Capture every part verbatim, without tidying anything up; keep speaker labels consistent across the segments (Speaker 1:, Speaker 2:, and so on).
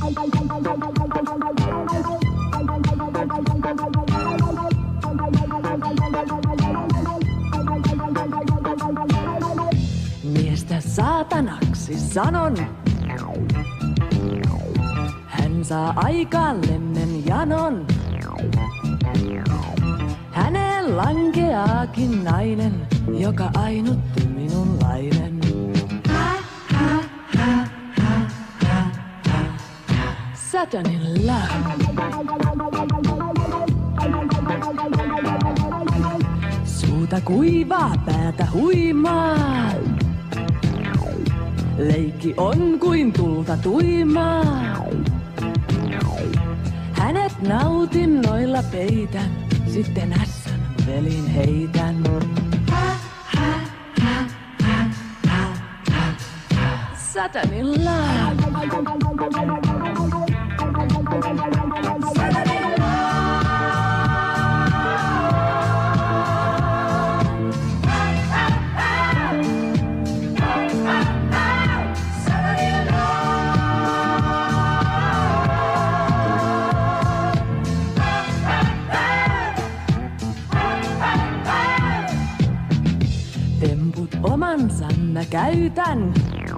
Speaker 1: Miestä saatanaksi sanon. Hän saa aikaan lemmen janon. Häneen lankeaakin nainen, joka ainutti minunlainen. Satanin love. Suuta kuivaa, päätä huimaa. Leikki on kuin tulta tuimaa. Hänet nautinnoilla peitän, sitten ässän velin heitän. Satanin love. Omansa mä käytän,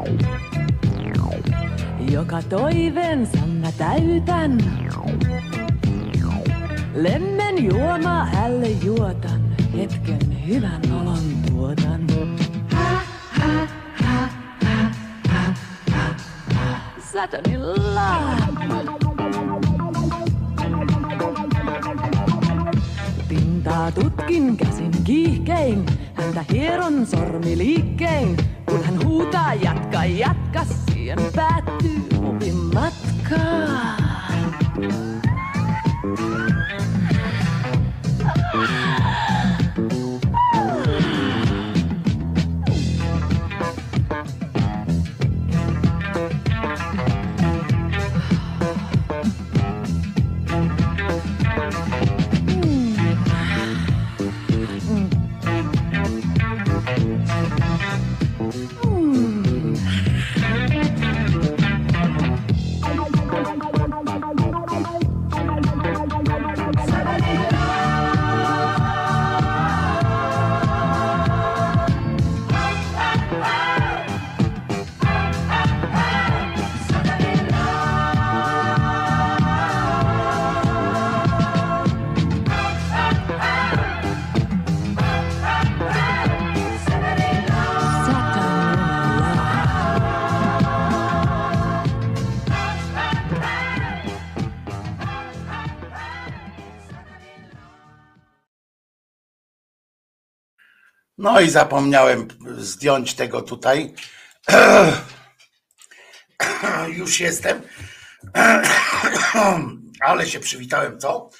Speaker 1: joka toiveensa mä täytän. Lemmen juomaa hälle juotan, hetken hyvän olon tuotan. Satanin love. Pintaa tutkin käsin kiihkein, häntä hieron sormiliikkein. Kun hän huutaa jatka, jatka, siihen päättyy opin matkaan.
Speaker 2: No i zapomniałem zdjąć tego tutaj. Już jestem. Ale się przywitałem, co?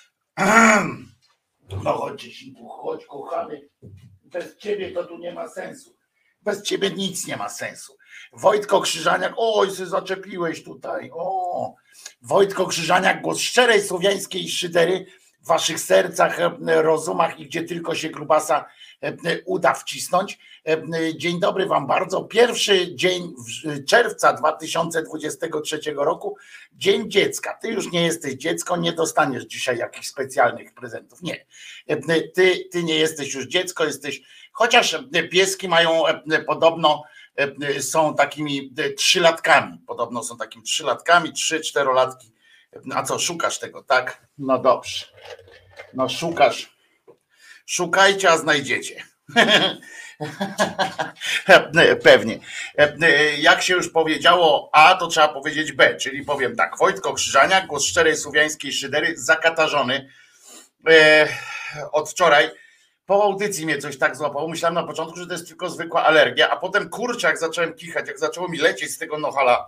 Speaker 2: No chodź, Ciesinku, chodź, kochany. Bez ciebie to tu nie ma sensu. Bez ciebie nic nie ma sensu. Wojtko Krzyżaniak, oj, się zaczepiłeś tutaj. O, Wojtko Krzyżaniak, głos szczerej słowiańskiej szydery w waszych sercach, rozumach i gdzie tylko się grubasa uda wcisnąć. Dzień dobry wam bardzo. Pierwszy dzień czerwca dwa tysiące dwudziestego trzeciego roku, Dzień Dziecka. Ty już nie jesteś dziecko, nie dostaniesz dzisiaj jakichś specjalnych prezentów. Nie. Ty, ty nie jesteś już dziecko, jesteś, chociaż pieski mają podobno, są takimi trzylatkami. Podobno są takimi trzylatkami, trzy, czterolatki. A co, szukasz tego, tak? No dobrze. No szukasz. Szukajcie, a znajdziecie. Pewnie. Jak się już powiedziało A, to trzeba powiedzieć B, czyli powiem tak. Wojtko Krzyżaniak, głos szczerej słowiańskiej szydery, zakatarzony od wczoraj. Po audycji mnie coś tak złapało. Myślałem na początku, że to jest tylko zwykła alergia, a potem kurczę, jak zacząłem kichać, jak zaczęło mi lecieć z tego nochala,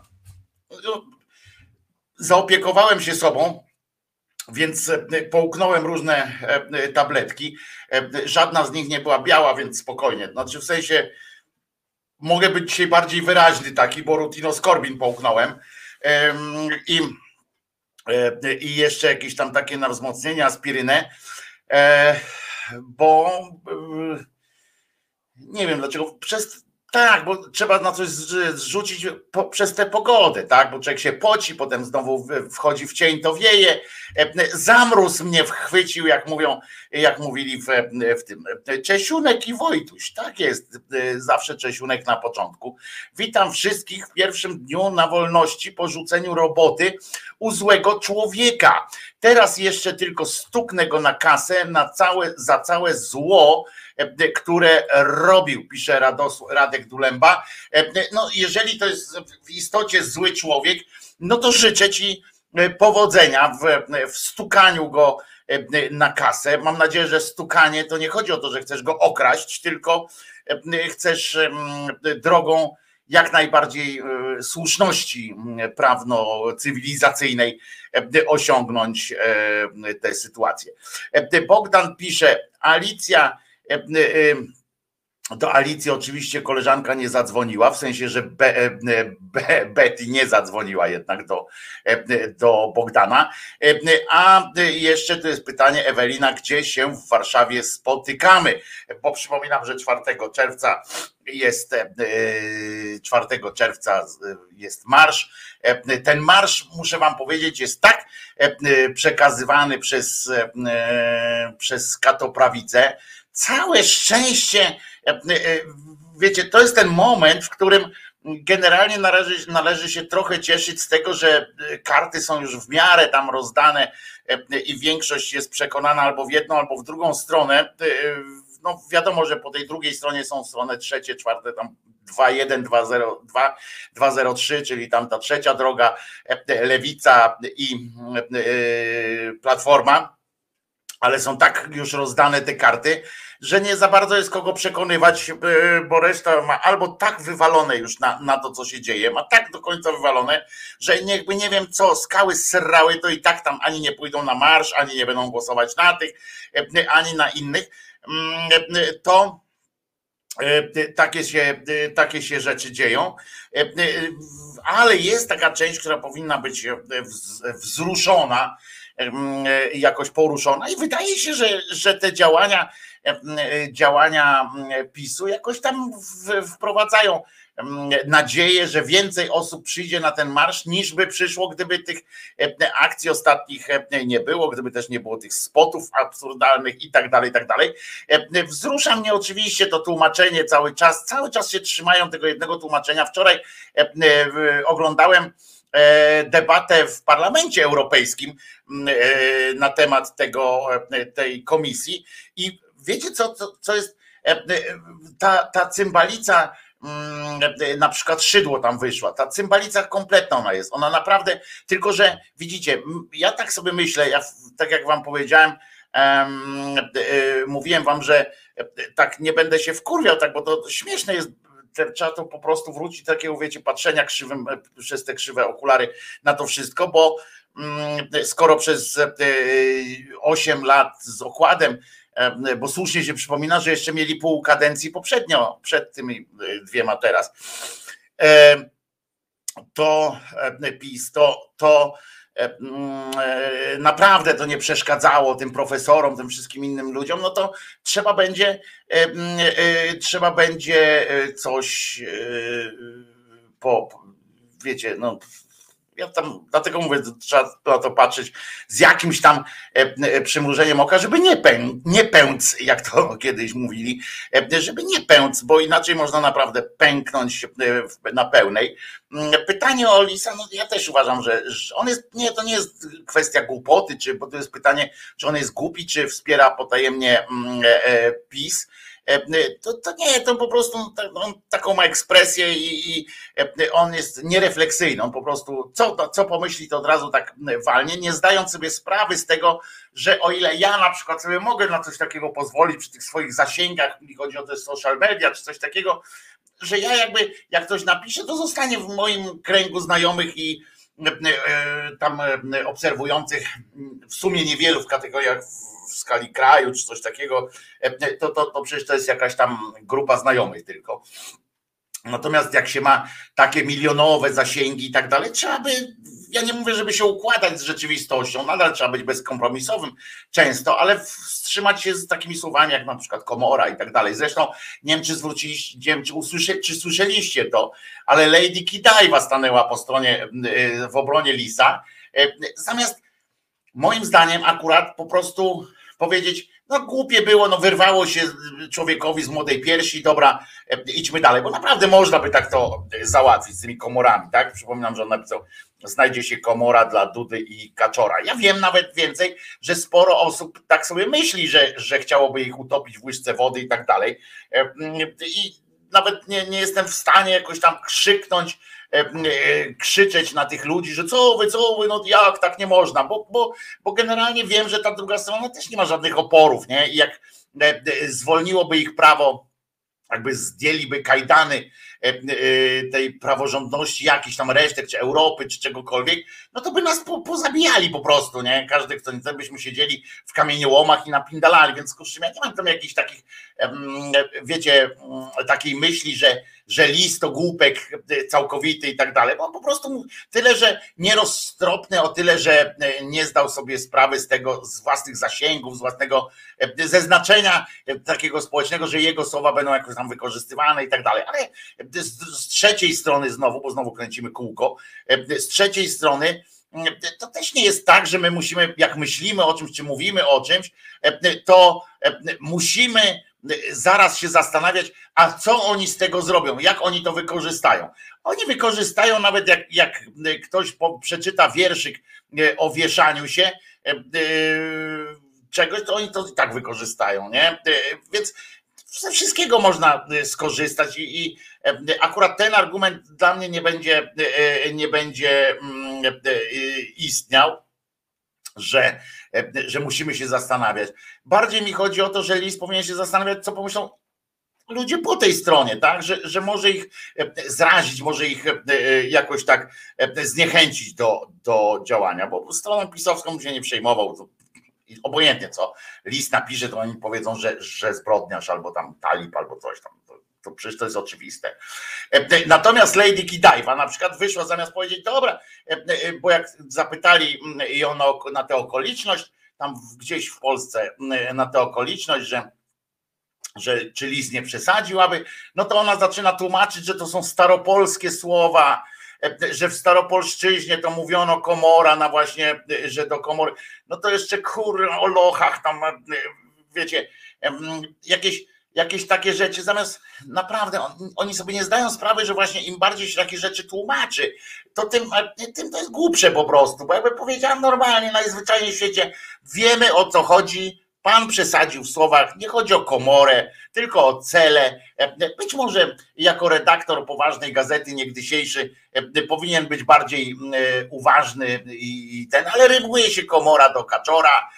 Speaker 2: zaopiekowałem się sobą. Więc połknąłem różne tabletki. Żadna z nich nie była biała, więc spokojnie. Znaczy w sensie mogę być dzisiaj bardziej wyraźny taki, bo rutinoskorbin połknąłem. I, i jeszcze jakieś tam takie na wzmocnienie, aspirynę. Bo nie wiem dlaczego. Przez Tak, bo trzeba na coś zrzucić po, przez tę pogodę, tak? Bo człowiek się poci, potem znowu wchodzi w cień, to wieje. Zamróz mnie wchwycił, jak mówią, jak mówili w, w tym. Czesiunek i Wojtuś, tak jest, zawsze Czesiunek na początku. Witam wszystkich w pierwszym dniu na wolności po rzuceniu roboty u złego człowieka. Teraz jeszcze tylko stuknę go na kasę na całe, za całe zło, które robił, pisze Rados, Radek Dulemba. No, jeżeli to jest w istocie zły człowiek, no to życzę ci powodzenia w, w stukaniu go na kasę. Mam nadzieję, że stukanie to nie chodzi o to, że chcesz go okraść, tylko chcesz drogą jak najbardziej słuszności prawno-cywilizacyjnej osiągnąć tę sytuację. Bogdan pisze, Alicja, do Alicji oczywiście koleżanka nie zadzwoniła, w sensie, że Be, Be, Betty nie zadzwoniła jednak do, do Bogdana. A jeszcze to jest pytanie, Ewelina, gdzie się w Warszawie spotykamy? Bo przypominam, że czwartego czerwca jest czwartego czerwca jest marsz. Ten marsz, muszę wam powiedzieć, jest tak przekazywany przez, przez katoprawicę. Całe szczęście, wiecie, to jest ten moment, w którym generalnie należy, należy się trochę cieszyć z tego, że karty są już w miarę tam rozdane i większość jest przekonana albo w jedną, albo w drugą stronę. No wiadomo, że po tej drugiej stronie są strony trzecie, czwarte, tam dwa jeden, dwa zero dwa, dwa zero trzy, czyli tam ta trzecia droga, Lewica i Platforma, ale są tak już rozdane te karty, że nie za bardzo jest kogo przekonywać, bo reszta ma albo tak wywalone już na, na to, co się dzieje, ma tak do końca wywalone, że jakby nie wiem co, skały zsrały, to i tak tam ani nie pójdą na marsz, ani nie będą głosować na tych, ani na innych. To takie się, takie się rzeczy dzieją, ale jest taka część, która powinna być wzruszona, jakoś poruszona i wydaje się, że, że te działania działania PiSu jakoś tam wprowadzają nadzieję, że więcej osób przyjdzie na ten marsz, niż by przyszło, gdyby tych akcji ostatnich nie było, gdyby też nie było tych spotów absurdalnych i tak dalej, i tak dalej. Wzrusza mnie oczywiście to tłumaczenie cały czas, cały czas się trzymają tego jednego tłumaczenia. Wczoraj oglądałem debatę w Parlamencie Europejskim na temat tego, tej komisji i wiecie co, co, co jest ta, ta cymbalica, na przykład Szydło tam wyszła, ta cymbalica kompletna ona jest, ona naprawdę, tylko że widzicie, ja tak sobie myślę, ja, tak jak wam powiedziałem, um, mówiłem wam, że tak nie będę się wkurwiał, tak, bo to śmieszne jest, trzeba to po prostu wrócić do takiego, wiecie, patrzenia krzywym, przez te krzywe okulary na to wszystko, bo skoro przez osiem lat z okładem, bo słusznie się przypomina, że jeszcze mieli pół kadencji poprzednio, przed tymi dwiema teraz, to PiS, to, to naprawdę to nie przeszkadzało tym profesorom, tym wszystkim innym ludziom, no to trzeba będzie, trzeba będzie coś po, wiecie, no ja tam, dlatego mówię, trzeba na to patrzeć z jakimś tam przymrużeniem oka, żeby nie, pę, nie pęc, jak to kiedyś mówili, żeby nie pęc, bo inaczej można naprawdę pęknąć na pełnej. Pytanie o Lisa, no ja też uważam, że on jest, nie, to nie jest kwestia głupoty, czy, bo to jest pytanie, czy on jest głupi, czy wspiera potajemnie PiS. To, to nie, to po prostu on taką ma ekspresję i, i on jest nierefleksyjny, on po prostu co, co pomyśli, to od razu tak walnie, nie zdając sobie sprawy z tego, że o ile ja na przykład sobie mogę na coś takiego pozwolić przy tych swoich zasięgach, jeśli chodzi o te social media czy coś takiego, że ja jakby, jak ktoś napisze, to zostanie w moim kręgu znajomych i tam obserwujących, w sumie niewielu w kategoriach w skali kraju czy coś takiego, to, to, to przecież to jest jakaś tam grupa znajomych tylko. Natomiast jak się ma takie milionowe zasięgi i tak dalej, trzeba by, ja nie mówię, żeby się układać z rzeczywistością, nadal trzeba być bezkompromisowym często, ale wstrzymać się z takimi słowami jak na przykład komora i tak dalej. Zresztą nie wiem, czy zwróciliście, nie wiem, czy, usłysze, czy słyszeliście to, ale Lady Godiva stanęła po stronie, w obronie Lisa, zamiast moim zdaniem akurat po prostu powiedzieć, no głupie było, no wyrwało się człowiekowi z młodej piersi, dobra, idźmy dalej, bo naprawdę można by tak to załatwić z tymi komorami, tak? Przypominam, że on napisał, znajdzie się komora dla Dudy i Kaczora. Ja wiem nawet więcej, że sporo osób tak sobie myśli, że, że chciałoby ich utopić w łyżce wody i tak dalej. I nawet nie, nie jestem w stanie jakoś tam krzyknąć, krzyczeć na tych ludzi, że co wy, co wy, no jak tak nie można, bo, bo, bo generalnie wiem, że ta druga strona też nie ma żadnych oporów, nie? I jak zwolniłoby ich prawo, jakby zdjęliby kajdany tej praworządności, jakichś tam resztek, czy Europy, czy czegokolwiek, no to by nas po, pozabijali po prostu, nie? Każdy, kto nie, byśmy siedzieli w kamieniołomach i napindalali, więc kurczę, ja nie mam tam jakichś takich, wiecie, takiej myśli, że, że Lis to głupek całkowity i tak dalej, bo on po prostu tyle, że nieroztropny, o tyle, że nie zdał sobie sprawy z tego, z własnych zasięgów, z własnego, ze znaczenia takiego społecznego, że jego słowa będą jakoś tam wykorzystywane i tak dalej, ale z trzeciej strony znowu, bo znowu kręcimy kółko, z trzeciej strony to też nie jest tak, że my musimy, jak myślimy o czymś, czy mówimy o czymś, to musimy zaraz się zastanawiać, a co oni z tego zrobią, jak oni to wykorzystają. Oni wykorzystają nawet jak, jak ktoś po, przeczyta wierszyk o wieszaniu się czegoś, to oni to i tak wykorzystają, nie? Więc ze wszystkiego można skorzystać i, i akurat ten argument dla mnie nie będzie, nie będzie istniał, że, że musimy się zastanawiać. Bardziej mi chodzi o to, że Lis powinien się zastanawiać, co pomyślą ludzie po tej stronie, tak? Że, że może ich zrazić, może ich jakoś tak zniechęcić do, do działania, bo stroną pisowską się nie przejmował. Obojętnie co Lis napisze, to oni powiedzą, że, że zbrodniarz albo tam talib, albo coś tam. To, to przecież to jest oczywiste. Natomiast Lady Godiva na przykład wyszła zamiast powiedzieć, dobra, bo jak zapytali ją na, na tę okoliczność, tam gdzieś w Polsce na tę okoliczność, że, że czy Lis nie przesadził, aby, no to ona zaczyna tłumaczyć, że to są staropolskie słowa, że w staropolszczyźnie to mówiono komora na właśnie, że do komory, no to jeszcze kurwa o lochach tam, wiecie, jakieś, jakieś takie rzeczy, zamiast naprawdę on, oni sobie nie zdają sprawy, że właśnie im bardziej się takie rzeczy tłumaczy, to tym, tym to jest głupsze po prostu, bo jakby powiedziałem normalnie, najzwyczajniej w świecie, wiemy o co chodzi. Pan przesadził w słowach, nie chodzi o komorę, tylko o cele. Być może jako redaktor poważnej gazety niegdysiejszy powinien być bardziej uważny i ten, ale rymuje się komora do Kaczora,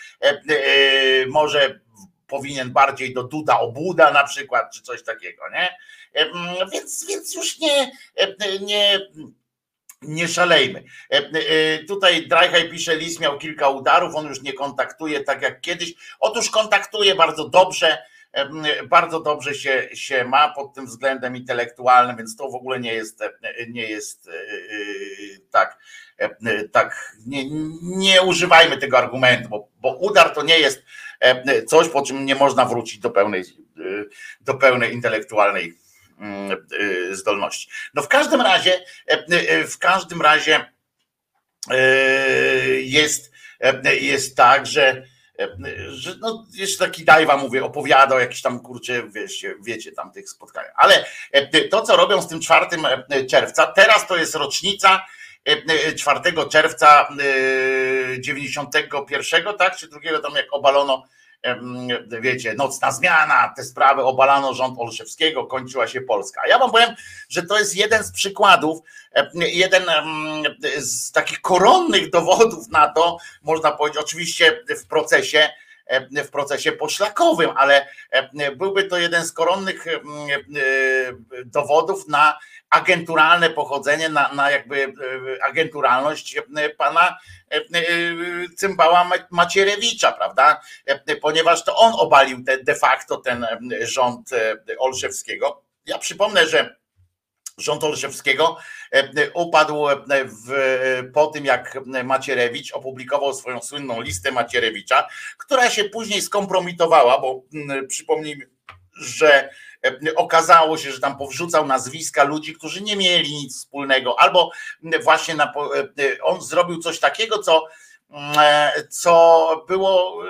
Speaker 2: może powinien bardziej do Duda Obuda na przykład, czy coś takiego, nie? Więc, więc już nie, nie Nie szalejmy. Tutaj Drajhaj pisze, Lis miał kilka udarów, on już nie kontaktuje tak jak kiedyś. Otóż kontaktuje bardzo dobrze, bardzo dobrze się, się ma pod tym względem intelektualnym, więc to w ogóle nie jest, nie jest tak, tak nie, nie używajmy tego argumentu, bo, bo udar to nie jest coś, po czym nie można wrócić do pełnej, do pełnej intelektualnej zdolności. No w każdym razie, w każdym razie jest, jest tak, że, że no jeszcze taki Dajwa, mówię, opowiada o jakichś tam, kurczę, wiecie, wiecie tam tych spotkaniach, ale to co robią z tym czwartym czerwca, teraz to jest rocznica czwartego czerwca dziewięćdziesiątego pierwszego, tak, czy drugiego, tam jak obalono, wiecie, nocna zmiana, te sprawy, obalano rząd Olszewskiego, kończyła się Polska. A ja wam powiem, że to jest jeden z przykładów, jeden z takich koronnych dowodów na to, można powiedzieć, oczywiście w procesie, w procesie poszlakowym, ale byłby to jeden z koronnych dowodów na agenturalne pochodzenie, na, na jakby agenturalność pana Cymbała Macierewicza, prawda? Ponieważ to on obalił te, de facto ten rząd Olszewskiego. Ja przypomnę, że Rząd Olszewskiego upadł w, po tym, jak Macierewicz opublikował swoją słynną listę Macierewicza, która się później skompromitowała, bo przypomnijmy, że okazało się, że tam powrzucał nazwiska ludzi, którzy nie mieli nic wspólnego, albo właśnie na, on zrobił coś takiego, co, co było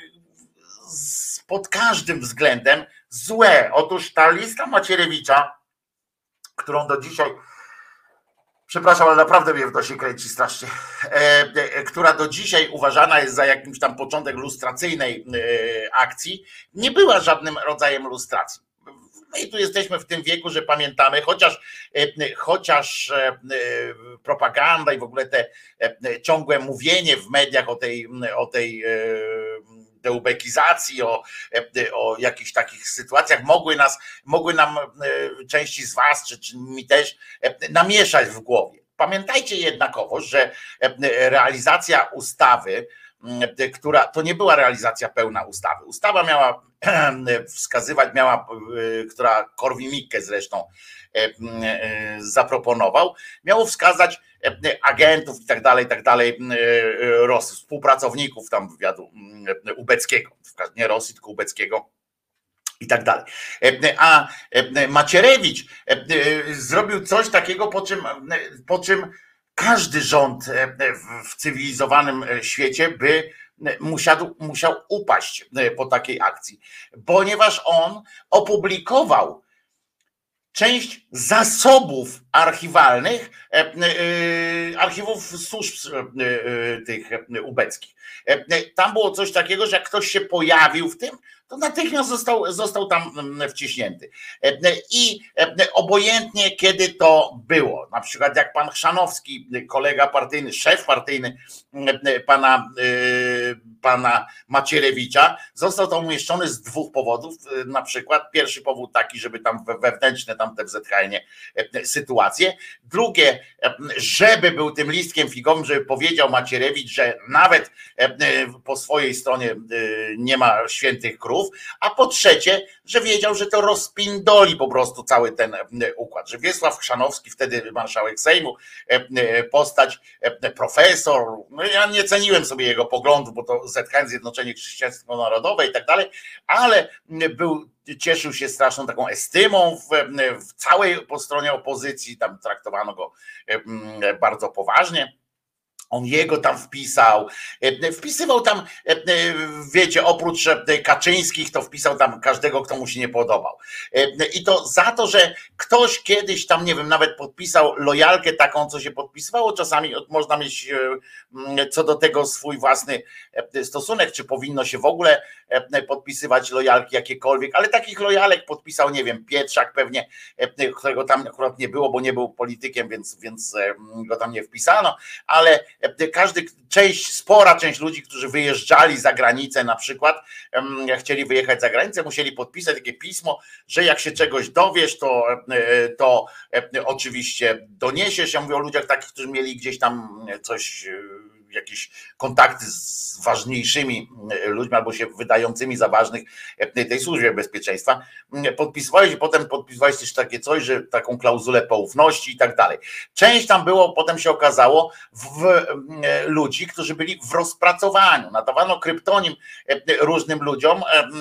Speaker 2: pod każdym względem złe. Otóż ta lista Macierewicza, którą do dzisiaj, przepraszam, ale naprawdę mnie w nosie kręci strasznie, e, która do dzisiaj uważana jest za jakimś tam początek lustracyjnej e, akcji, nie była żadnym rodzajem lustracji. My tu jesteśmy w tym wieku, że pamiętamy, chociaż, e, chociaż e, propaganda i w ogóle te e, ciągłe mówienie w mediach o tej, o tej e, deubekizacji, o, o jakichś takich sytuacjach mogły nas, mogły nam części z was, czy, czy mi też namieszać w głowie. Pamiętajcie jednakowoż, że realizacja ustawy, która to nie była realizacja pełna ustawy. Ustawa miała wskazywać, miała, która Korwin-Mikke zresztą zaproponował, miało wskazać agentów i tak dalej, i tak dalej, współpracowników tam wywiadu ubeckiego, nie Rosji, tylko ubeckiego i tak dalej. A Macierewicz zrobił coś takiego, po czym, po czym każdy rząd w cywilizowanym świecie by musiał, musiał upaść po takiej akcji, ponieważ on opublikował część zasobów archiwalnych, archiwów służb tych ubeckich. Tam było coś takiego, że jak ktoś się pojawił w tym, to natychmiast został, został tam wciśnięty. I obojętnie kiedy to było, na przykład jak pan Chrzanowski, kolega partyjny, szef partyjny pana, pana Macierewicza, został tam umieszczony z dwóch powodów. Na przykład pierwszy powód taki, żeby tam wewnętrzne tam te w Z H N-ie sytuacje. Drugie, żeby był tym listkiem figowym, żeby powiedział Macierewicz, że nawet po swojej stronie nie ma świętych krów. A po trzecie, że wiedział, że to rozpindoli po prostu cały ten układ, że Wiesław Chrzanowski, wtedy marszałek Sejmu, postać, profesor, no ja nie ceniłem sobie jego poglądów, bo to Z H N, Zjednoczenie Chrześcijańsko-Narodowe i tak dalej, ale był, cieszył się straszną taką estymą w, w całej po stronie opozycji, tam traktowano go bardzo poważnie. On jego tam wpisał, wpisywał tam, wiecie, oprócz Kaczyńskich, to wpisał tam każdego, kto mu się nie podobał. I to za to, że ktoś kiedyś tam, nie wiem, nawet podpisał lojalkę taką, co się podpisywało, czasami można mieć co do tego swój własny stosunek, czy powinno się w ogóle podpisywać lojalki jakiekolwiek, ale takich lojalek podpisał, nie wiem, Pietrzak pewnie, którego tam akurat nie było, bo nie był politykiem, więc, więc go tam nie wpisano, ale każdy, część, spora część ludzi, którzy wyjeżdżali za granicę na przykład, chcieli wyjechać za granicę, musieli podpisać takie pismo, że jak się czegoś dowiesz, to, to oczywiście doniesiesz. Ja mówię o ludziach takich, którzy mieli gdzieś tam coś, jakieś kontakty z ważniejszymi ludźmi albo się wydającymi za ważnych tej służbie bezpieczeństwa, podpisywałeś i potem podpisywałeś też takie coś, że taką klauzulę poufności i tak dalej. Część tam było, potem się okazało, w ludzi, którzy byli w rozpracowaniu. Nadawano kryptonim różnym ludziom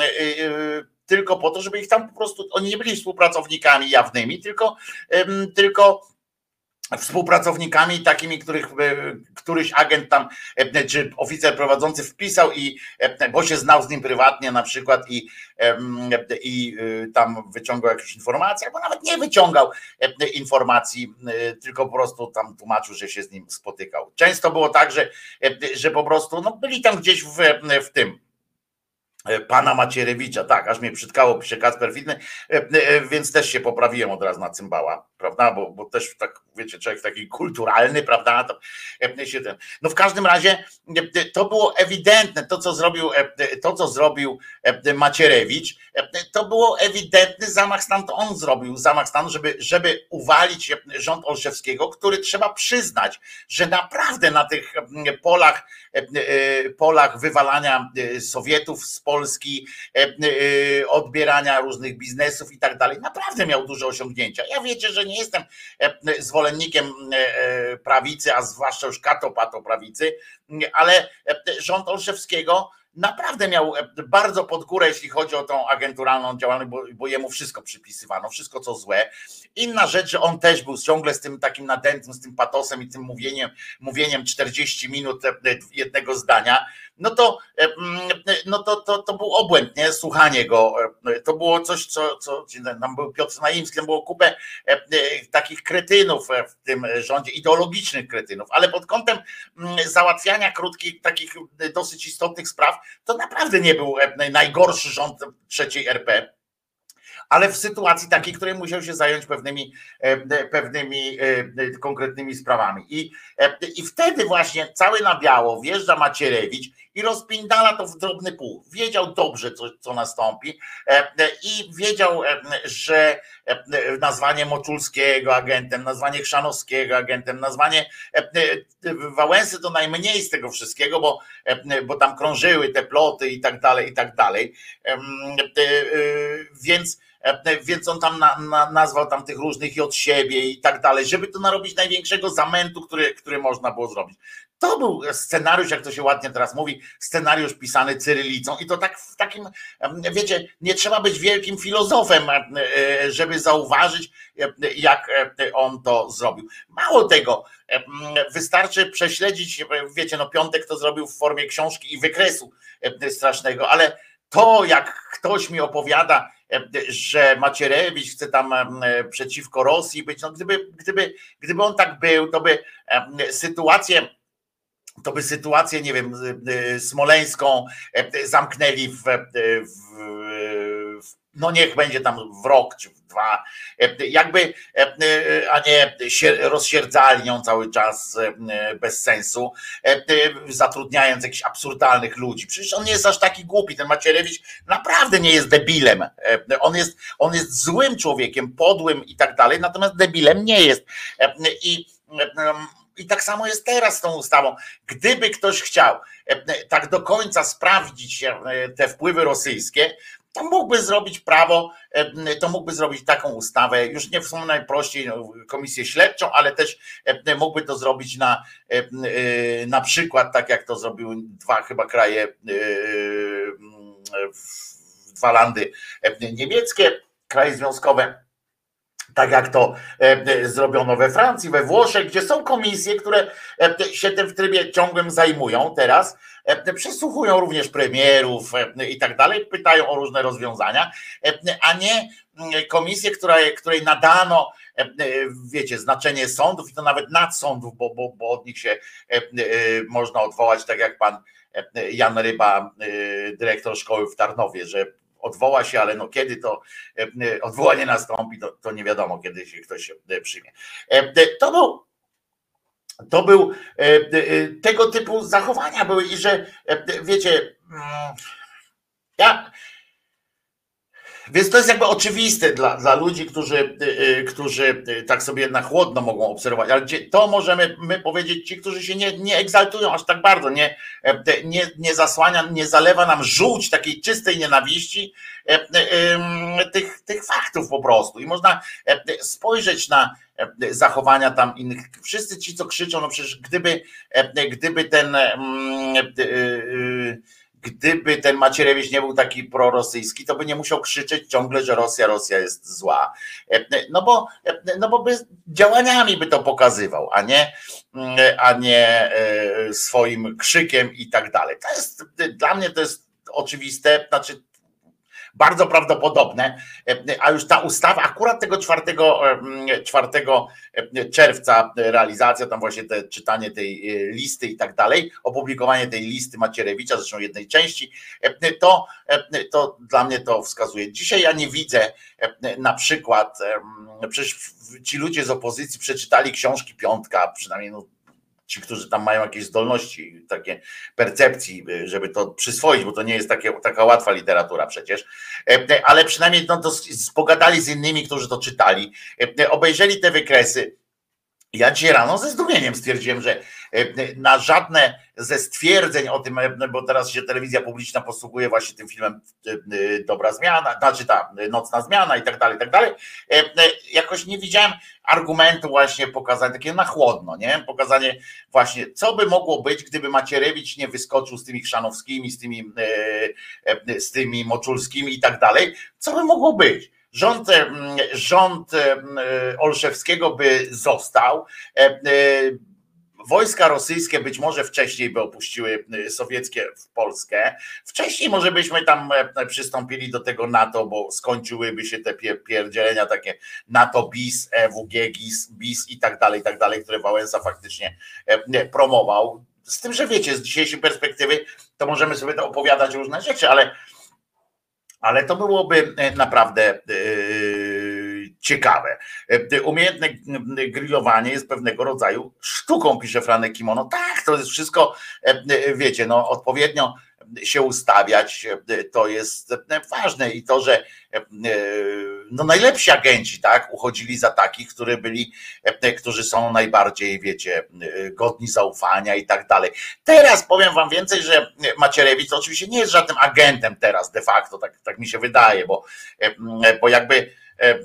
Speaker 2: tylko po to, żeby ich tam po prostu, oni nie byli współpracownikami jawnymi, tylko tylko współpracownikami takimi, których któryś agent tam, czy oficer prowadzący wpisał i, bo się znał z nim prywatnie na przykład i, i tam wyciągał jakieś informacje, albo nawet nie wyciągał informacji, tylko po prostu tam tłumaczył, że się z nim spotykał. Często było tak, że, że po prostu no, byli tam gdzieś w, w tym pana Macierewicza, tak, aż mnie przytkało, pisze Kacper Widny, więc też się poprawiłem od razu na cymbała, prawda, bo, bo też tak, wiecie, człowiek taki kulturalny, prawda, to się ten, no w każdym razie to było ewidentne, to co zrobił, to co zrobił Macierewicz, to było ewidentny zamach stanu, to on zrobił zamach stanu, żeby, żeby uwalić rząd Olszewskiego, który trzeba przyznać, że naprawdę na tych polach polach wywalania Sowietów z Polski, odbierania różnych biznesów i tak dalej. Naprawdę miał duże osiągnięcia. Ja wiecie, że nie jestem zwolennikiem prawicy, a zwłaszcza już kato-pato prawicy, ale rząd Olszewskiego naprawdę miał bardzo pod górę, jeśli chodzi o tą agenturalną działalność, bo, bo jemu wszystko przypisywano, wszystko co złe. Inna rzecz, że on też był ciągle z tym takim nadętym, z tym patosem i tym mówieniem, mówieniem czterdzieści minut jednego zdania, no to, no to, to, to był obłęd, nie? Słuchanie go, to było coś, co, co tam był Piotr Naimski, tam było kupę takich kretynów w tym rządzie, ideologicznych kretynów, ale pod kątem załatwiania krótkich, takich dosyć istotnych spraw, to naprawdę nie był najgorszy rząd trzeciej er pe. Ale w sytuacji takiej, której musiał się zająć pewnymi, pewnymi konkretnymi sprawami. I, I wtedy właśnie cały na biało wjeżdża Macierewicz i rozpindala to w drobny pół. Wiedział dobrze, co, co nastąpi i wiedział, że nazwanie Moczulskiego agentem, nazwanie Chrzanowskiego agentem, nazwanie Wałęsy to najmniej z tego wszystkiego, bo, bo tam krążyły te ploty i tak dalej, i tak dalej. Więc Więc on tam na, na, nazwał tam tych różnych i od siebie i tak dalej, żeby to narobić największego zamętu, który, który można było zrobić. To był scenariusz, jak to się ładnie teraz mówi, scenariusz pisany cyrylicą i to tak w takim, wiecie, nie trzeba być wielkim filozofem, żeby zauważyć, jak on to zrobił. Mało tego, wystarczy prześledzić, wiecie, no Piątek to zrobił w formie książki i wykresu strasznego, ale to jak ktoś mi opowiada, że Macierewicz chce tam przeciwko Rosji być, no gdyby, gdyby, gdyby on tak był, to by sytuację, to by sytuację, nie wiem, smoleńską zamknęli w, w, w no niech będzie tam w rok czy w dwa, jakby, a nie rozsierdzali nią cały czas bez sensu, zatrudniając jakichś absurdalnych ludzi. Przecież on nie jest aż taki głupi, ten Macierewicz naprawdę nie jest debilem. On jest, on jest złym człowiekiem, podłym i tak dalej, natomiast debilem nie jest. I I tak samo jest teraz z tą ustawą. Gdyby ktoś chciał tak do końca sprawdzić te wpływy rosyjskie, to mógłby zrobić prawo, to mógłby zrobić taką ustawę, już nie w sumie najprościej komisję śledczą, ale też mógłby to zrobić na, na przykład tak jak to zrobiły dwa chyba kraje, dwa landy niemieckie, kraje związkowe. Tak jak to zrobiono we Francji, we Włoszech, gdzie są komisje, które się tym w trybie ciągłym zajmują teraz, przesłuchują również premierów i tak dalej, pytają o różne rozwiązania, a nie komisję, której, której nadano, wiecie, znaczenie sądów i to nawet nadsądów, bo, bo, bo od nich się można odwołać, tak jak pan Jan Ryba, dyrektor szkoły w Tarnowie, że odwoła się, ale no kiedy to odwołanie nastąpi, to, to nie wiadomo, kiedy się ktoś przyjmie. To był, to był tego typu zachowania były i że wiecie, ja więc to jest jakby oczywiste dla, dla ludzi, którzy, którzy tak sobie na chłodno mogą obserwować, ale to możemy my powiedzieć ci, którzy się nie, nie egzaltują aż tak bardzo, nie, nie, nie zasłania, nie zalewa nam żółć takiej czystej nienawiści tych, tych faktów po prostu i można spojrzeć na zachowania tam innych, wszyscy ci co krzyczą, no przecież gdyby, gdyby ten Gdyby ten Macierewicz nie był taki prorosyjski, to by nie musiał krzyczeć ciągle, że Rosja, Rosja jest zła. No bo, no bo by działaniami by to pokazywał, a nie, a nie swoim krzykiem i tak dalej. To jest, dla mnie to jest oczywiste, znaczy bardzo prawdopodobne, a już ta ustawa, akurat tego czwartego czerwca realizacja, tam właśnie te czytanie tej listy i tak dalej, opublikowanie tej listy Macierewicza, zresztą jednej części, to, to dla mnie to wskazuje. Dzisiaj ja nie widzę na przykład, przecież ci ludzie z opozycji przeczytali książki Piątka, przynajmniej no, ci, którzy tam mają jakieś zdolności, takie percepcji, żeby to przyswoić, bo to nie jest takie, taka łatwa literatura przecież, ale przynajmniej no, to pogadali z innymi, którzy to czytali, obejrzeli te wykresy Ja dzisiaj rano ze zdumieniem stwierdziłem, że na żadne ze stwierdzeń o tym, bo teraz się telewizja publiczna posługuje właśnie tym filmem Dobra Zmiana, znaczy ta Nocna Zmiana i tak dalej, i tak dalej, jakoś nie widziałem argumentu właśnie pokazania, takie na chłodno, nie? Pokazanie właśnie, co by mogło być, gdyby Macierewicz nie wyskoczył z tymi Chrzanowskimi, z tymi, z tymi Moczulskimi i tak dalej, co by mogło być? Rząd, rząd Olszewskiego by został, wojska rosyjskie być może wcześniej by opuściły sowieckie w Polskę, wcześniej może byśmy tam przystąpili do tego NATO, bo skończyłyby się te pierdzielenia takie NATO bis, E W G bis, bis i tak dalej, i tak dalej, które Wałęsa faktycznie promował. Z tym, że wiecie, z dzisiejszej perspektywy to możemy sobie to opowiadać różne rzeczy, ale Ale to byłoby naprawdę ciekawe. Umiejętne grillowanie jest pewnego rodzaju sztuką, pisze Franek Kimono. Tak, to jest wszystko, wiecie, no odpowiednio się ustawiać, to jest ważne i to, że no najlepsi agenci, tak, uchodzili za takich, którzy byli, którzy są najbardziej, wiecie, godni zaufania i tak dalej. Teraz powiem wam więcej, że Macierewicz oczywiście nie jest żadnym agentem teraz de facto, tak, tak mi się wydaje, bo, bo jakby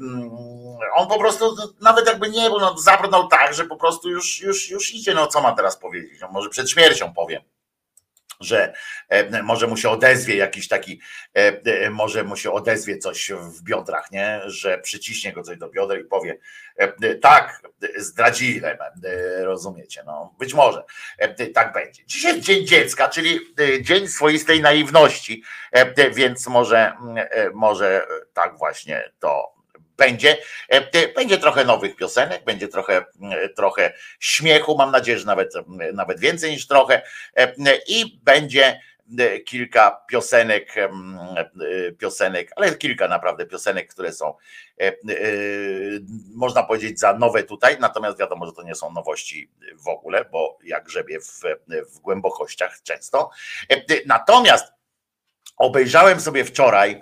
Speaker 2: on po prostu, nawet jakby nie był, no, zabrnął tak, że po prostu już, już, już idzie, no co ma teraz powiedzieć, no, może przed śmiercią powiem, że może mu się odezwie jakiś taki, może mu się odezwie coś w biodrach, nie? Że przyciśnie go coś do bioder i powie, tak, zdradziłem, rozumiecie, no być może tak będzie. Dzisiaj jest Dzień Dziecka, czyli dzień swoistej naiwności, więc może, może tak właśnie to będzie. Będzie trochę nowych piosenek, będzie trochę, trochę śmiechu, mam nadzieję, że nawet, nawet więcej niż trochę, i będzie kilka piosenek, piosenek, ale kilka naprawdę piosenek, które są, można powiedzieć, za nowe tutaj, natomiast wiadomo, że to nie są nowości w ogóle, bo jak grzebie w, w głębokościach często. Natomiast obejrzałem sobie wczoraj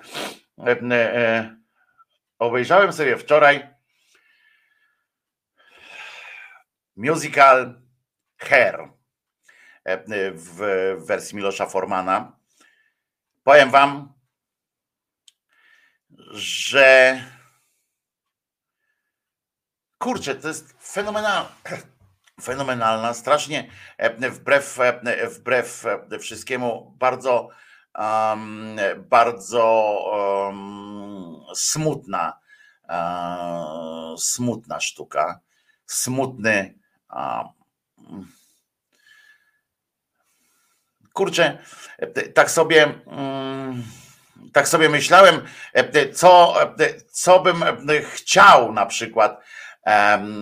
Speaker 2: Obejrzałem sobie wczoraj musical Hair w wersji Milosza Formana. Powiem wam, że kurczę, to jest fenomenalne. Fenomenalna, strasznie wbrew, wbrew wszystkiemu bardzo Um, bardzo um, smutna, um, smutna sztuka, smutny. Um, kurczę, tak sobie, um, tak sobie myślałem, co, co bym chciał na przykład. Um,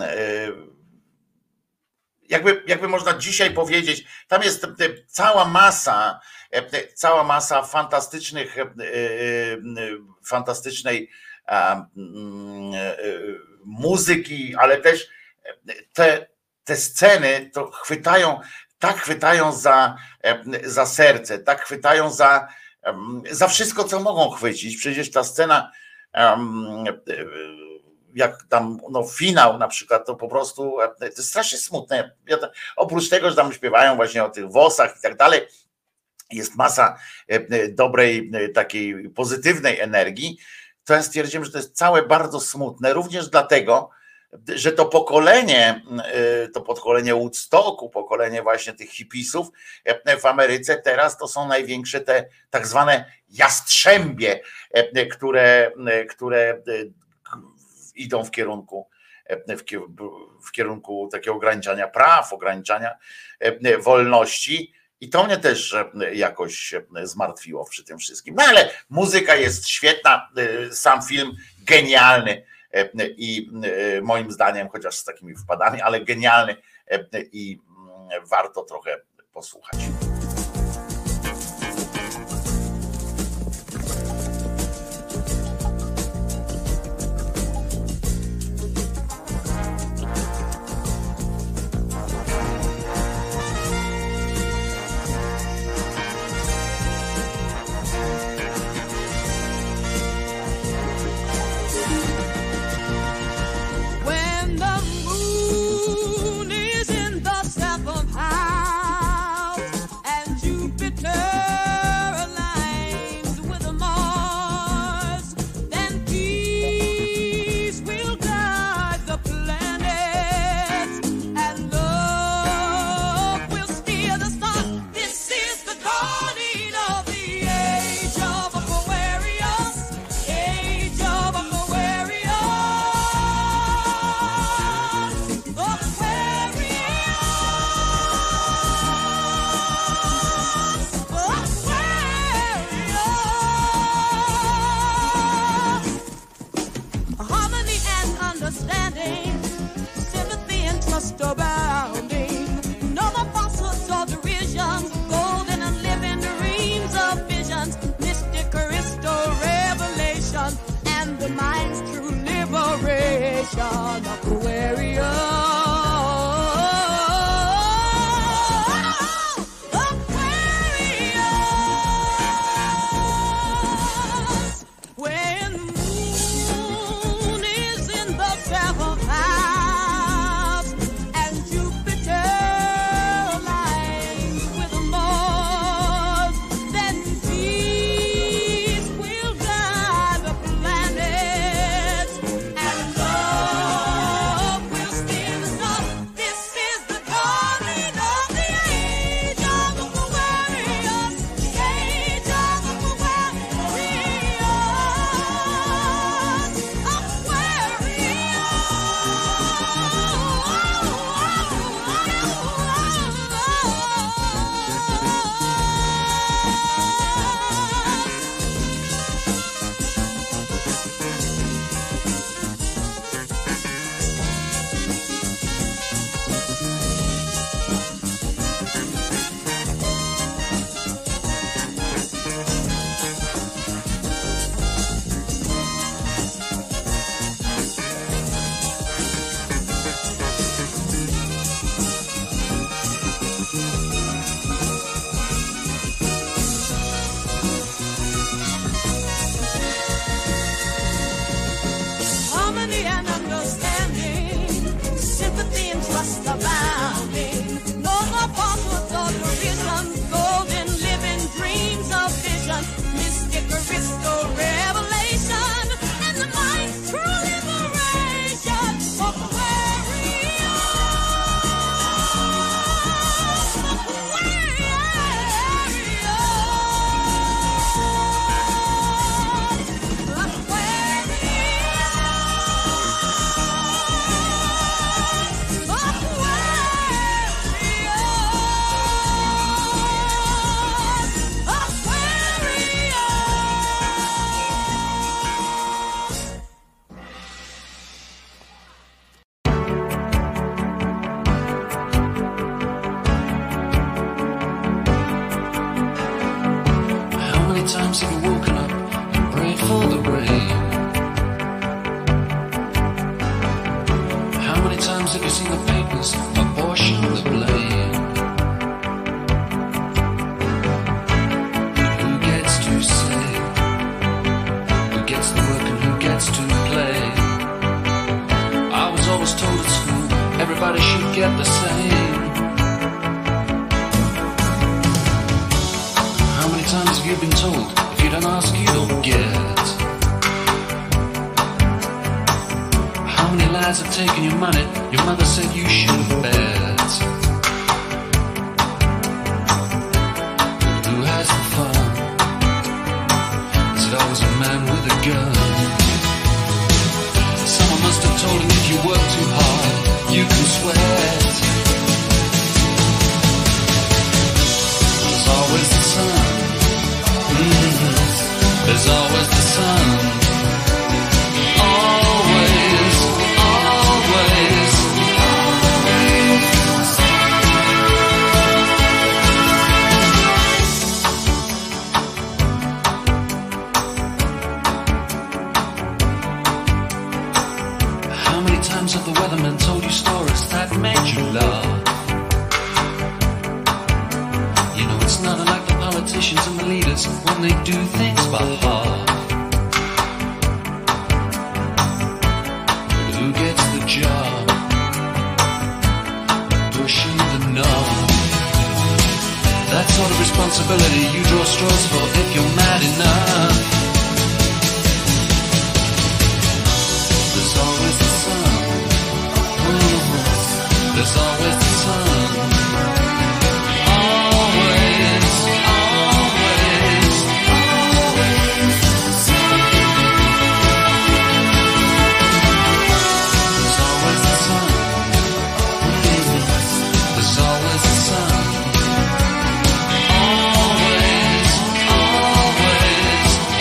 Speaker 2: Jakby, jakby można dzisiaj powiedzieć, tam jest cała masa, cała masa fantastycznych, fantastycznej muzyki, ale też te, te sceny to chwytają, tak chwytają za, za serce, tak chwytają za, za wszystko, co mogą chwycić. Przecież ta scena, jak tam no, finał na przykład, to po prostu to jest strasznie smutne. Ja to, oprócz tego, że tam śpiewają właśnie o tych włosach i tak dalej, jest masa dobrej, takiej pozytywnej energii, to ja stwierdziłem, że to jest całe bardzo smutne, również dlatego, że to pokolenie, to pokolenie Woodstocku, pokolenie właśnie tych hipisów w Ameryce teraz to są największe te tak zwane jastrzębie, które, które idą w kierunku, w kierunku takiego ograniczania praw, ograniczania wolności. I to mnie też jakoś zmartwiło przy tym wszystkim. No ale muzyka jest świetna, sam film genialny i moim zdaniem, chociaż z takimi wpadami, ale genialny i warto trochę posłuchać.
Speaker 3: When the moon trust abounding. No more falsehoods or derisions, golden and living dreams of visions, mystic crystal revelation, and the mind's true liberation. Aquarius.
Speaker 4: Always, always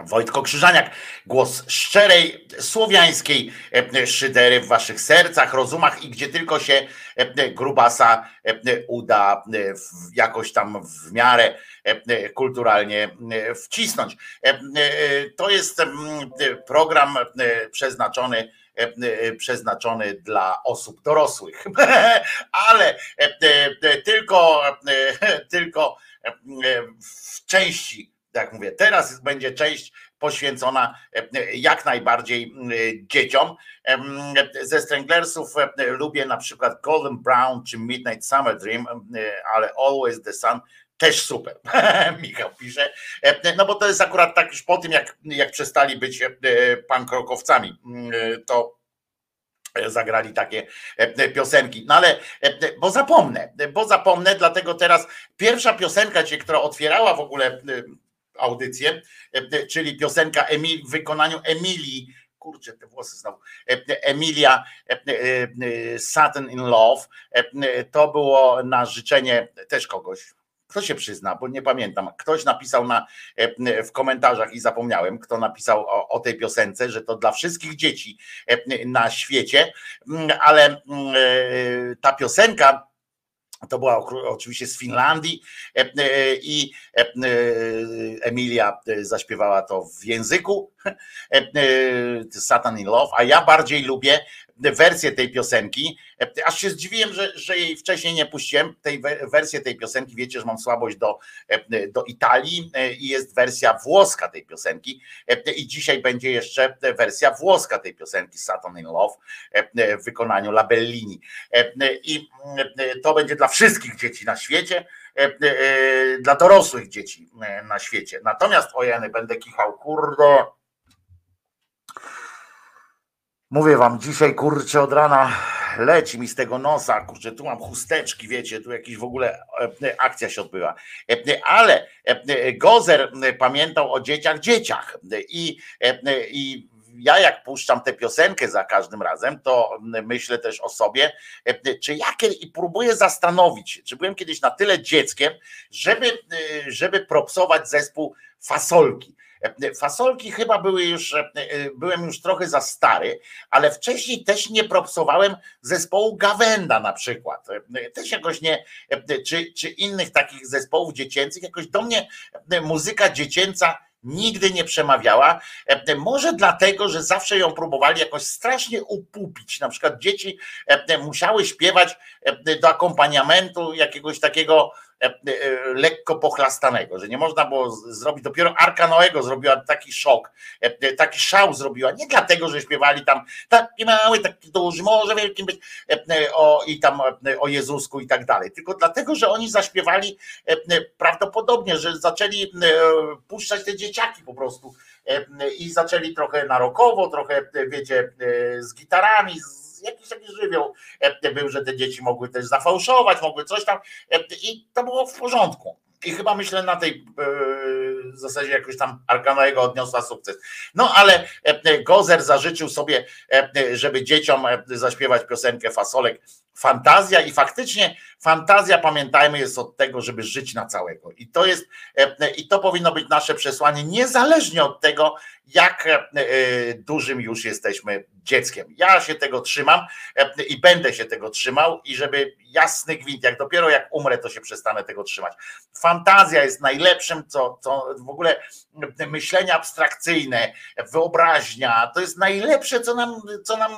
Speaker 2: Wojtko Krzyżaniak, głos szczerej, słowiańskiej szydery w waszych sercach, rozumach i gdzie tylko się grubasa uda jakoś tam w miarę kulturalnie wcisnąć. To jest program przeznaczony przeznaczony dla osób dorosłych, ale tylko, tylko w części, jak mówię, teraz będzie część poświęcona jak najbardziej dzieciom. Ze Stranglersów lubię na przykład Golden Brown czy Midnight Summer Dream, ale Always the Sun też super. Michał pisze, no bo to jest akurat tak już po tym, jak, jak przestali być punk rockowcami, to zagrali takie piosenki, no ale bo zapomnę, bo zapomnę, dlatego teraz pierwsza piosenka, która otwierała w ogóle audycję, czyli piosenka Emil, w wykonaniu Emilii, kurczę te włosy znowu, Emilia Sudden in Love, to było na życzenie też kogoś. Kto się przyzna, bo nie pamiętam. Ktoś napisał na, w komentarzach i zapomniałem, kto napisał o, o tej piosence, że to dla wszystkich dzieci na świecie, ale ta piosenka to była oczywiście z Finlandii i Emilia zaśpiewała to w języku Satan in Love, a ja bardziej lubię wersję tej piosenki, aż się zdziwiłem, że, że jej wcześniej nie puściłem, tej wersję tej piosenki, wiecie, że mam słabość do, do Italii i jest wersja włoska tej piosenki i dzisiaj będzie jeszcze wersja włoska tej piosenki Satan in Love w wykonaniu Labellini i to będzie dla wszystkich dzieci na świecie, dla dorosłych dzieci na świecie, natomiast ojeny, będę kichał, kurde. Mówię wam, dzisiaj kurczę od rana leci mi z tego nosa, kurczę, tu mam chusteczki, wiecie, tu jakiś w ogóle akcja się odbywa. Ale Gozer pamiętał o dzieciach, dzieciach i, i ja jak puszczam tę piosenkę za każdym razem, to myślę też o sobie, czy ja i próbuję zastanowić, czy byłem kiedyś na tyle dzieckiem, żeby, żeby propsować zespół Fasolki. Fasolki chyba były już, byłem już trochę za stary, ale wcześniej też nie propsowałem zespołu Gawenda na przykład. Też jakoś nie, czy, czy innych takich zespołów dziecięcych, jakoś do mnie muzyka dziecięca nigdy nie przemawiała. Może dlatego, że zawsze ją próbowali jakoś strasznie upupić. Na przykład dzieci musiały śpiewać do akompaniamentu jakiegoś takiego lekko pochlastanego, że nie można było zrobić, dopiero Arka Noego zrobiła taki szok, taki szał zrobiła, nie dlatego, że śpiewali tam taki mały, taki duży, może wielkim być o, i tam o Jezusku i tak dalej, tylko dlatego, że oni zaśpiewali prawdopodobnie, że zaczęli puszczać te dzieciaki po prostu i zaczęli trochę na rockowo, trochę wiecie, z gitarami, z jakiś taki żywioł był, że te dzieci mogły też zafałszować, mogły coś tam i to było w porządku. I chyba myślę na tej w zasadzie jakoś tam Arka Noego odniosła sukces. No ale Gozer zażyczył sobie, żeby dzieciom zaśpiewać piosenkę Fasolek Fantazja i faktycznie fantazja, pamiętajmy, jest od tego, żeby żyć na całego. I to jest, i to powinno być nasze przesłanie, niezależnie od tego, jak dużym już jesteśmy dzieckiem. Ja się tego trzymam i będę się tego trzymał i żeby jasny gwint, jak dopiero jak umrę, to się przestanę tego trzymać. Fantazja jest najlepszym, co, co w ogóle myślenie abstrakcyjne, wyobraźnia, to jest najlepsze, co nam, co nam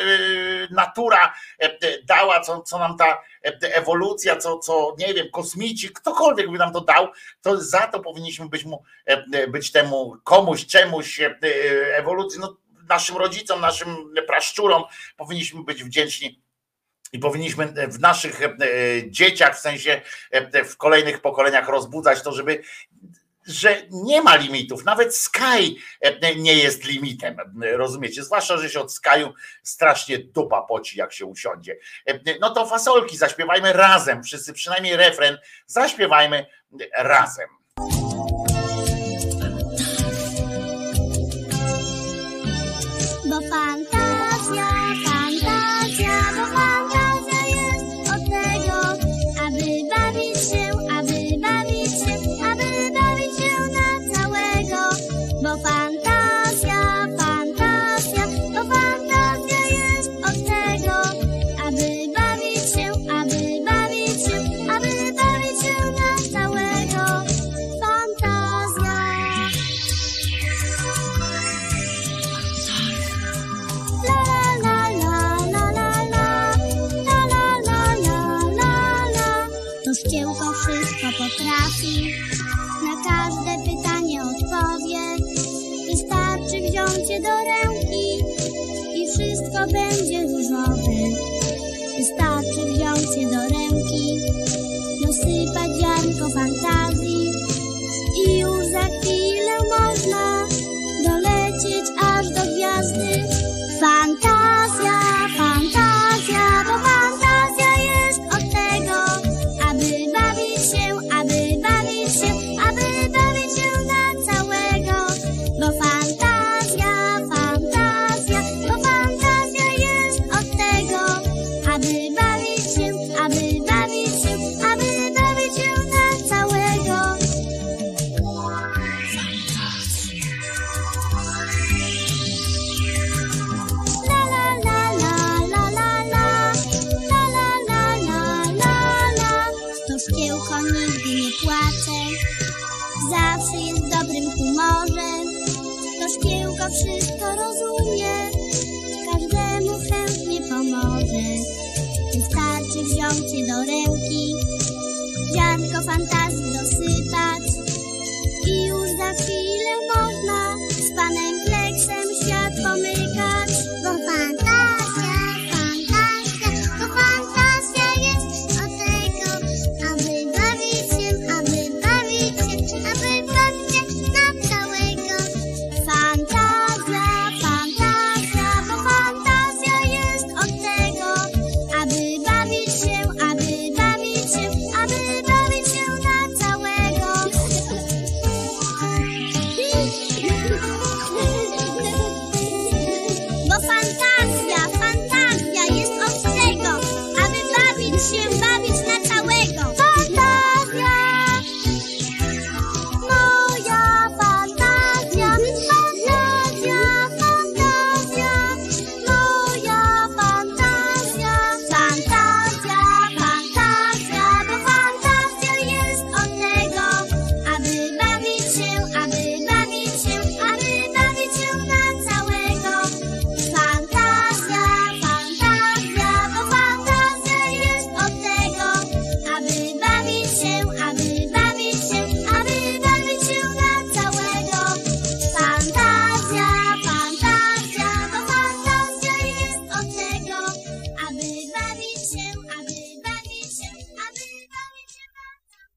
Speaker 2: natura dała, co, co nam ta ewolucja, co, co nie wiem, kosmici, ktokolwiek by nam to dał, to za to powinniśmy być mu, być temu komuś, czemuś, ewolucji, no naszym rodzicom, naszym praszczurom powinniśmy być wdzięczni i powinniśmy w naszych dzieciach, w sensie w kolejnych pokoleniach rozbudzać to, żeby że nie ma limitów, nawet Sky nie jest limitem, rozumiecie, zwłaszcza, że się od Sky'u strasznie dupa poci, jak się usiądzie. No to Fasolki zaśpiewajmy razem, wszyscy przynajmniej refren zaśpiewajmy razem.
Speaker 4: Bo fantazja, fantazja, bo fantazja jest od tego, aby bawić się, aby bawić się, aby bawić się na całego. Bo potrafi na każde pytanie odpowie. Wystarczy wziąć je do ręki i wszystko będzie różowe. Wystarczy wziąć je do ręki, dosypać ziarnko fantazji i już za chwilę można dolecieć aż do gwiazdy. Fantazja, fantazja, bo fantazja jest od tego, aby bawić się, aby bawić się, aby bawić się na całego. Bo fantazja, fantazja, bo fantazja jest od tego, aby bawić się, aby bawić się, aby bawić się na całego. La la la la la la la, la la la la la la. To szkiełko nigdy nie płacze, zawsze jest w dobrym humorze. To szkiełko wszystko rozumie, każdemu chętnie pomoże. Wystarczy wziąć je do ręki, ziarnko fantazji dosypać i już za chwilę można z panem Kleksem świat pomykać. Bo fantazja, fantazja, bo fantazja jest od tego, aby bawić się, aby bawić się, aby bawić się na całego. Fantazja, fantazja, bo fantazja jest od tego, aby bawić się, aby bawić się, aby bawić się na całego. Bo fantazja, fantazja jest od tego, aby bawić się, bawić na całego. Fantazja, moja fantazja, fantazja, fantazja, moja fantazja. Fantazja, fantazja, bo fantazja jest od tego, aby bawić się, aby bawić się, aby bawić się na całego. Fantazja, fantazja, bo fantazja jest od tego, aby bawić się, aby bawić się, aby bawić się na całego. Fantazja, fantazja, bo fantazja jest od tego, aby bawić się, aby bawić się, aby bawić się na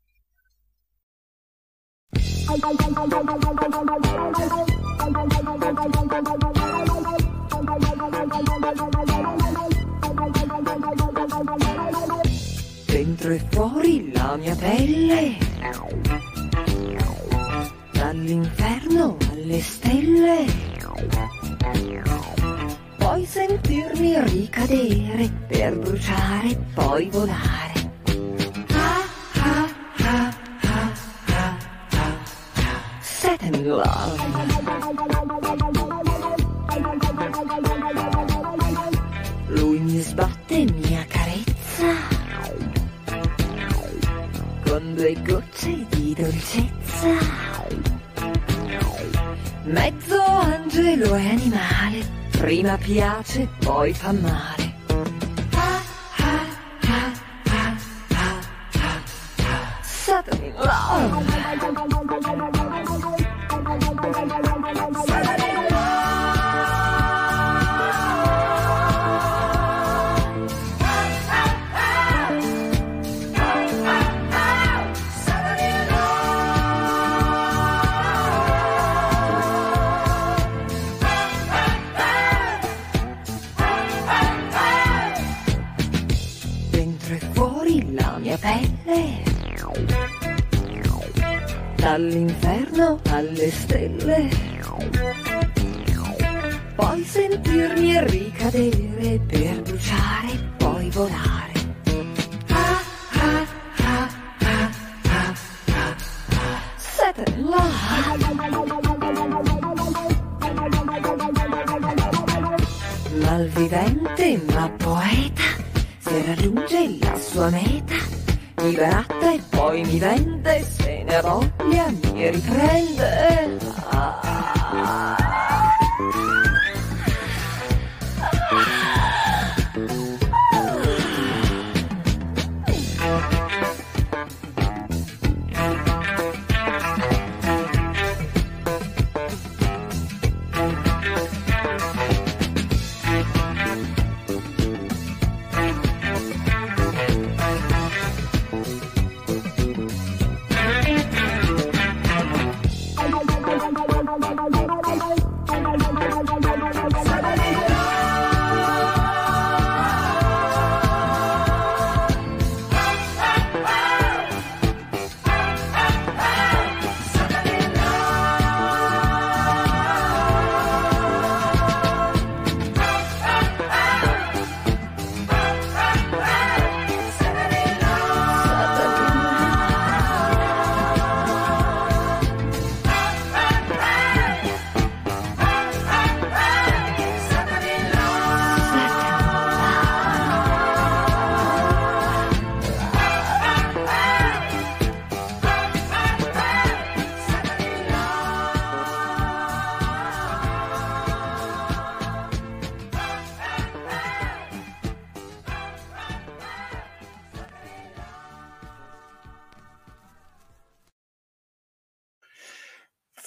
Speaker 1: Dentro e fuori la mia pelle, dall'inferno alle stelle, poi sentirmi ricadere per bruciare e poi volare. Ah, ah, ah, ah, ah, ah, ah. Set in love. Lui mi sbatte e mi accarezza con due gocce di dolcezza. Mezzo angelo e animale, prima piace, poi fa male. Ah, ah, ah, ah, ah, ah, ah. Set in love. Dentro e fuori la mia pelle, dall'inferno alle stelle, poi sentirmi ricadere per bruciare e poi volare. Ah, ah, ah, ah, ah, ah, ah. Set in love. Malvivente ma poeta, se raggiunge la sua meta, mi gratta e poi mi vende, se ne ha voglia mi riprende. Ah.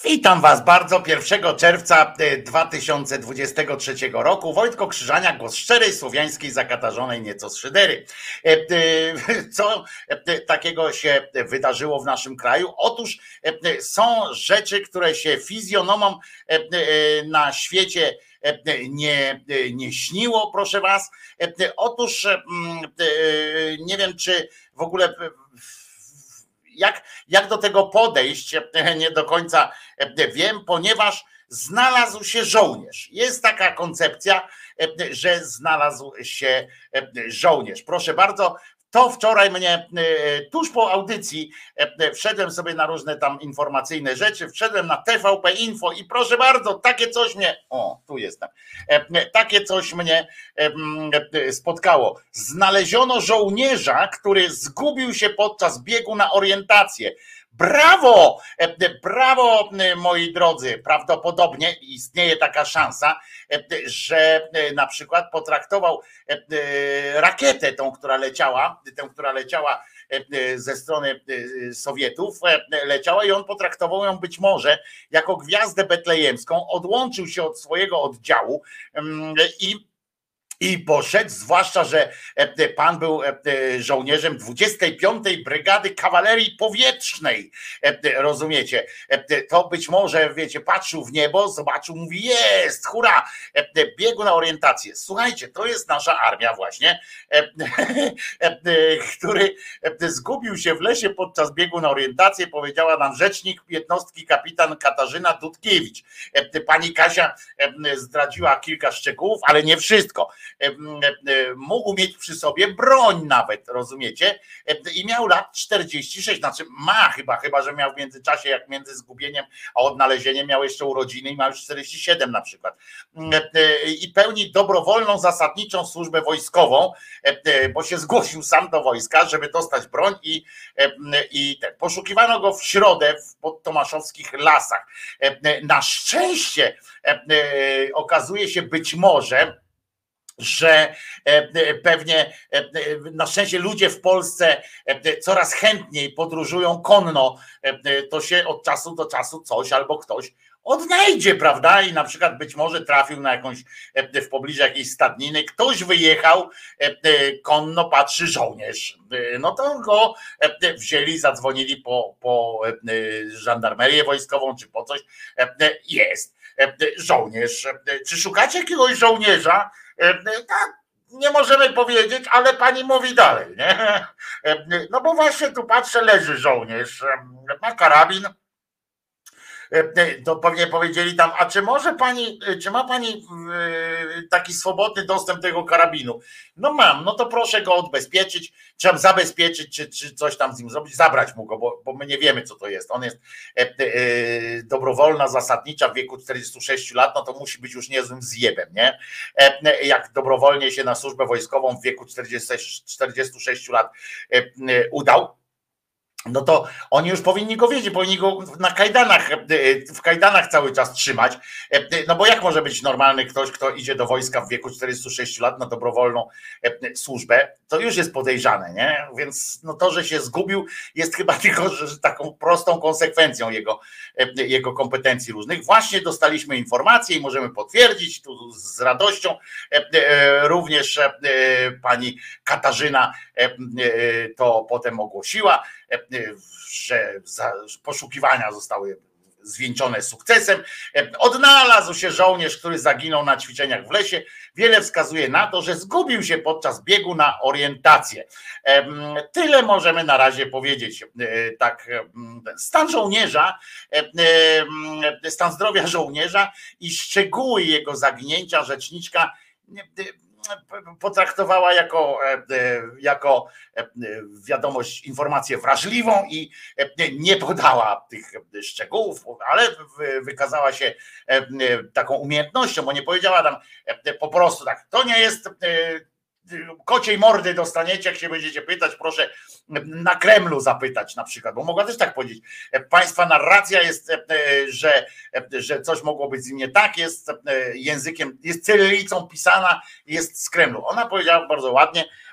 Speaker 2: Witam Was bardzo pierwszego czerwca dwa tysiące dwudziestego trzeciego roku. Wojtko Krzyżaniak, głos szczerej, słowiańskiej, zakatarzonej nieco z szydery. Co takiego się wydarzyło w naszym kraju? Otóż są rzeczy, które się fizjonomom na świecie nie, nie śniło, proszę Was. Otóż nie wiem, czy w ogóle Jak, jak do tego podejść, nie do końca wiem, ponieważ znalazł się żołnierz. Jest taka koncepcja, że znalazł się żołnierz. Proszę bardzo, to wczoraj mnie, tuż po audycji, wszedłem sobie na różne tam informacyjne rzeczy, wszedłem na T V P Info i proszę bardzo, takie coś mnie, o, tu jestem, takie coś mnie spotkało. Znaleziono żołnierza, który zgubił się podczas biegu na orientację. Brawo, brawo moi drodzy, prawdopodobnie istnieje taka szansa, że na przykład potraktował rakietę tą, która leciała, tę, która leciała ze strony Sowietów, leciała i on potraktował ją być może jako gwiazdę betlejemską, odłączył się od swojego oddziału i I poszedł, zwłaszcza, że pan był żołnierzem dwudziestej piątej Brygady Kawalerii Powietrznej. Rozumiecie? To być może, wiecie, patrzył w niebo, zobaczył, mówi, jest, hurra, biegł na orientację. Słuchajcie, to jest nasza armia właśnie, który zgubił się w lesie podczas biegu na orientację, powiedziała nam rzecznik jednostki kapitan Katarzyna Dudkiewicz. Pani Kasia zdradziła kilka szczegółów, ale nie wszystko. Mógł mieć przy sobie broń nawet, rozumiecie? I miał lat czterdzieści sześć, znaczy ma chyba, chyba że miał w międzyczasie, jak między zgubieniem a odnalezieniem miał jeszcze urodziny i ma już czterdzieści siedem na przykład. I pełni dobrowolną, zasadniczą służbę wojskową, bo się zgłosił sam do wojska, żeby dostać broń i, i te. Poszukiwano go w środę w podtomaszowskich lasach. Na szczęście okazuje się być może, że pewnie na szczęście ludzie w Polsce coraz chętniej podróżują konno, to się od czasu do czasu coś albo ktoś odnajdzie, prawda? I na przykład być może trafił na jakąś, w pobliżu jakiejś stadniny, ktoś wyjechał konno, patrzy żołnierz. No to go wzięli, zadzwonili po, po żandarmerię wojskową czy po coś. Jest żołnierz. Czy szukacie jakiegoś żołnierza? Tak, nie możemy powiedzieć, ale pani mówi dalej, nie? No bo właśnie tu patrzę, leży żołnierz, ma karabin. To pewnie powiedzieli tam, a czy może pani, czy ma pani taki swobodny dostęp do tego karabinu? No mam, no to proszę go odbezpieczyć, trzeba zabezpieczyć, czy, czy coś tam z nim zrobić, zabrać mu go, bo, bo my nie wiemy, co to jest. On jest e, e, dobrowolna, zasadnicza w wieku czterdziestu sześciu lat, no to musi być już niezłym zjebem, nie? E, jak dobrowolnie się na służbę wojskową w wieku czterdziestu sześciu lat e, e, udał, no to oni już powinni go wiedzieć, powinni go na kajdanach, w kajdanach cały czas trzymać, no bo jak może być normalny ktoś, kto idzie do wojska w wieku czterdziestu sześciu lat na dobrowolną służbę, to już jest podejrzane, nie? Więc no to, że się zgubił, jest chyba tylko że taką prostą konsekwencją jego, jego kompetencji różnych. Właśnie dostaliśmy informacje i możemy potwierdzić tu z radością, również pani Katarzyna to potem ogłosiła, że poszukiwania zostały zwieńczone sukcesem. Odnalazł się żołnierz, który zaginął na ćwiczeniach w lesie. Wiele wskazuje na to, że zgubił się podczas biegu na orientację. Tyle możemy na razie powiedzieć. Tak, stan żołnierza, stan zdrowia żołnierza i szczegóły jego zaginięcia rzeczniczka potraktowała jako, jako wiadomość, informację wrażliwą i nie podała tych szczegółów, ale wykazała się taką umiejętnością, bo nie powiedziała tam po prostu tak, to nie jest kociej mordy dostaniecie, jak się będziecie pytać, proszę na Kremlu zapytać na przykład, bo mogła też tak powiedzieć. Państwa narracja jest, że, że coś mogło być z nim nie tak, jest językiem, jest cyrylicą pisana, jest z Kremlu. Ona powiedziała bardzo ładnie,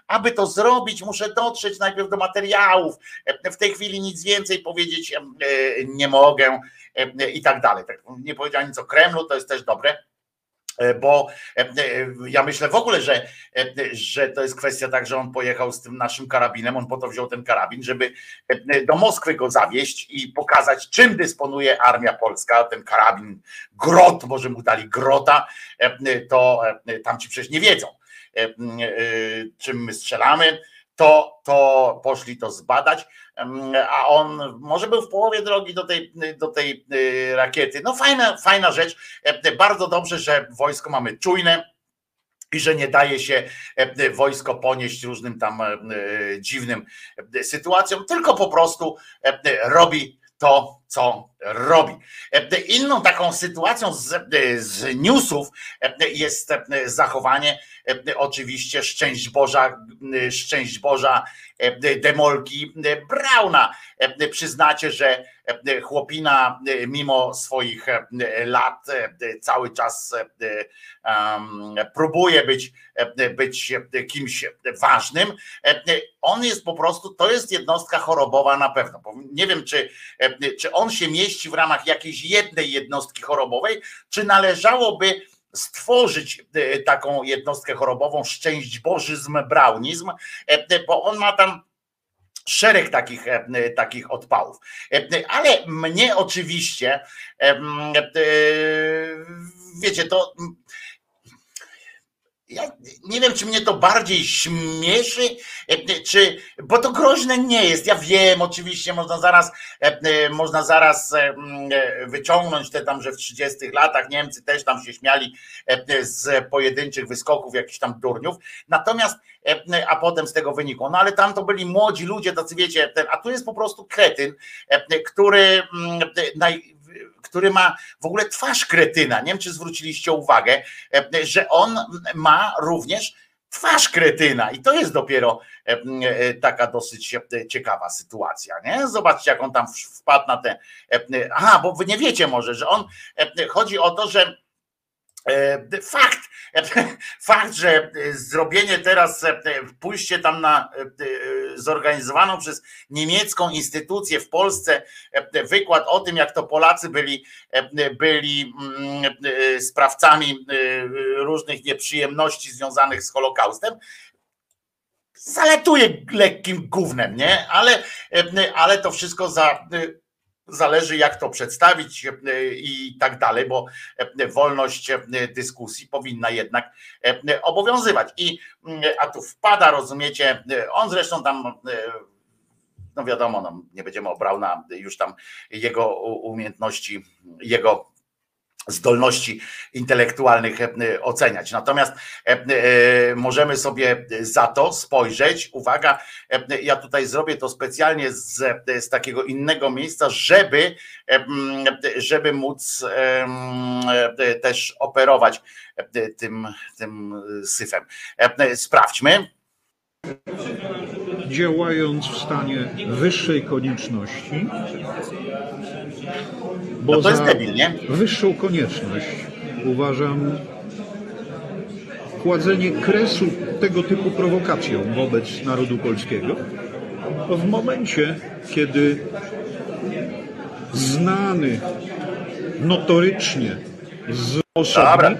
Speaker 2: aby to zrobić, muszę dotrzeć najpierw do materiałów, w tej chwili nic więcej powiedzieć nie mogę i tak dalej. Nie powiedział nic o Kremlu, to jest też dobre, bo ja myślę w ogóle, że, że to jest kwestia tak, że on pojechał z tym naszym karabinem, on po to wziął ten karabin, żeby do Moskwy go zawieźć i pokazać, czym dysponuje armia polska, ten karabin grot, może mu dali grota, to tam ci przecież nie wiedzą, czym my strzelamy, to, to poszli to zbadać, a on może był w połowie drogi do tej, do tej rakiety. No fajna, fajna rzecz, bardzo dobrze, że wojsko mamy czujne i że nie daje się wojsko ponieść różnym tam dziwnym sytuacjom, tylko po prostu robi to, co robi. Inną taką sytuacją z, z newsów jest zachowanie oczywiście szczęść Boża, szczęść Boża Demolki Brauna. Przyznacie, że chłopina mimo swoich lat cały czas próbuje być, być kimś ważnym. On jest po prostu, to jest jednostka chorobowa na pewno. Nie wiem, czy, czy on się mieści w ramach jakiejś jednej jednostki chorobowej, czy należałoby stworzyć taką jednostkę chorobową, szczęść bożyzm, braunizm, bo on ma tam szereg takich, takich odpałów. Ale mnie oczywiście, wiecie, to ja nie wiem, czy mnie to bardziej śmieszy, czy, bo to groźne nie jest. Ja wiem, oczywiście można zaraz, można zaraz wyciągnąć te tam, że w trzydziestych latach Niemcy też tam się śmiali z pojedynczych wyskoków jakichś tam durniów. Natomiast, a potem z tego wynikło. No ale tam to byli młodzi ludzie, tacy wiecie, a tu jest po prostu kretyn, który naj który ma w ogóle twarz kretyna. Nie wiem, czy zwróciliście uwagę, że on ma również twarz kretyna i to jest dopiero taka dosyć ciekawa sytuacja, nie? Zobaczcie, jak on tam wpadł na te... Aha, bo wy nie wiecie może, że on... Chodzi o to, że fakt, fakt, że zrobienie teraz, pójście tam na zorganizowaną przez niemiecką instytucję w Polsce wykład o tym, jak to Polacy byli, byli sprawcami różnych nieprzyjemności związanych z Holokaustem, zaletuje lekkim gównem, nie? Ale, ale to wszystko za... Zależy, jak to przedstawić i tak dalej, bo wolność dyskusji powinna jednak obowiązywać. I a tu wpada, rozumiecie, on zresztą tam, no wiadomo, no, nie będziemy o Brauna już tam jego umiejętności, jego zdolności intelektualnych oceniać. Natomiast możemy sobie za to spojrzeć. Uwaga, ja tutaj zrobię to specjalnie z, z takiego innego miejsca, żeby, żeby móc też operować tym, tym syfem. Sprawdźmy.
Speaker 5: Działając w stanie wyższej konieczności, bo
Speaker 2: no to jest
Speaker 5: za
Speaker 2: debil, nie?
Speaker 5: wyższą konieczność uważam kładzenie kresu tego typu prowokacjom wobec narodu polskiego, w momencie, kiedy znany notorycznie z osobnik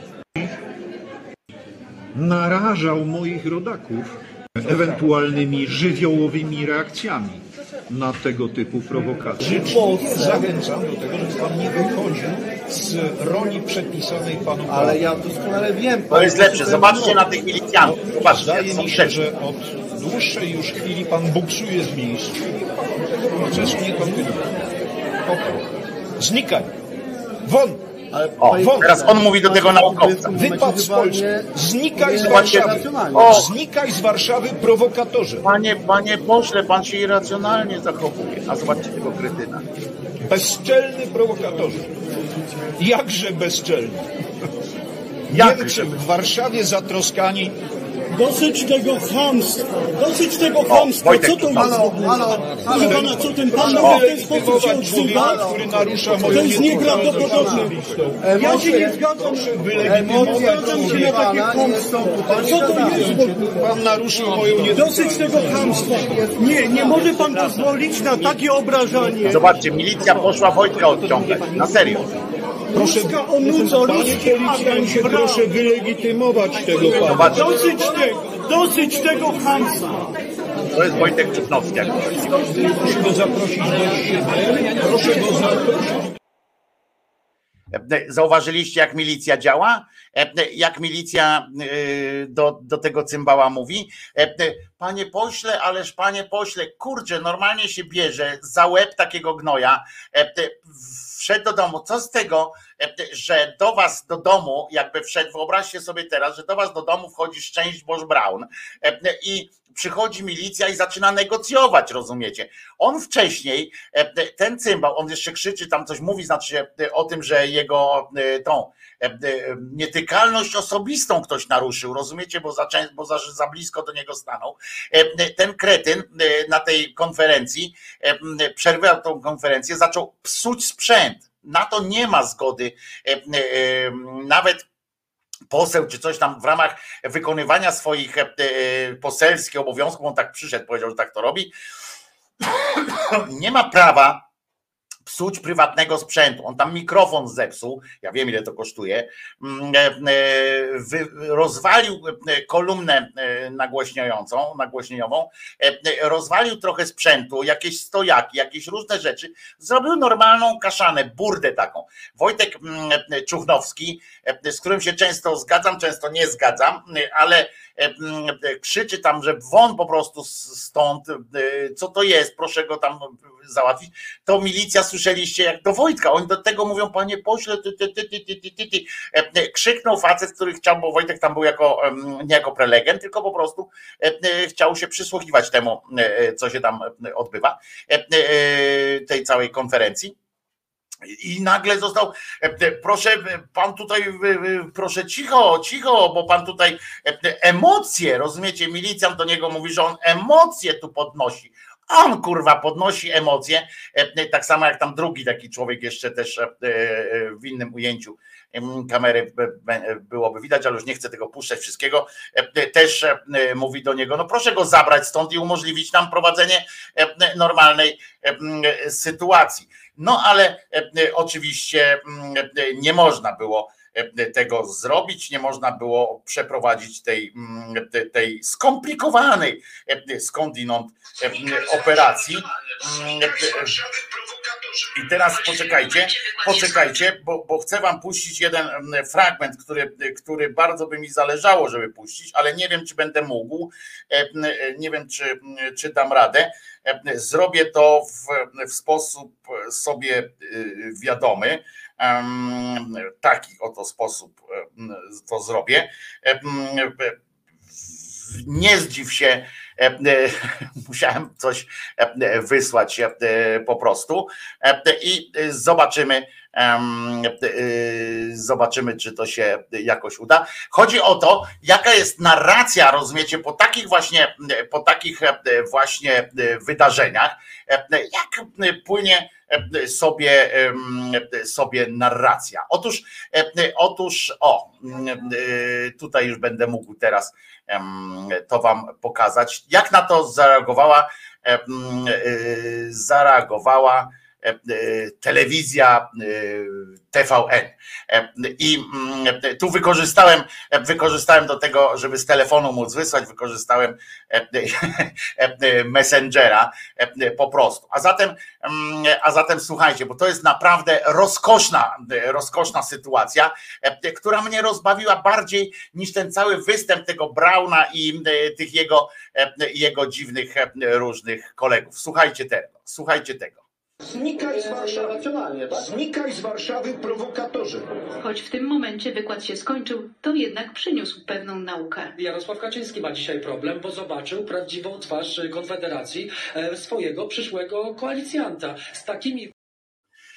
Speaker 5: narażał moich rodaków ewentualnymi żywiołowymi reakcjami na tego typu prowokacje.
Speaker 6: Zachęcam do tego, żeby pan nie wychodził z roli przedpisanej panu.
Speaker 7: Ale ja doskonale wiem.
Speaker 2: To jest lepsze. Zobaczcie na tych milicjantów. Zobaczcie,
Speaker 6: Wydaje mi się, że od dłuższej już chwili pan buksuje z miejsc. Tego procesu nie kontynuuje. Znikaj. Won!
Speaker 7: Ale
Speaker 2: o,
Speaker 7: won.
Speaker 2: Teraz on mówi do tego naukowca.
Speaker 6: Wypad z Polski. Znikaj z
Speaker 2: Zobaczcie,
Speaker 6: Warszawy.
Speaker 2: o.
Speaker 6: Znikaj z Warszawy, prowokatorze.
Speaker 2: Panie, panie pośle, pan się irracjonalnie zachowuje. A zobaczcie tego kretyna.
Speaker 6: Bezczelny prowokatorze. Jakże bezczelny.
Speaker 2: Jak
Speaker 6: Niemcy w Warszawie zatroskani
Speaker 7: Dosyć tego chamstwa, dosyć tego chamstwa. Co to jest? Proszę pana, co ten pan mówi w ten sposób się odzywa? To jest nieprawdopodobne. Ja się nie zgadzam. Nie zgadzam się na takie chamstwo. Co to jest?
Speaker 6: Pan naruszył moją nie...
Speaker 7: Dosyć tego chamstwa. Nie, nie może pan pozwolić na takie obrażanie.
Speaker 2: Zobaczcie, milicja poszła Wojtka odciągać. Na serio.
Speaker 6: Proszę, panie policjancie, proszę wylegitymować tego pana.
Speaker 2: Zobaczcie.
Speaker 7: Dosyć tego, dosyć tego chamstwa.
Speaker 2: To jest Wojtek Czupnowski.
Speaker 6: Proszę go zaprosić do siebie. Proszę go zaprosić.
Speaker 2: Zauważyliście, jak milicja działa? Jak milicja do, do tego cymbała mówi? Panie pośle, ależ panie pośle, kurczę, normalnie się bierze za łeb takiego gnoja, wszedł do domu. Co z tego, że do was do domu, jakby wszedł, wyobraźcie sobie teraz, że do was do domu wchodzi Szczęść Boż Braun i przychodzi milicja i zaczyna negocjować, rozumiecie? On wcześniej, ten cymbał, on jeszcze krzyczy, tam coś mówi, znaczy o tym, że jego tą nietykalność osobistą ktoś naruszył, rozumiecie, bo za, bo za, za blisko do niego stanął. Ten kretyn na tej konferencji, przerwał tą konferencję, zaczął psuć sprzęt. Na to nie ma zgody. Nawet poseł czy coś tam w ramach wykonywania swoich poselskich obowiązków, on tak przyszedł, powiedział, że tak to robi, nie ma prawa psuć prywatnego sprzętu. On tam mikrofon zepsuł, ja wiem, ile to kosztuje, rozwalił kolumnę nagłośniającą, nagłośnieniową, rozwalił trochę sprzętu, jakieś stojaki, jakieś różne rzeczy, zrobił normalną kaszanę, burdę taką. Wojtek Czupnowski, z którym się często zgadzam, często nie zgadzam, ale krzyczy tam, że won po prostu stąd, co to jest, proszę go tam załatwić. To milicja, słyszeliście, jak do Wojtka, oni do tego mówią, panie pośle, ty, ty, ty, ty, ty, ty, ty. Krzyknął facet, który chciał, bo Wojtek tam był jako, nie jako prelegent, tylko po prostu chciał się przysłuchiwać temu, co się tam odbywa, tej całej konferencji. I nagle został, proszę pan tutaj, proszę cicho, cicho, bo pan tutaj emocje, rozumiecie, milicjant do niego mówi, że on emocje tu podnosi. A on kurwa podnosi emocje, tak samo jak tam drugi taki człowiek jeszcze też w innym ujęciu kamery byłoby widać, ale już nie chcę tego puszczać wszystkiego, też mówi do niego, no proszę go zabrać stąd i umożliwić nam prowadzenie normalnej sytuacji. No ale oczywiście nie można było tego zrobić, nie można było przeprowadzić tej, tej skomplikowanej skądinąd operacji. I teraz poczekajcie, poczekajcie, bo, bo chcę wam puścić jeden fragment, który, który bardzo by mi zależało, żeby puścić, ale nie wiem, czy będę mógł, nie wiem, czy, czy dam radę. Zrobię to w, w sposób sobie wiadomy, taki oto sposób to zrobię. Nie zdziw się, musiałem coś wysłać po prostu i zobaczymy, zobaczymy, czy to się jakoś uda. Chodzi o to, jaka jest narracja, rozumiecie, po takich właśnie, po takich właśnie wydarzeniach, jak płynie sobie, sobie narracja. Otóż, otóż, o, tutaj już będę mógł teraz to wam pokazać, jak na to zareagowała, zareagowała telewizja T V N. I tu wykorzystałem, wykorzystałem do tego, żeby z telefonu móc wysłać, wykorzystałem Messengera po prostu. A zatem, a zatem słuchajcie, bo to jest naprawdę rozkoszna, rozkoszna sytuacja, która mnie rozbawiła bardziej niż ten cały występ tego Brauna i tych jego, jego dziwnych różnych kolegów. Słuchajcie tego, słuchajcie tego.
Speaker 8: Znikaj z Warszawy, znikaj z Warszawy, prowokatorze.
Speaker 9: Choć w tym momencie wykład się skończył, to jednak przyniósł pewną naukę.
Speaker 10: Jarosław Kaczyński ma dzisiaj problem, bo zobaczył prawdziwą twarz Konfederacji, swojego przyszłego koalicjanta. Z takimi...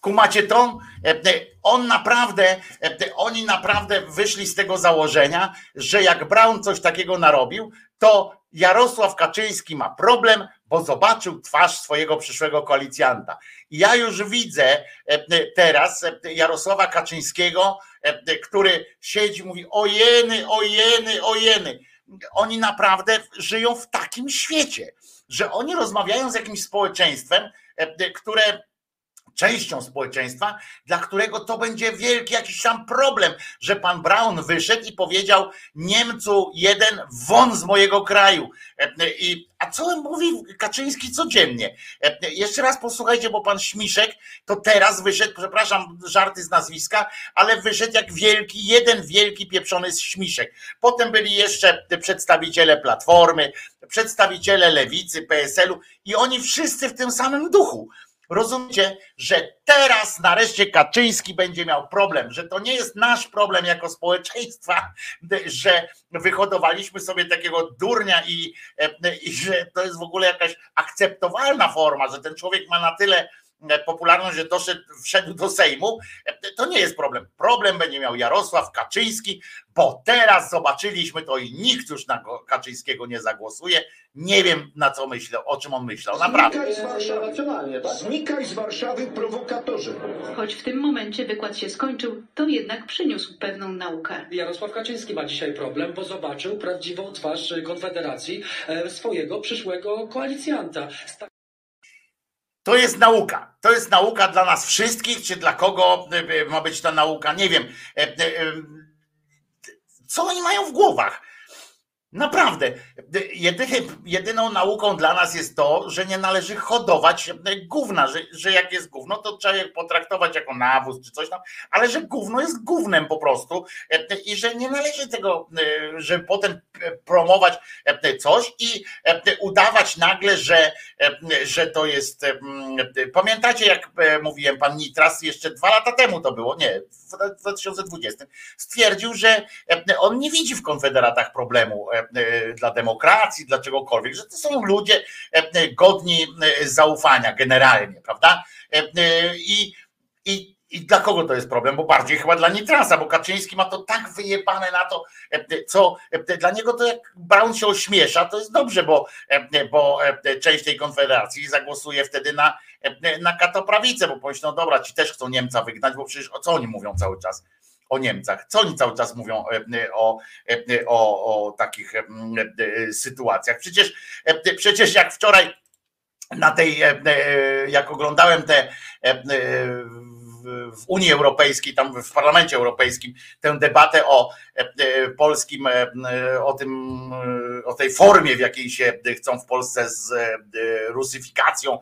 Speaker 2: Kumacie to? On naprawdę, oni naprawdę wyszli z tego założenia, że jak Braun coś takiego narobił, to Jarosław Kaczyński ma problem, bo zobaczył twarz swojego przyszłego koalicjanta. I ja już widzę teraz Jarosława Kaczyńskiego, który siedzi i mówi ojeny, ojeny, ojeny. Oni naprawdę żyją w takim świecie, że oni rozmawiają z jakimś społeczeństwem, które częścią społeczeństwa, dla którego to będzie wielki jakiś tam problem, że pan Braun wyszedł i powiedział Niemcu jeden won z mojego kraju. I, a co on mówi Kaczyński codziennie? Jeszcze raz posłuchajcie, bo pan Śmiszek to teraz wyszedł, przepraszam, żarty z nazwiska, ale wyszedł jak wielki, jeden wielki pieprzony Śmiszek. Potem byli jeszcze przedstawiciele Platformy, przedstawiciele Lewicy, P S L u i oni wszyscy w tym samym duchu. Rozumiecie, że teraz nareszcie Kaczyński będzie miał problem, że to nie jest nasz problem jako społeczeństwa, że wyhodowaliśmy sobie takiego durnia i, i że to jest w ogóle jakaś akceptowalna forma, że ten człowiek ma na tyle popularność, że doszedł, wszedł do Sejmu, to nie jest problem. Problem będzie miał Jarosław Kaczyński, bo teraz zobaczyliśmy to i nikt już na Kaczyńskiego nie zagłosuje. Nie wiem, na co myślę, o czym on myślał, naprawdę.
Speaker 8: Znikaj z Warszawy, racjonalnie, tak? Znikaj z Warszawy, prowokatorzy.
Speaker 9: Choć w tym momencie wykład się skończył, to jednak przyniósł pewną naukę.
Speaker 10: Jarosław Kaczyński ma dzisiaj problem, bo zobaczył prawdziwą twarz Konfederacji, swojego przyszłego koalicjanta.
Speaker 2: To jest nauka. To jest nauka dla nas wszystkich, czy dla kogo ma być ta nauka? Nie wiem. Co oni mają w głowach? Naprawdę. Jedyny, jedyną nauką dla nas jest to, że nie należy hodować gówna, że, że jak jest gówno, to trzeba je potraktować jako nawóz czy coś tam, ale że gówno jest gównem po prostu i że nie należy tego, że potem promować coś i udawać nagle, że, że to jest. Pamiętacie, jak mówiłem, pan Nitras jeszcze dwa lata temu to było, nie, w dwa tysiące dwudziestym, stwierdził, że on nie widzi w konfederatach problemu dla demokracji, dla czegokolwiek, że to są ludzie godni zaufania generalnie, prawda? I, i, i dla kogo to jest problem? Bo bardziej chyba dla Nitrasa, bo Kaczyński ma to tak wyjebane na to, co dla niego to jak Braun się ośmiesza, to jest dobrze, bo, bo część tej konfederacji zagłosuje wtedy na, na katoprawicę, bo pomyślą, no dobra, ci też chcą Niemca wygnać, bo przecież o co oni mówią cały czas? O Niemcach. Co oni cały czas mówią o, o, o takich sytuacjach? Przecież, przecież jak wczoraj na tej, jak oglądałem te w Unii Europejskiej, tam w Parlamencie Europejskim tę debatę o polskim, o tym, o tej formie, w jakiej się chcą w Polsce z rusyfikacją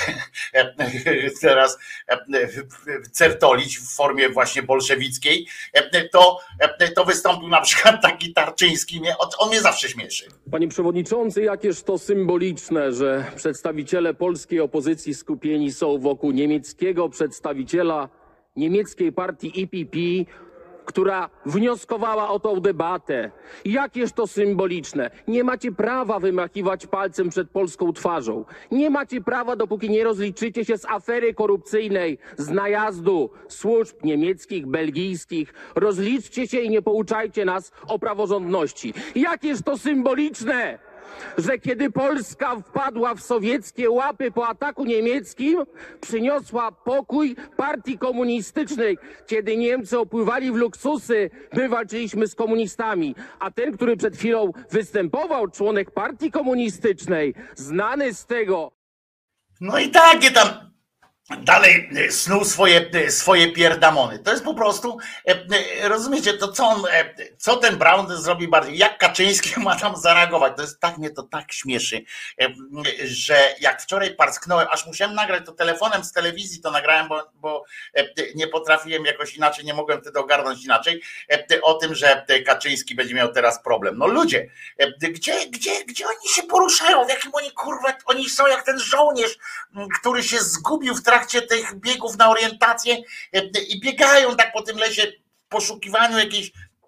Speaker 2: teraz certolić w formie właśnie bolszewickiej, to, to wystąpił na przykład taki Tarczyński, on mnie zawsze śmieszy.
Speaker 11: Panie przewodniczący, jakież to symboliczne, że przedstawiciele polskiej opozycji skupieni są wokół niemieckiego przedstawiciela niemieckiej partii E P P, która wnioskowała o tą debatę. Jakież to symboliczne. Nie macie prawa wymachiwać palcem przed polską twarzą. Nie macie prawa, dopóki nie rozliczycie się z afery korupcyjnej, z najazdu służb niemieckich, belgijskich. Rozliczcie się i nie pouczajcie nas o praworządności. Jakież to symboliczne, że kiedy Polska wpadła w sowieckie łapy po ataku niemieckim, przyniosła pokój partii komunistycznej. Kiedy Niemcy opływali w luksusy, my walczyliśmy z komunistami. A ten, który przed chwilą występował, członek partii komunistycznej, znany z tego...
Speaker 2: No i takie tam dalej snuł swoje, swoje pierdamony. To jest po prostu, rozumiecie, to co on, co ten Braun zrobi bardziej, jak Kaczyński ma tam zareagować. To jest tak, mnie to tak śmieszy, że jak wczoraj parsknąłem, aż musiałem nagrać to telefonem z telewizji, to nagrałem, bo, bo nie potrafiłem jakoś inaczej, nie mogłem wtedy ogarnąć inaczej, o tym, że Kaczyński będzie miał teraz problem. No ludzie, gdzie, gdzie, gdzie oni się poruszają, w jakim oni kurwa, oni są jak ten żołnierz, który się zgubił w trakcie tych biegów na orientację i biegają tak po tym lesie w poszukiwaniu jakiejś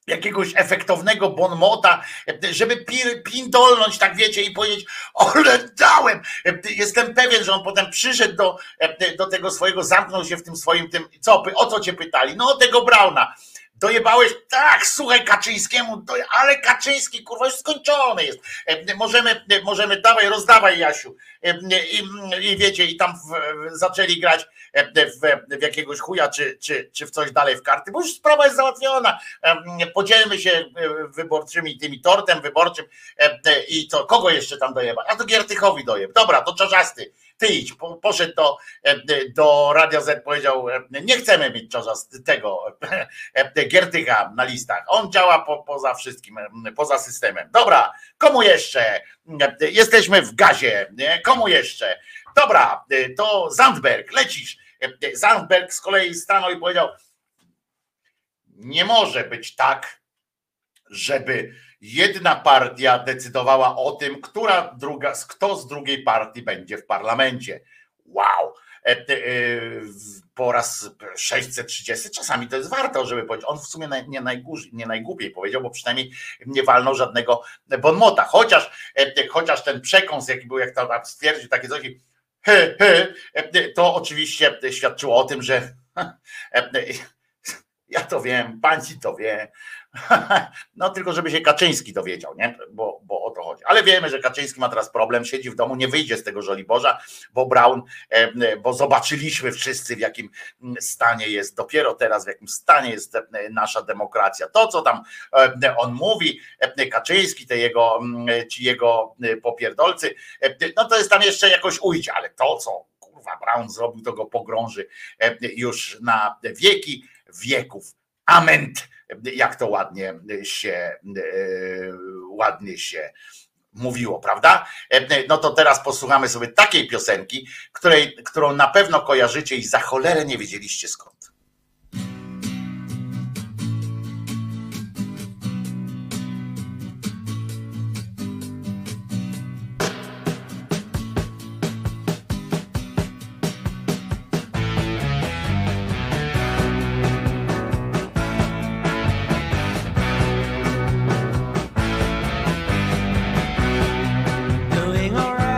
Speaker 2: jakiegoś efektownego bonmota, żeby pindolnąć, tak wiecie, i powiedzieć, ole dałem. Jestem pewien, że on potem przyszedł do, do tego swojego, zamknął się w tym swoim, tym, co, o co cię pytali? No o tego Brauna. Dojebałeś, tak, słuchaj Kaczyńskiemu, doje, ale Kaczyński, kurwa, już skończony jest. Możemy, możemy, dawaj, rozdawaj, Jasiu. I, i wiecie, i tam w, zaczęli grać w, w jakiegoś chuja, czy, czy, czy w coś dalej w karty, bo już sprawa jest załatwiona. Podzielmy się wyborczymi, tymi tortem wyborczym i to, kogo jeszcze tam dojeba? A to Giertychowi dojeb. Dobra, to Czarzasty. Ty idź, poszedł do, do Radia Z, powiedział, nie chcemy mieć Czarzasty, tego Giertycha na listach. On działa po, poza wszystkim, poza systemem. Dobra, komu jeszcze? Jesteśmy w gazie. Nie? Komu jeszcze? Dobra, to Zandberg, lecisz. Zandberg z kolei stanął i powiedział, nie może być tak, żeby jedna partia decydowała o tym, która druga, kto z drugiej partii będzie w parlamencie. Wow! Po raz sześćset trzydziesty, czasami to jest warto, żeby powiedzieć. On w sumie nie, najgórzej, nie najgłupiej powiedział, bo przynajmniej nie walnął żadnego bonmota. Chociaż, chociaż ten przekąs, jaki był, jak to stwierdził, takie coś, he, he, to oczywiście świadczyło o tym, że ja to wiem, pani to wie. No tylko żeby się Kaczyński dowiedział, nie? Bo, bo o to chodzi. Ale wiemy, że Kaczyński ma teraz problem, siedzi w domu, nie wyjdzie z tego Żoliborza, bo Braun, bo zobaczyliśmy wszyscy, w jakim stanie jest, dopiero teraz w jakim stanie jest nasza demokracja. To, co tam on mówi, Kaczyński, te jego, ci jego popierdolcy, no to jest tam jeszcze jakoś ujdzie, ale to, co kurwa Braun zrobił, to go pogrąży już na wieki wieków. Amen, jak to ładnie się, ładnie się mówiło, prawda? No to teraz posłuchamy sobie takiej piosenki, której, którą na pewno kojarzycie i za cholerę nie wiedzieliście skąd.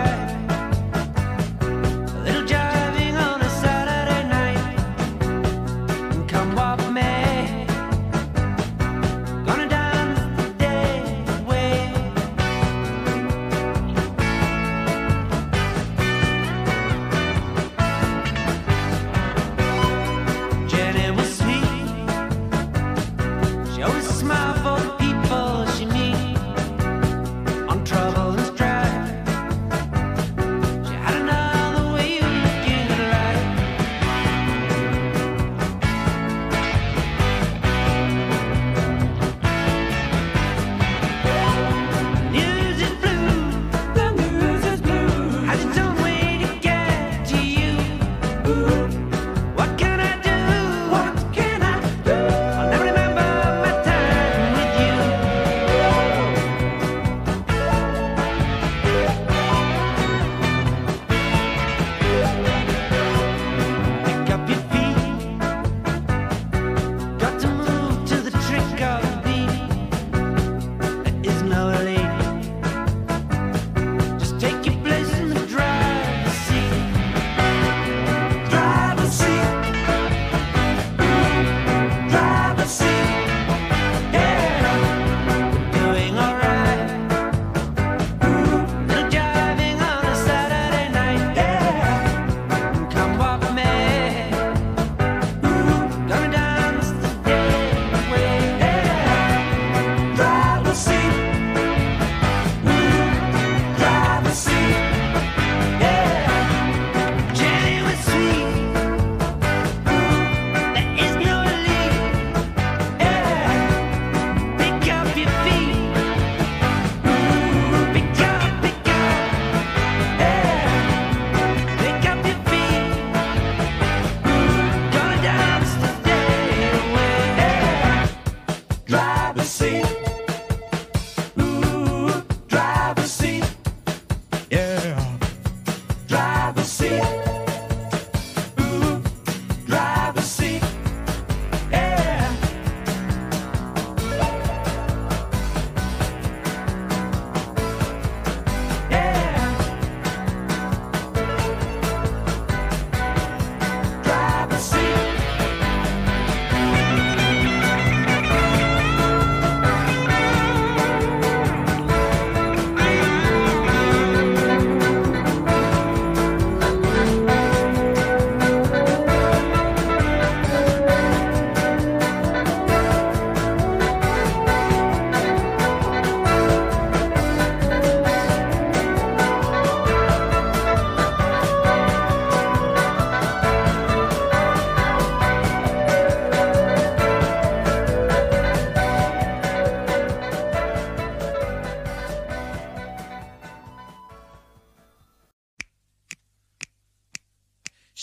Speaker 12: Little jiving on a Saturday night.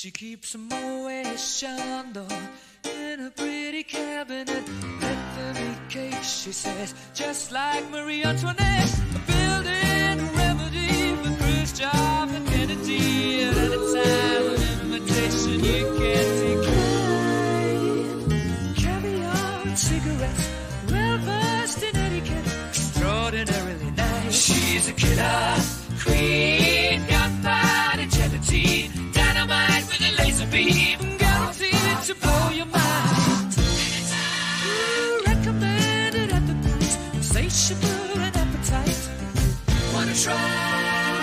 Speaker 12: She keeps a Moet Chandon in a pretty cabinet. Bethany cake, she says, just like Marie Antoinette. Building a remedy for Khrushchev and Kennedy. At any time, an invitation you can't decline. Caviar and cigarettes, well versed in etiquette, extraordinarily nice. She's a killer queen, gunpowder gelatine, dynamite with a laser beam, guaranteed to blow your mind. Ooh, recommended at the price, insatiable and appetite. Wanna try?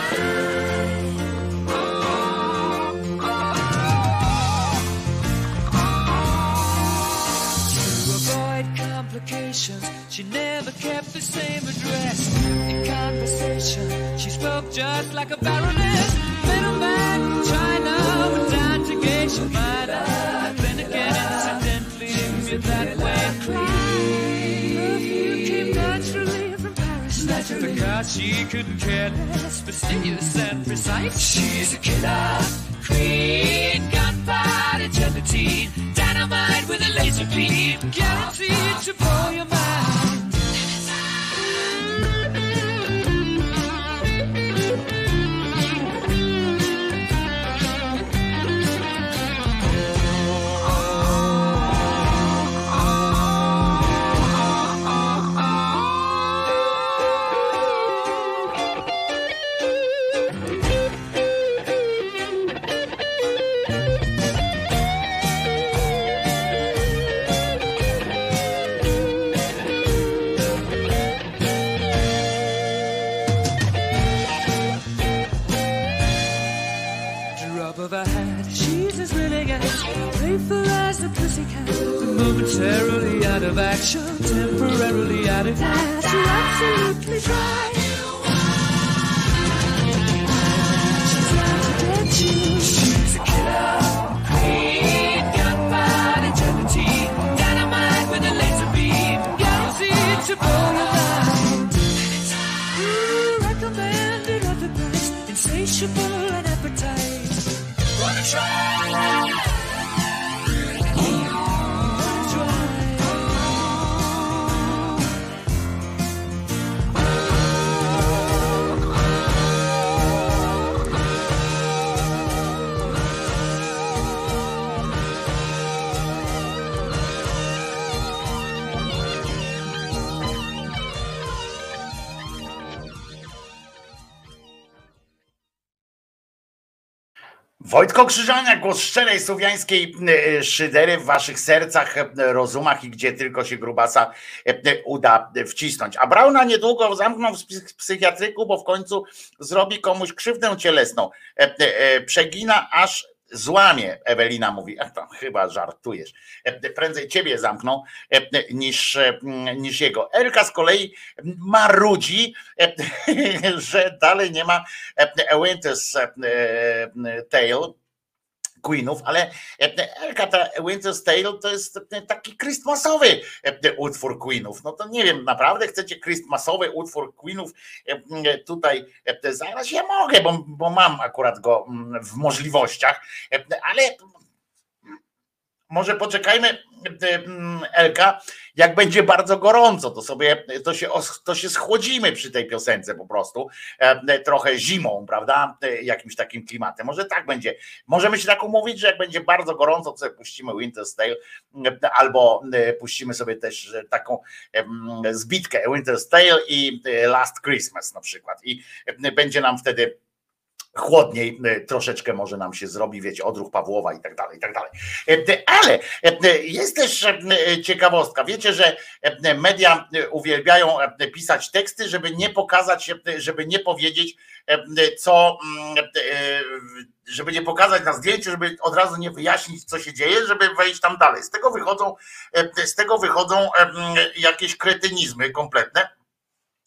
Speaker 12: She never kept the same address. In conversation, she spoke just like a baroness. Middleman from China went down to gauge your mind. Then again, incidentally, you're that way clean. Perfume came naturally from Paris. Naturally. Because she couldn't care less, fastidious and precise. She's a killer queen, gunpowder gelatine, dynamite with a laser beam, guaranteed to blow your mind. Momentarily out of action, temporarily out of gas, you're absolutely dry. She's out to get you. She's a killer queen, gunpowder gelatine, dynamite with a laser beam, guaranteed to blow your mind. Ooh, recommended at the price, insatiable and appetite. Wanna try?
Speaker 2: Wojtko Krzyżaniak, głos szczerej słowiańskiej szydery w waszych sercach, rozumach i gdzie tylko się grubasa uda wcisnąć. A Brauna niedługo zamkną w psychiatryku, bo w końcu zrobi komuś krzywdę cielesną. Przegina, aż złamie, Ewelina mówi. Ach, to chyba żartujesz. Prędzej ciebie zamkną niż, niż jego. Elka z kolei marudzi, że dalej nie ma A Winter's Tale Queenów, ale Elka, ta Winter's Tale to jest taki Christmasowy utwór Queenów. No to nie wiem, naprawdę chcecie Christmasowy utwór Queenów tutaj zagrać? Ja mogę, bo, bo mam akurat go w możliwościach, ale może poczekajmy, Elka, jak będzie bardzo gorąco, to sobie to się, to się schłodzimy przy tej piosence po prostu, trochę zimą, prawda, jakimś takim klimatem. Może tak będzie, możemy się tak umówić, że jak będzie bardzo gorąco, to sobie puścimy Winter's Tale, albo puścimy sobie też taką zbitkę Winter's Tale i Last Christmas na przykład i będzie nam wtedy chłodniej troszeczkę może nam się zrobi, wiecie, odruch Pawłowa i tak dalej, i tak dalej. Ale jest też ciekawostka. Wiecie, że media uwielbiają pisać teksty, żeby nie pokazać, żeby nie powiedzieć, co, żeby nie pokazać na zdjęciu, żeby od razu nie wyjaśnić, co się dzieje, żeby wejść tam dalej. Z tego wychodzą, z tego wychodzą jakieś kretynizmy kompletne.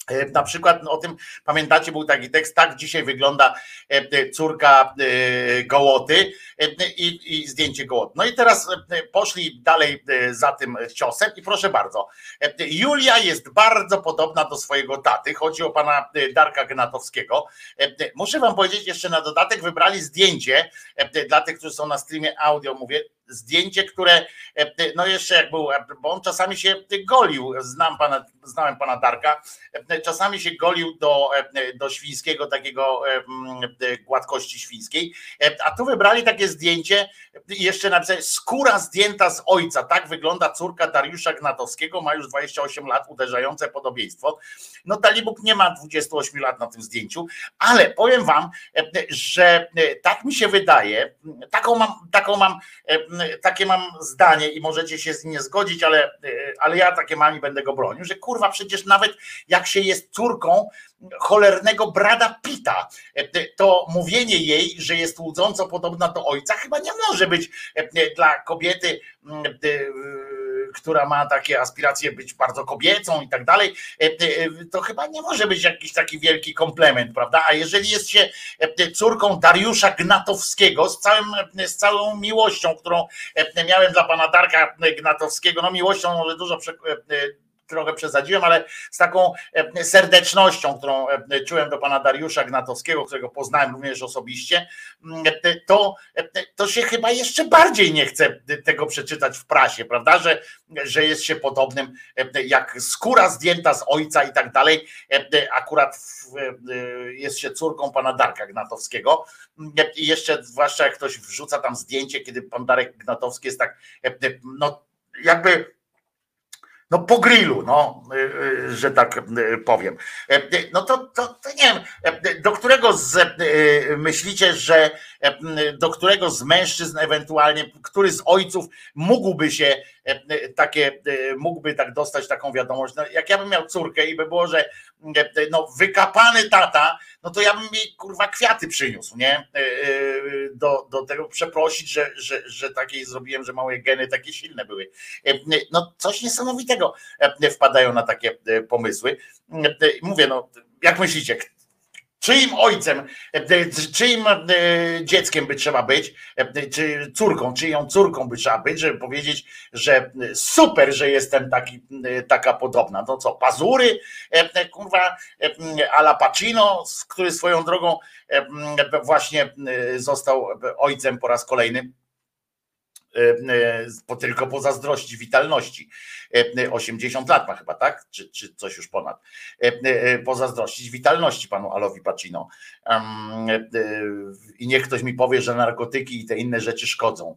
Speaker 2: Na przykład o tym, pamiętacie, był taki tekst, tak dzisiaj wygląda córka Gołoty i, i zdjęcie Gołoty. No i teraz poszli dalej za tym ciosem i proszę bardzo, Julia jest bardzo podobna do swojego taty, chodzi o pana Darka Gnatowskiego. Muszę wam powiedzieć, jeszcze na dodatek wybrali zdjęcie, dla tych, którzy są na streamie audio, mówię, zdjęcie, które no jeszcze jak był, bo on czasami się golił, znam pana, znałem pana Darka, czasami się golił do, do świńskiego, takiego gładkości świńskiej, a tu wybrali takie zdjęcie i jeszcze napisali skóra zdjęta z ojca, tak wygląda córka Dariusza Gnatowskiego, ma już dwadzieścia osiem lat, uderzające podobieństwo. No Dalibóg nie ma dwudziestu ośmiu lat na tym zdjęciu, ale powiem wam, że tak mi się wydaje, taką mam, taką mam takie mam zdanie i możecie się z nim nie zgodzić, ale, ale ja takie mam i będę go bronił, że kurwa przecież nawet jak się jest córką cholernego Brada Pitta, to mówienie jej, że jest łudząco podobna do ojca, chyba nie może być dla kobiety, która ma takie aspiracje być bardzo kobiecą i tak dalej, to chyba nie może być jakiś taki wielki komplement, prawda? A jeżeli jest się córką Dariusza Gnatowskiego, z, całym, z całą miłością, którą miałem dla pana Darka Gnatowskiego, no miłością może dużo trochę przesadziłem, ale z taką serdecznością, którą czułem do pana Dariusza Gnatowskiego, którego poznałem również osobiście, to, to się chyba jeszcze bardziej nie chce tego przeczytać w prasie, prawda, że, że jest się podobnym, jak skóra zdjęta z ojca i tak dalej, akurat jest się córką pana Darka Gnatowskiego i jeszcze zwłaszcza jak ktoś wrzuca tam zdjęcie, kiedy pan Darek Gnatowski jest tak, no jakby no po grillu, no, że tak powiem. No to, to, to nie wiem, do którego z, myślicie, że do którego z mężczyzn ewentualnie, który z ojców mógłby się takie, mógłby tak dostać taką wiadomość, no, jak ja bym miał córkę i by było, że no wykapany tata, no to ja bym jej kurwa kwiaty przyniósł, nie? Do, do tego przeprosić, że, że, że takiej zrobiłem, że moje geny takie silne były. No coś niesamowitego wpadają na takie pomysły. Mówię, no jak myślicie, czyim ojcem, czyim dzieckiem by trzeba być, czy córką, czyją córką by trzeba być, żeby powiedzieć, że super, że jestem taki, taka podobna. No co, Pazury, kurwa, a la Pacino, który swoją drogą właśnie został ojcem po raz kolejny, tylko po zazdrości witalności. osiemdziesiąt lat ma chyba, tak? Czy, czy coś już ponad. Pozazdrościć witalności panu Alowi Pacino. I niech ktoś mi powie, że narkotyki i te inne rzeczy szkodzą.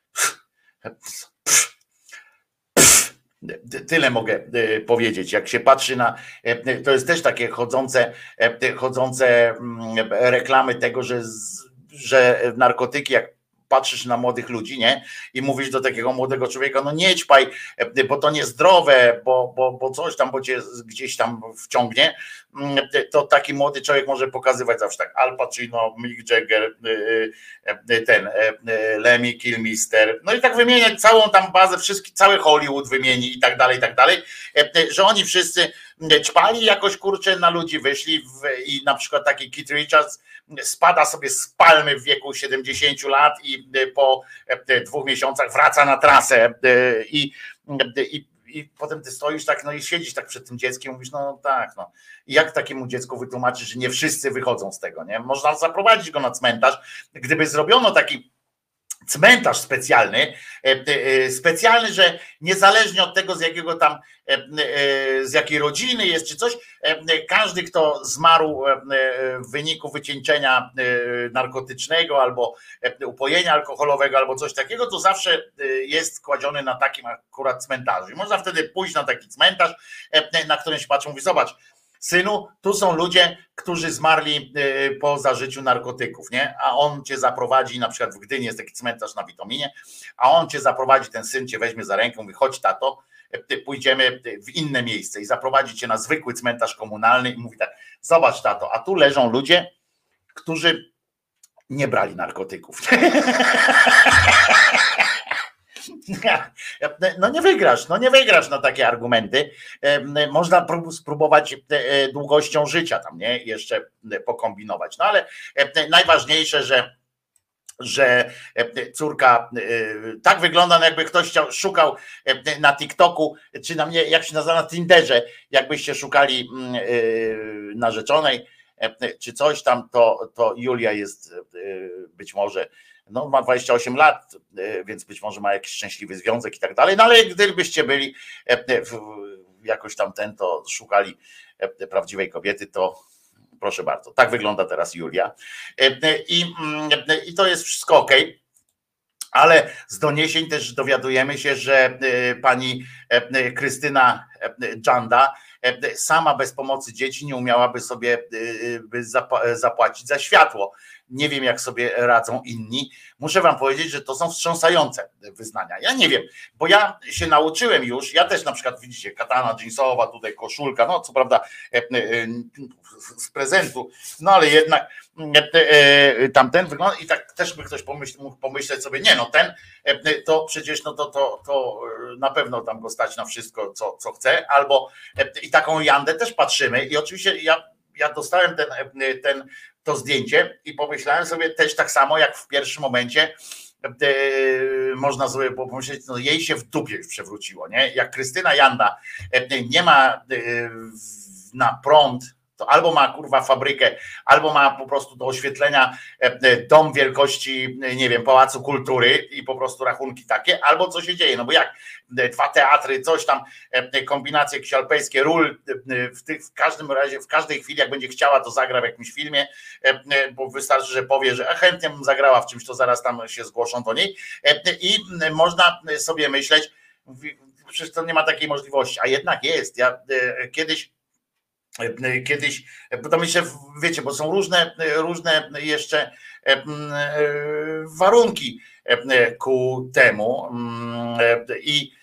Speaker 2: Tyle mogę powiedzieć. Jak się patrzy na, to jest też takie chodzące, chodzące reklamy tego, że, że narkotyki, jak patrzysz na młodych ludzi, nie? I mówisz do takiego młodego człowieka, no nie ćpaj, bo to niezdrowe, bo, bo, bo coś tam, bo cię gdzieś tam wciągnie, to taki młody człowiek może pokazywać zawsze tak, Al Pacino, Mick Jagger, ten Lemmy Kilmister, no i tak wymieniać całą tam bazę, wszystkie, cały Hollywood wymieni i tak dalej, i tak dalej, że oni wszyscy ćpali jakoś, kurczę, na ludzi wyszli w, i na przykład taki Keith Richards spada sobie z palmy w wieku siedemdziesięciu lat i po dwóch miesiącach wraca na trasę i, i, i potem ty stoisz tak, no i siedzisz tak przed tym dzieckiem, mówisz, no tak, no. I jak takiemu dziecku wytłumaczyć, że nie wszyscy wychodzą z tego, nie? Można zaprowadzić go na cmentarz, gdyby zrobiono taki cmentarz specjalny, specjalny, że niezależnie od tego, z jakiego tam, z jakiej rodziny jest czy coś, każdy, kto zmarł w wyniku wycieńczenia narkotycznego albo upojenia alkoholowego albo coś takiego, to zawsze jest kładziony na takim akurat cmentarzu. I można wtedy pójść na taki cmentarz, na którym się patrzą, mówi, zobacz, synu, tu są ludzie, którzy zmarli po zażyciu narkotyków, nie? A on cię zaprowadzi, na przykład w Gdyni jest taki cmentarz na Witominie, a on cię zaprowadzi, ten syn cię weźmie za rękę, mówi, chodź tato, pójdziemy w inne miejsce i zaprowadzi cię na zwykły cmentarz komunalny i mówi tak, zobacz tato, a tu leżą ludzie, którzy nie brali narkotyków. No nie wygrasz, no nie wygrasz na takie argumenty. Można spróbować długością życia tam, nie? Jeszcze pokombinować. No ale najważniejsze, że że córka tak wygląda, no jakby ktoś chciał, szukał na TikToku, czy na mnie, jak się nazywa, na Tinderze, jakbyście szukali narzeczonej, czy coś tam, to, to Julia jest być może, no ma dwadzieścia osiem lat, więc być może ma jakiś szczęśliwy związek i tak dalej, no ale gdybyście byli jakoś tam ten, to szukali prawdziwej kobiety, to proszę bardzo, tak wygląda teraz Julia. I, i to jest wszystko okej, ale z doniesień też dowiadujemy się, że pani Krystyna Janda sama bez pomocy dzieci nie umiałaby sobie zapłacić za światło. Nie wiem, jak sobie radzą inni. Muszę wam powiedzieć, że to są wstrząsające wyznania. Ja nie wiem, bo ja się nauczyłem już, ja też na przykład, widzicie, katana jeansowa, tutaj koszulka, no co prawda z prezentu, no ale jednak tamten wygląda i tak też by ktoś pomyśl, mógł pomyśleć sobie, nie no ten, to przecież no to, to, to na pewno tam go stać na wszystko, co, co chce, albo i taką Jandę też patrzymy i oczywiście ja, ja dostałem ten, ten to zdjęcie i pomyślałem sobie też tak samo jak w pierwszym momencie można sobie pomyśleć, no jej się w dupie już przewróciło, nie? Jak Krystyna Janda nie ma na prąd, to albo ma kurwa fabrykę, albo ma po prostu do oświetlenia dom wielkości, nie wiem, Pałacu Kultury i po prostu rachunki takie, albo co się dzieje, no bo jak dwa teatry, coś tam, kombinacje jakieś alpejskie, ról, w, tych, w każdym razie, w każdej chwili jak będzie chciała, to zagra w jakimś filmie, bo wystarczy, że powie, że chętnie bym zagrała w czymś, to zaraz tam się zgłoszą do niej i można sobie myśleć, przecież to nie ma takiej możliwości, a jednak jest. Ja kiedyś Kiedyś, bo to myślę, wiecie, bo są różne, różne jeszcze warunki ku temu i,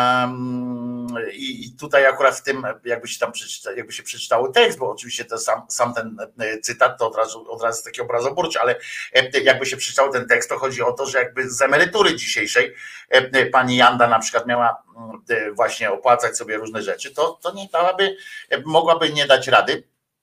Speaker 2: i tutaj akurat w tym, jakby się tam przeczyta, jakby się przeczytało tekst, bo oczywiście to sam, sam ten cytat to od razu, od razu jest taki obrazoburczy, ale jakby się przeczytał ten tekst, to chodzi o to, że jakby z emerytury dzisiejszej pani Janda na przykład miała właśnie opłacać sobie różne rzeczy, to, to nie dałaby, mogłaby nie dać rady.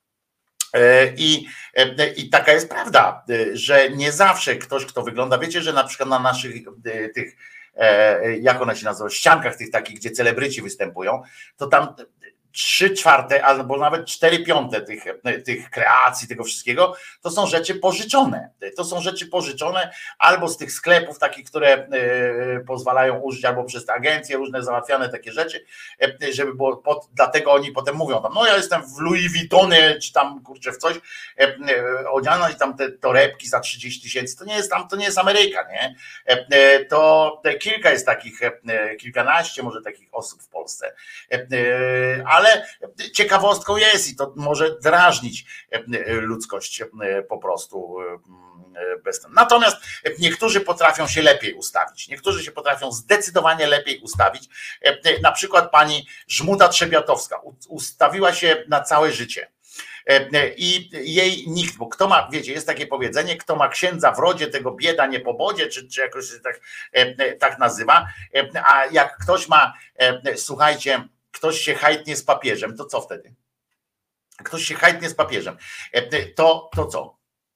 Speaker 2: I, I taka jest prawda, że nie zawsze ktoś, kto wygląda, wiecie, że na przykład na naszych tych, jak one się nazywa, ściankach tych takich, gdzie celebryci występują, to tam trzy czwarte albo nawet cztery piąte tych, tych kreacji, tego wszystkiego, to są rzeczy pożyczone. To są rzeczy pożyczone albo z tych sklepów takich, które pozwalają użyć, albo przez te agencje różne załatwiane takie rzeczy, żeby było, pod, dlatego oni potem mówią tam, no ja jestem w Louis Vuittonie, czy tam kurczę w coś, odziano i tam te torebki za trzydzieści tysięcy, to nie jest tam, to nie jest Ameryka, nie? To kilka jest takich, kilkanaście może takich osób w Polsce, ale Ale ciekawostką jest i to może drażnić ludzkość po prostu bez tego. Natomiast niektórzy potrafią się lepiej ustawić. Niektórzy się potrafią zdecydowanie lepiej ustawić. Na przykład pani Żmuda Trzebiatowska ustawiła się na całe życie. I jej nikt, bo kto ma, wiecie, jest takie powiedzenie, kto ma księdza w rodzie, tego bieda nie po bodzie, czy, czy jakoś się tak, tak nazywa. A jak ktoś ma, słuchajcie, ktoś się hajtnie z papieżem, to co wtedy? Ktoś się hajtnie z papieżem, to, to co?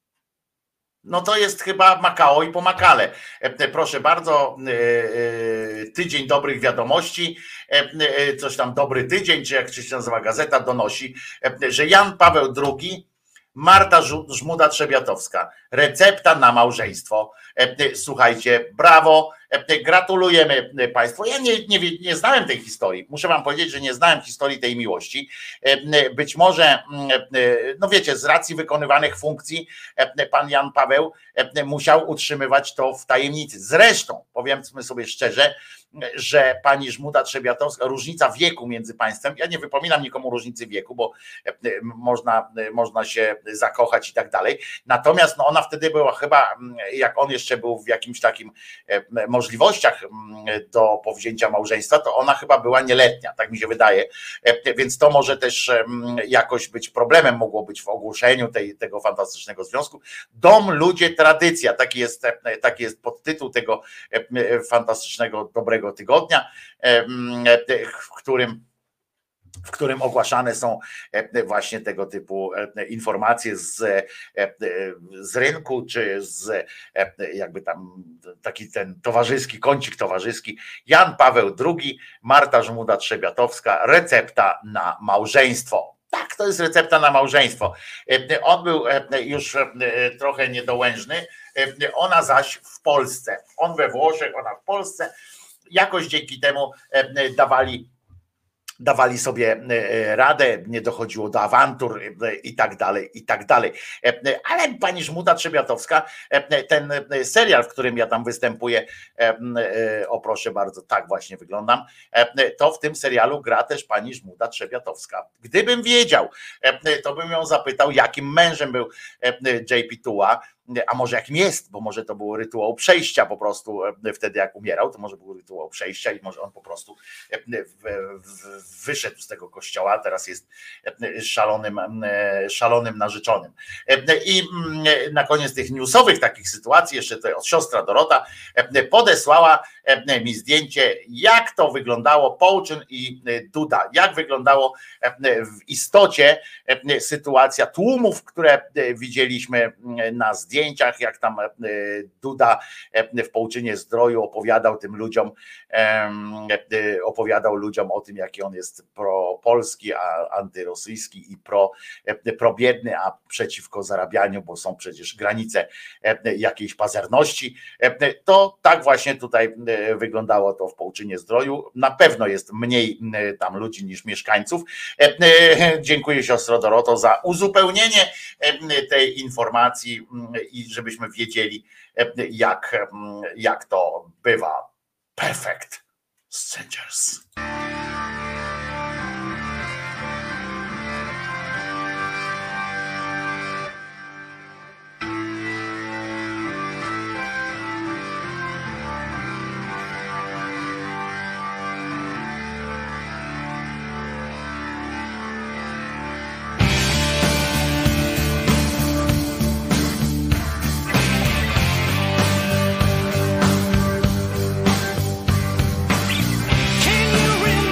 Speaker 2: No to jest chyba Makao i pomakale. Proszę bardzo, tydzień dobrych wiadomości, coś tam dobry tydzień, czy jak się nazywa gazeta, donosi, że Jan Paweł drugi, Marta Żmuda Trzebiatowska, recepta na małżeństwo. Słuchajcie, brawo, gratulujemy Państwu. Ja nie, nie, nie znałem tej historii. Muszę Wam powiedzieć, że nie znałem historii tej miłości. Być może, no wiecie, z racji wykonywanych funkcji pan Jan Paweł musiał utrzymywać to w tajemnicy. Zresztą, powiedzmy sobie szczerze, że pani Żmuda Trzebiatowska, różnica wieku między państwem, ja nie wypominam nikomu różnicy wieku, bo można, można się zakochać i tak dalej. Natomiast no ona wtedy była chyba, jak on jeszcze był w jakimś takim możliwościach do powzięcia małżeństwa, to ona chyba była nieletnia, tak mi się wydaje, więc to może też jakoś być problemem, mogło być w ogłoszeniu tej, tego fantastycznego związku. Dom, ludzie, tradycja, taki jest, taki jest podtytuł tego fantastycznego, dobrego tygodnia, w którym w którym ogłaszane są właśnie tego typu informacje z, z rynku, czy z jakby tam taki ten towarzyski, kącik towarzyski. Jan Paweł drugi, Marta Żmuda-Trzebiatowska, recepta na małżeństwo. Tak, to jest recepta na małżeństwo. On był już trochę niedołężny, ona zaś w Polsce. On we Włoszech, ona w Polsce. Jakoś dzięki temu dawali dawali sobie radę, nie dochodziło do awantur i tak dalej, i tak dalej. Ale pani Żmuda Trzebiatowska, ten serial, w którym ja tam występuję, o proszę bardzo, tak właśnie wyglądam, to w tym serialu gra też pani Żmuda Trzebiatowska. Gdybym wiedział, to bym ją zapytał, jakim mężem był J P Tuła, a może jakim jest, bo może to był rytuał przejścia po prostu wtedy jak umierał, to może był rytuał przejścia i może on po prostu wyszedł z tego kościoła, a teraz jest szalonym, szalonym narzeczonym. I na koniec tych newsowych takich sytuacji, jeszcze tutaj od siostra Dorota podesłała mi zdjęcie, jak to wyglądało Połczyn i Duda, jak wyglądało w istocie sytuacja tłumów, które widzieliśmy na zdjęciach, zdjęciach, jak tam Duda w Połczynie Zdroju opowiadał tym ludziom, opowiadał ludziom o tym, jaki on jest propolski, a antyrosyjski i pro, probiedny, a przeciwko zarabianiu, bo są przecież granice jakiejś pazerności. To tak właśnie tutaj wyglądało to w Połczynie Zdroju. Na pewno jest mniej tam ludzi niż mieszkańców. Dziękuję siostro Doroto za uzupełnienie tej informacji i żebyśmy wiedzieli, jak, jak to bywa. Perfect Strangers.
Speaker 3: Can you remember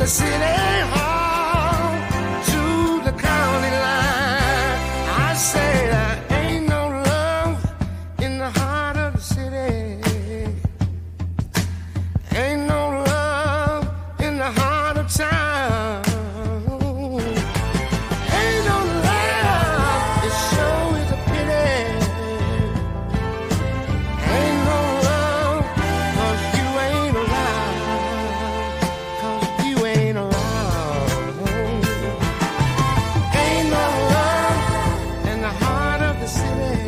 Speaker 13: the city hall to the county line. I say there ain't no love in the heart of the city. Ain't no love in the heart of town. Ain't no love, it sure is a pity. Ain't no love, cause you ain't around. Cause you ain't around. Ain't no love in the heart of the city.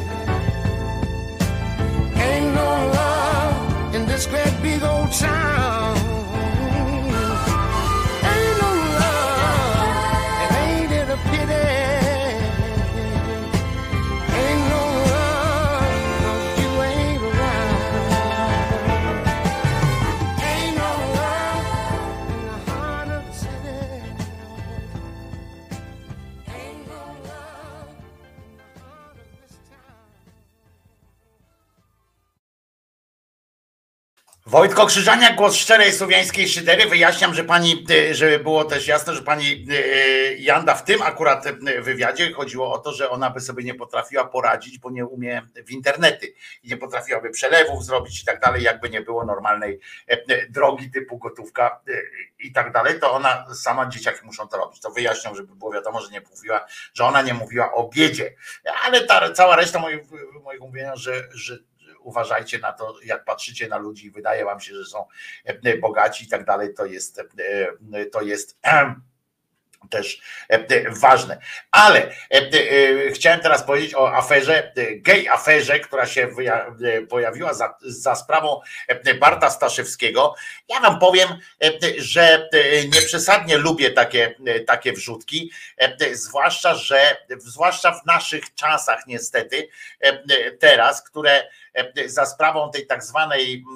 Speaker 13: Ain't no love in this great big old town. Ain't no love, and ain't it a pity? Ain't no love, cause you ain't around. Ain't no love in the heart of the city. Ain't no love in the heart of this town.
Speaker 2: Wojtko Krzyżaniak, głos szczerej słowiańskiej szydery. Wyjaśniam, że pani, y, żeby było też jasne, że pani y, Janda w tym akurat y, wywiadzie chodziło o to, że ona by sobie nie potrafiła poradzić, bo nie umie w internety i nie potrafiłaby przelewów zrobić i tak dalej, jakby nie było normalnej y, y, drogi typu gotówka y, i tak dalej, to ona sama, dzieciaki muszą to robić. To wyjaśniam, żeby było wiadomo, że nie mówiła, że ona nie mówiła o biedzie, ale ta cała reszta moich, mojego mówienia, że, że uważajcie na to, jak patrzycie na ludzi i wydaje wam się, że są bogaci i tak dalej, to jest, to jest też ważne. Ale chciałem teraz powiedzieć o aferze, gej aferze, która się pojawiła za, za sprawą Barta Staszewskiego. Ja wam powiem, że nieprzesadnie lubię takie, takie wrzutki, zwłaszcza, że zwłaszcza w naszych czasach niestety teraz, które za sprawą tej tak zwanej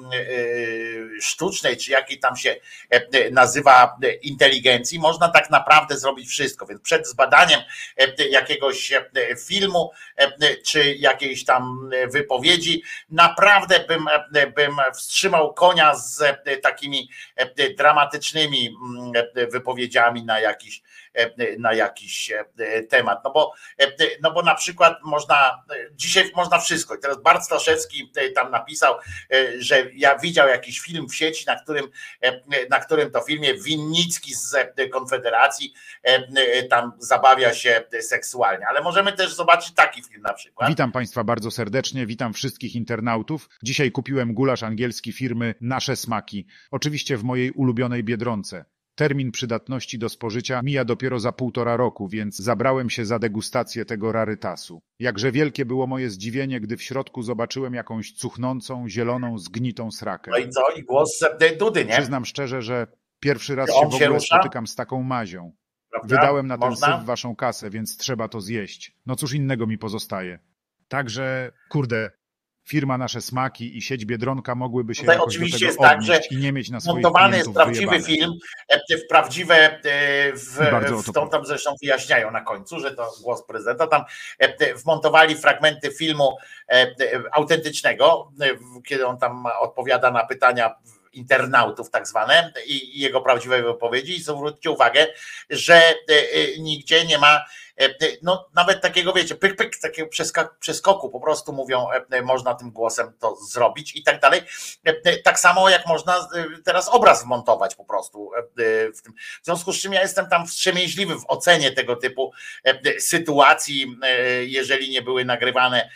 Speaker 2: sztucznej, czy jakiej tam się nazywa inteligencji, można tak naprawdę zrobić wszystko. Więc przed zbadaniem jakiegoś filmu, czy jakiejś tam wypowiedzi, naprawdę bym, bym wstrzymał konia z takimi dramatycznymi wypowiedziami na jakiś na jakiś temat, no bo, no bo na przykład można, dzisiaj można wszystko i teraz Bart Staszewski tam napisał, że ja widział jakiś film w sieci, na którym, na którym to filmie Winnicki z Konfederacji tam zabawia się seksualnie, ale możemy też zobaczyć taki film na przykład.
Speaker 14: Witam Państwa bardzo serdecznie, witam wszystkich internautów. Dzisiaj kupiłem gulasz angielski firmy Nasze Smaki, oczywiście w mojej ulubionej Biedronce. Termin przydatności do spożycia mija dopiero za półtora roku, więc zabrałem się za degustację tego rarytasu. Jakże wielkie było moje zdziwienie, gdy w środku zobaczyłem jakąś cuchnącą, zieloną, zgnitą srakę.
Speaker 2: No i co? I głos Dudy, nie?
Speaker 14: Przyznam szczerze, że pierwszy raz się w ogóle rusza? spotykam z taką mazią. Prawda? Wydałem na ten syf waszą kasę, więc trzeba to zjeść. No cóż innego mi pozostaje. Także, kurde, firma Nasze Smaki i sieć Biedronka mogłyby się
Speaker 2: tutaj
Speaker 14: jakoś
Speaker 2: oczywiście
Speaker 14: do tego
Speaker 2: jest tak, że
Speaker 14: i nie mieć na swoich
Speaker 2: montowany jest prawdziwy
Speaker 14: wyjebane.
Speaker 2: film, w prawdziwe, w, w tą tam zresztą wyjaśniają na końcu, że to głos prezydenta, tam wmontowali fragmenty filmu autentycznego, kiedy on tam odpowiada na pytania internautów tak zwane i jego prawdziwe wypowiedzi i zwróćcie uwagę, że nigdzie nie ma no nawet takiego, wiecie, pyk, pyk, takiego przeskoku, po prostu mówią, można tym głosem to zrobić i tak dalej. Tak samo jak można teraz obraz wmontować po prostu w tym. W związku z czym ja jestem tam wstrzemięźliwy w ocenie tego typu sytuacji, jeżeli nie były nagrywane,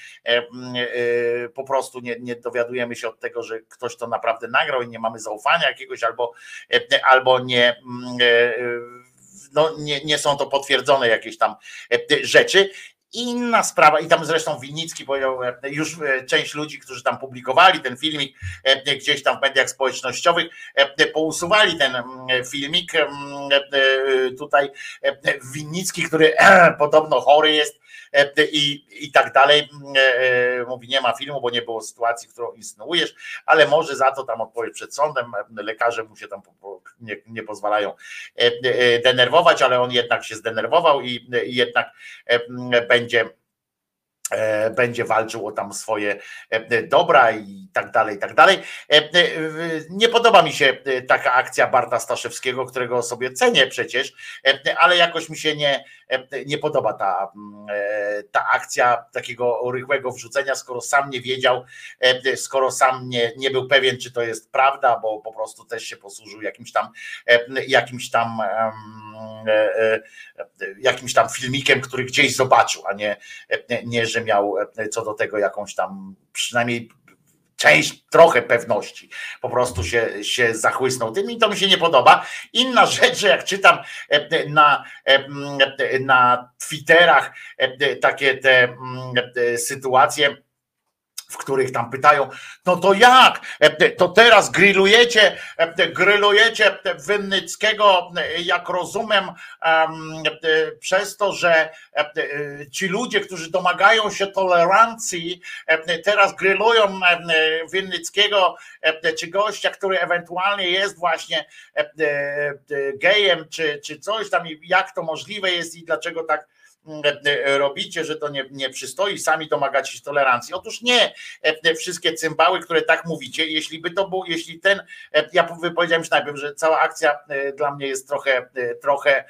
Speaker 2: po prostu nie, nie dowiadujemy się od tego, że ktoś to naprawdę nagrał i nie mamy zaufania jakiegoś, albo, albo nie no nie, nie są to potwierdzone jakieś tam rzeczy. Inna sprawa, i tam zresztą Winnicki powiedział, już część ludzi, którzy tam publikowali ten filmik gdzieś tam w mediach społecznościowych, pousuwali ten filmik. Tutaj Winnicki, który podobno chory jest i, i tak dalej, mówi, nie ma filmu, bo nie było sytuacji, którą insynuujesz, ale może za to tam odpowiedź przed sądem, lekarze mu się tam nie, nie pozwalają denerwować, ale on jednak się zdenerwował i, i jednak będzie będzie walczył o tam swoje dobra i tak dalej, i tak dalej. Nie podoba mi się taka akcja Barta Staszewskiego, którego sobie cenię przecież, ale jakoś mi się nie, nie podoba ta, ta akcja takiego rychłego wrzucenia, skoro sam nie wiedział, skoro sam nie, nie był pewien, czy to jest prawda, bo po prostu też się posłużył jakimś tam jakimś tam jakimś tam filmikiem, który gdzieś zobaczył, a nie, nie, że miał co do tego jakąś tam przynajmniej część, trochę pewności, po prostu się, się zachłysnął tym i to mi się nie podoba. Inna rzecz, że jak czytam na, na Twitterach takie te sytuacje, w których tam pytają, no to jak, to teraz grillujecie, grillujecie Winnickiego, jak rozumiem, przez to, że ci ludzie, którzy domagają się tolerancji, teraz grillują Winnickiego, czy gościa, który ewentualnie jest właśnie gejem, czy, czy coś tam, jak to możliwe jest i dlaczego tak robicie, że to nie, nie przystoi, sami domagacie się tolerancji. Otóż nie, wszystkie cymbały, które tak mówicie, jeśli by to był, jeśli ten, ja powiedziałem już najpierw, że cała akcja dla mnie jest trochę, trochę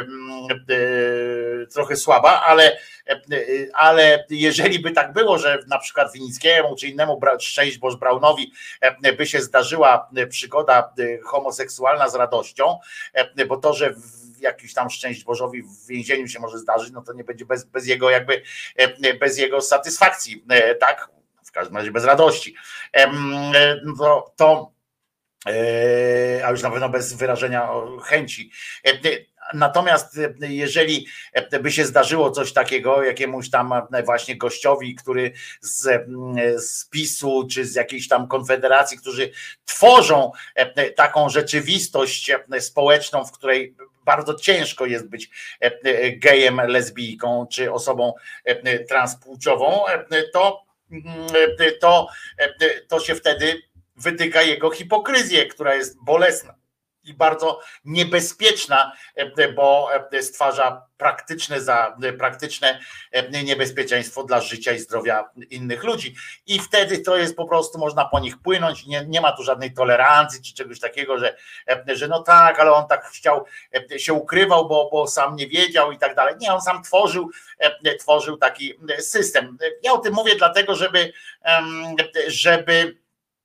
Speaker 2: trochę słaba, ale, ale jeżeli by tak było, że na przykład Winnickiemu czy innemu Szczęść Boż Braunowi by się zdarzyła przygoda homoseksualna z radością, bo to, że jakiś tam Szczęść Bożowi w więzieniu się może zdarzyć, no to nie będzie bez, bez jego jakby, bez jego satysfakcji, tak? W każdym razie bez radości. To, to a już na pewno bez wyrażenia chęci. Natomiast jeżeli by się zdarzyło coś takiego jakiemuś tam właśnie gościowi, który z, z PiS-u czy z jakiejś tam konfederacji, którzy tworzą taką rzeczywistość społeczną, w której bardzo ciężko jest być gejem, lesbijką czy osobą transpłciową, to, to, to się wtedy wytyka jego hipokryzję, która jest bolesna i bardzo niebezpieczna, bo stwarza praktyczne, za, praktyczne niebezpieczeństwo dla życia i zdrowia innych ludzi. I wtedy to jest po prostu, można po nich płynąć, nie, nie ma tu żadnej tolerancji czy czegoś takiego, że, że no tak, ale on tak chciał, się ukrywał, bo, bo sam nie wiedział i tak dalej. Nie, on sam tworzył, tworzył taki system. Ja o tym mówię dlatego, żeby, żeby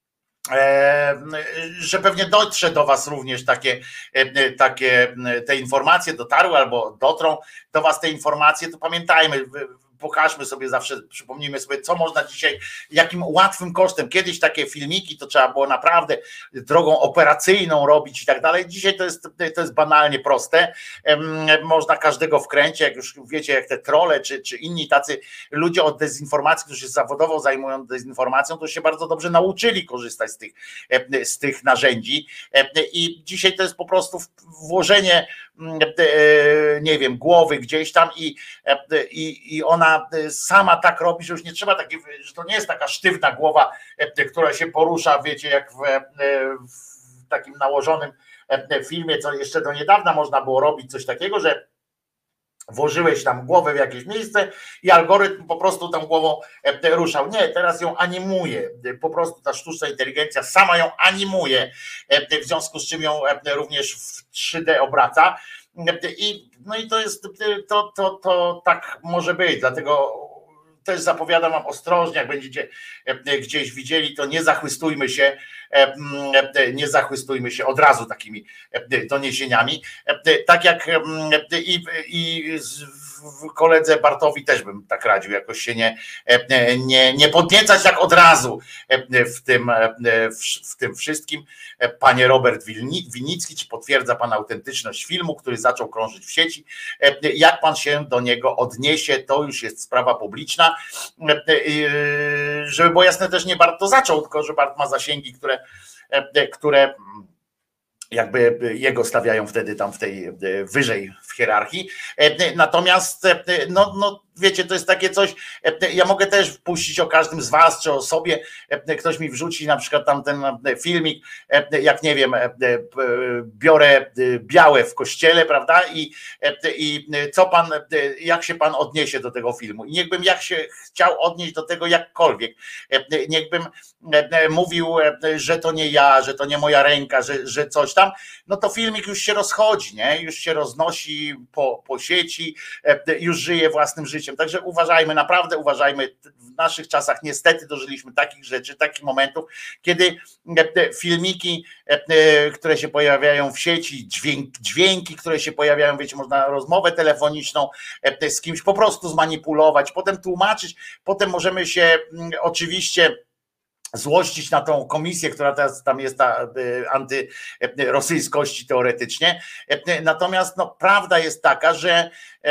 Speaker 2: że pewnie dotrze do was również takie, takie te informacje dotarły albo dotrą do was te informacje, to pamiętajmy, pokażmy sobie zawsze, przypomnijmy sobie, co można dzisiaj, jakim łatwym kosztem. Kiedyś takie filmiki to trzeba było naprawdę drogą operacyjną robić i tak dalej. Dzisiaj to jest, to jest banalnie proste. Można każdego wkręcić, jak już wiecie, jak te trolle czy, czy inni tacy ludzie od dezinformacji, którzy się zawodowo zajmują dezinformacją, to się bardzo dobrze nauczyli korzystać z tych, z tych narzędzi. I dzisiaj to jest po prostu włożenie, nie wiem, głowy gdzieś tam i, i, i ona sama tak robi, że już nie trzeba takiej, że to nie jest taka sztywna głowa, która się porusza, wiecie, jak w, w takim nałożonym filmie, co jeszcze do niedawna można było robić coś takiego, że włożyłeś tam głowę w jakieś miejsce i algorytm po prostu tą głową ruszał. Nie, teraz ją animuje. Po prostu ta sztuczna inteligencja sama ją animuje, w związku z czym ją również w trzy D obraca. I, no i to jest, to, to, to tak może być, dlatego też zapowiadam wam ostrożnie, jak będziecie gdzieś widzieli, to nie zachwystujmy się, nie zachwystujmy się od razu takimi doniesieniami. Tak jak i, i koledze Bartowi też bym tak radził, jakoś się nie, nie, nie podniecać tak od razu w tym, w tym wszystkim. Panie Robert Winnicki, czy potwierdza pan autentyczność filmu, który zaczął krążyć w sieci? Jak pan się do niego odniesie, to już jest sprawa publiczna. Żeby było jasne, też nie Bart to zaczął, tylko że Bart ma zasięgi, które, które jakby jego stawiają wtedy tam w tej wyżej w hierarchii. Natomiast no, no wiecie, to jest takie coś, ja mogę też wpuścić o każdym z was, czy o sobie, ktoś mi wrzuci na przykład tam ten filmik, jak nie wiem, biorę białe w kościele, prawda, i, i co pan, jak się pan odniesie do tego filmu. I niechbym jak się chciał odnieść do tego jakkolwiek, niechbym mówił, że to nie ja, że to nie moja ręka, że, że coś tam, no to filmik już się rozchodzi, nie? Już się roznosi po, po sieci, już żyje własnym życiem. Także uważajmy, naprawdę uważajmy. W naszych czasach niestety dożyliśmy takich rzeczy, takich momentów, kiedy filmiki, które się pojawiają w sieci, dźwięki, dźwięki, które się pojawiają, wiecie, można rozmowę telefoniczną z kimś po prostu zmanipulować, potem tłumaczyć, potem możemy się oczywiście złościć na tą komisję, która teraz tam jest ta antyrosyjskości teoretycznie. Natomiast no, prawda jest taka, że,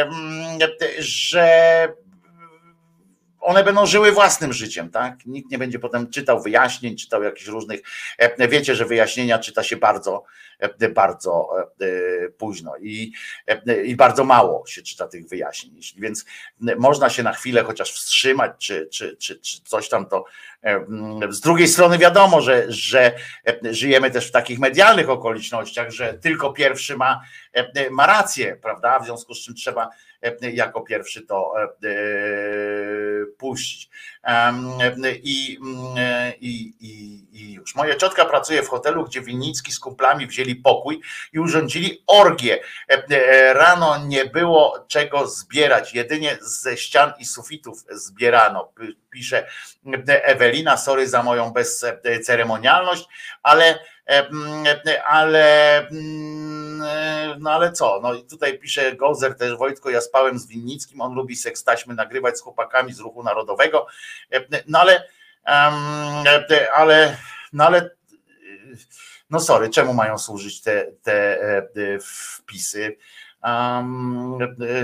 Speaker 2: że one będą żyły własnym życiem, tak? Nikt nie będzie potem czytał wyjaśnień, czytał jakichś różnych, wiecie, że wyjaśnienia czyta się bardzo, bardzo późno i, i bardzo mało się czyta tych wyjaśnień. Więc można się na chwilę chociaż wstrzymać, czy, czy, czy, czy coś tam to. Z drugiej strony wiadomo, że, że żyjemy też w takich medialnych okolicznościach, że tylko pierwszy ma, ma rację, prawda? W związku z czym trzeba jako pierwszy to puścić. I, i, i, i już. Moja ciotka pracuje w hotelu, gdzie Winnicki z kumplami wzięli pokój i urządzili orgię. Rano nie było czego zbierać, jedynie ze ścian i sufitów zbierano. Pisze Ewelina, sorry za moją bezceremonialność, ale ale no ale co, no i tutaj pisze Gozer też, Wojtko, ja spałem z Winnickim, on lubi seks taśmy nagrywać z chłopakami z Ruchu Narodowego, no ale ale no ale no sorry, czemu mają służyć te, te wpisy? Um,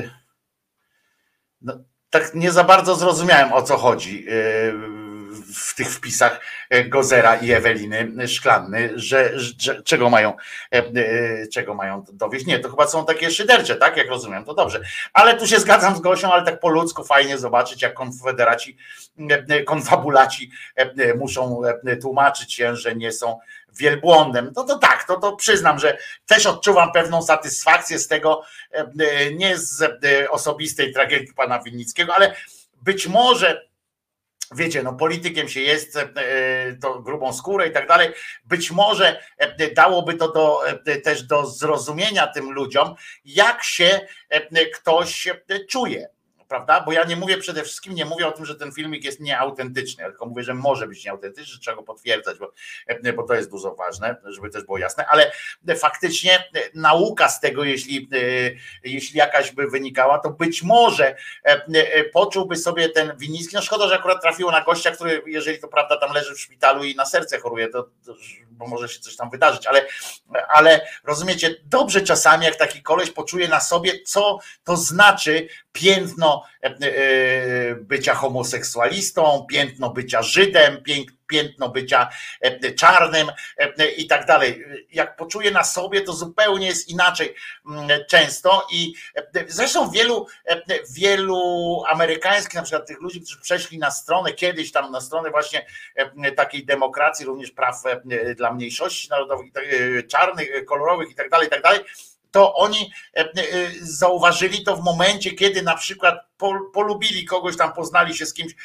Speaker 2: no, tak nie za bardzo zrozumiałem, o co chodzi w tych wpisach Gozera i Eweliny Szklanny, że, że czego mają czego mają dowieść. Nie, to chyba są takie szydercze, tak, jak rozumiem, to dobrze. Ale tu się zgadzam z Gosią, ale tak po ludzku fajnie zobaczyć, jak konfederaci, konfabulaci muszą tłumaczyć się, że nie są wielbłądem. No to tak, to, to przyznam, że też odczuwam pewną satysfakcję z tego, nie z osobistej tragedii pana Winnickiego, ale być może, wiecie, no politykiem się jest, to grubą skórę i tak dalej, być może dałoby to do, też do zrozumienia tym ludziom, jak się ktoś czuje. Prawda? Bo ja nie mówię przede wszystkim, nie mówię o tym, że ten filmik jest nieautentyczny, tylko mówię, że może być nieautentyczny, że trzeba go potwierdzać, bo, bo to jest dużo ważne, żeby też było jasne, ale faktycznie nauka z tego, jeśli, jeśli jakaś by wynikała, to być może poczułby sobie ten Winnicki, no szkoda, że akurat trafiło na gościa, który, jeżeli to prawda, tam leży w szpitalu i na serce choruje, to, to bo może się coś tam wydarzyć, ale, ale rozumiecie, dobrze czasami, jak taki koleś poczuje na sobie, co to znaczy piętno bycia homoseksualistą, piętno bycia Żydem, piętno bycia czarnym i tak dalej. Jak poczuje na sobie, to zupełnie jest inaczej często i zresztą wielu, wielu amerykańskich, na przykład tych ludzi, którzy przeszli na stronę kiedyś tam, na stronę właśnie takiej demokracji, również praw dla mniejszości narodowych, czarnych, kolorowych i tak dalej, i tak dalej, to oni zauważyli to w momencie, kiedy na przykład polubili kogoś, tam poznali się z kimś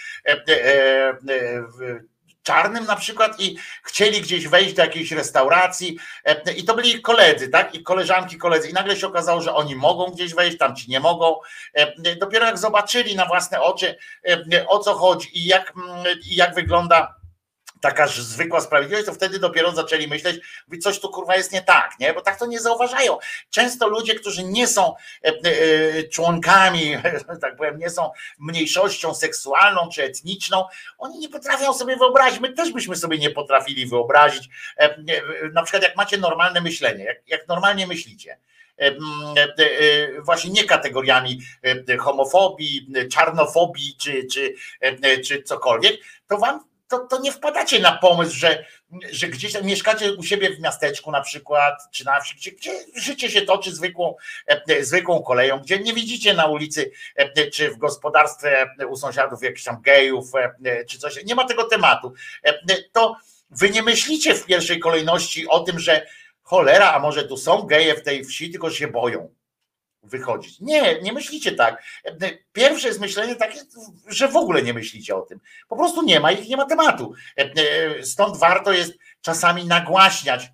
Speaker 2: czarnym na przykład i chcieli gdzieś wejść do jakiejś restauracji i to byli ich koledzy, tak? I koleżanki, koledzy i nagle się okazało, że oni mogą gdzieś wejść, tam ci nie mogą. Dopiero jak zobaczyli na własne oczy, o co chodzi i jak, i jak wygląda taka zwykła sprawiedliwość, to wtedy dopiero zaczęli myśleć, coś tu kurwa jest nie tak, nie? Bo tak to nie zauważają. Często ludzie, którzy nie są członkami, tak powiem, nie są mniejszością seksualną czy etniczną, oni nie potrafią sobie wyobrazić, my też byśmy sobie nie potrafili wyobrazić, na przykład jak macie normalne myślenie, jak, jak normalnie myślicie, właśnie nie kategoriami homofobii, czarnofobii czy, czy, czy cokolwiek, to wam to, to nie wpadacie na pomysł, że, że gdzieś tam mieszkacie u siebie w miasteczku na przykład, czy na wsi, gdzie, gdzie życie się toczy zwykłą, zwykłą koleją, gdzie nie widzicie na ulicy czy w gospodarstwie u sąsiadów jakichś tam gejów, czy coś, nie ma tego tematu. To wy nie myślicie w pierwszej kolejności o tym, że cholera, a może tu są geje w tej wsi, tylko się boją wychodzić. Nie, nie myślicie tak. Pierwsze jest myślenie takie, że w ogóle nie myślicie o tym. Po prostu nie ma ich, nie ma tematu. Stąd warto jest czasami nagłaśniać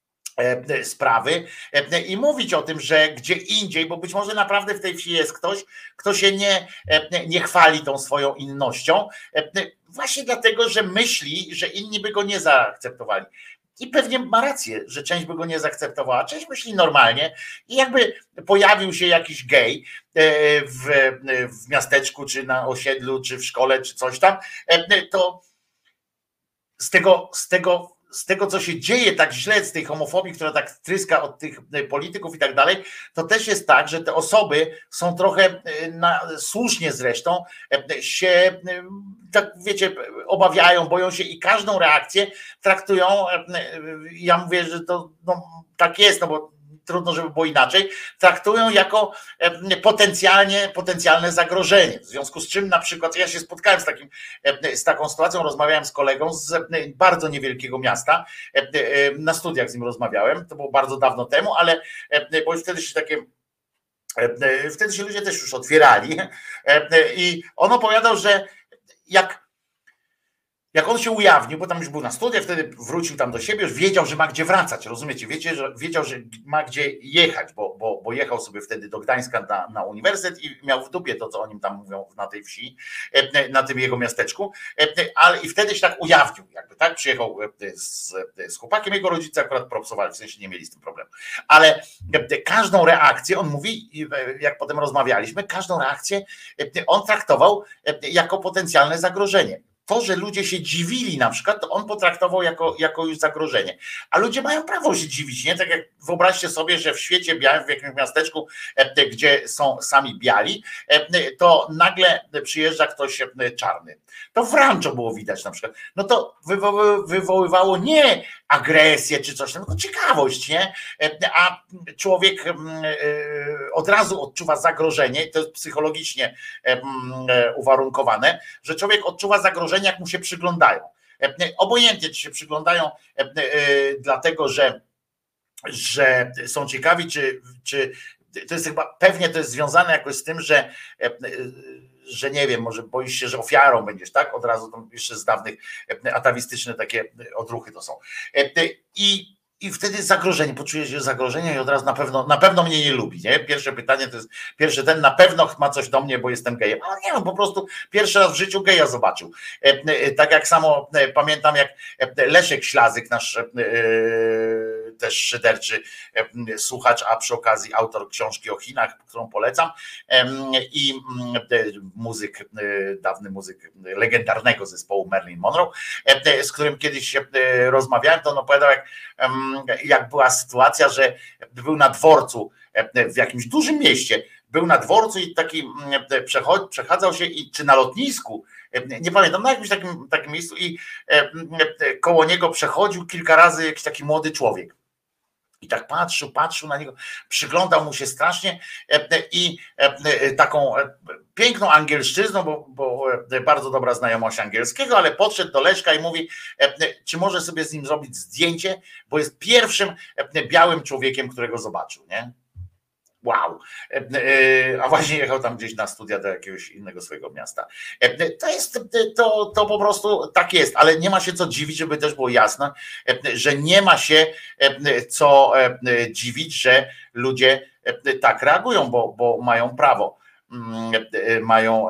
Speaker 2: sprawy i mówić o tym, że gdzie indziej, bo być może naprawdę w tej wsi jest ktoś, kto się nie, nie chwali tą swoją innością, właśnie dlatego, że myśli, że inni by go nie zaakceptowali. I pewnie ma rację, że część by go nie zaakceptowała, część myśli normalnie i jakby pojawił się jakiś gej w, w miasteczku, czy na osiedlu, czy w szkole, czy coś tam, to z tego, z tego z tego, co się dzieje tak źle, z tej homofobii, która tak tryska od tych polityków i tak dalej, to też jest tak, że te osoby są trochę, na, słusznie zresztą, się, tak wiecie, obawiają, boją się i każdą reakcję traktują, ja mówię, że to no, tak jest, no bo trudno, żeby było inaczej, traktują jako potencjalnie, potencjalne zagrożenie. W związku z czym na przykład ja się spotkałem z, takim, z taką sytuacją, rozmawiałem z kolegą z bardzo niewielkiego miasta, na studiach z nim rozmawiałem, to było bardzo dawno temu, ale bo już wtedy się takie wtedy się ludzie też już otwierali i on opowiadał, że jak Jak on się ujawnił, bo tam już był na studiach, wtedy wrócił tam do siebie, już wiedział, że ma gdzie wracać, rozumiecie? Wiecie, że wiedział, że ma gdzie jechać, bo, bo, bo jechał sobie wtedy do Gdańska na, na uniwersytet i miał w dupie to, co o nim tam mówią na tej wsi, na tym jego miasteczku, ale i wtedy się tak ujawnił, jakby tak, przyjechał z, z chłopakiem, jego rodzice akurat propsowali, w sensie nie mieli z tym problemu, ale każdą reakcję, on mówi, jak potem rozmawialiśmy, każdą reakcję on traktował jako potencjalne zagrożenie. To, że ludzie się dziwili na przykład, to on potraktował jako, jako już zagrożenie. A ludzie mają prawo się dziwić, nie? Tak jak wyobraźcie sobie, że w świecie białym, w jakimś miasteczku, gdzie są sami biali, to nagle przyjeżdża ktoś czarny. To w Rancho było widać na przykład. No to wywo- wywoływało nie agresję czy coś, tylko ciekawość, nie? A człowiek od razu odczuwa zagrożenie, to jest psychologicznie uwarunkowane, że człowiek odczuwa zagrożenie, jak mu się przyglądają. Obojętnie, czy się przyglądają dlatego, że, że są ciekawi, czy, czy to jest chyba, pewnie to jest związane jakoś z tym, że że nie wiem, może boisz się, że ofiarą będziesz, tak? Od razu tam jeszcze z dawnych atawistyczne takie odruchy to są. I I wtedy zagrożenie, poczujesz się zagrożenie i od razu na pewno, na pewno mnie nie lubi, nie? Pierwsze pytanie to jest, pierwszy ten na pewno ma coś do mnie, bo jestem gejem. A nie wiem, po prostu pierwszy raz w życiu geja zobaczył. Tak jak samo pamiętam, jak Leszek Ślazyk, nasz też szyderczy słuchacz, a przy okazji autor książki o Chinach, którą polecam, i muzyk, dawny muzyk legendarnego zespołu Marilyn Monroe, z którym kiedyś rozmawiałem, to on opowiadał, jak jak była sytuacja, że był na dworcu w jakimś dużym mieście, był na dworcu i taki przechadzał się, i czy na lotnisku, nie pamiętam, na jakimś takim, takim miejscu, i koło niego przechodził kilka razy jakiś taki młody człowiek. I tak patrzył, patrzył na niego, przyglądał mu się strasznie i taką piękną angielszczyzną, bo, bo bardzo dobra znajomość angielskiego, ale podszedł do Leszka i mówi, czy może sobie z nim zrobić zdjęcie, bo jest pierwszym białym człowiekiem, którego zobaczył, nie? Wow. A właśnie jechał tam gdzieś na studia do jakiegoś innego swojego miasta. To jest, to, to po prostu tak jest, ale nie ma się co dziwić, żeby też było jasne, że nie ma się co dziwić, że ludzie tak reagują, bo, bo mają prawo. Mają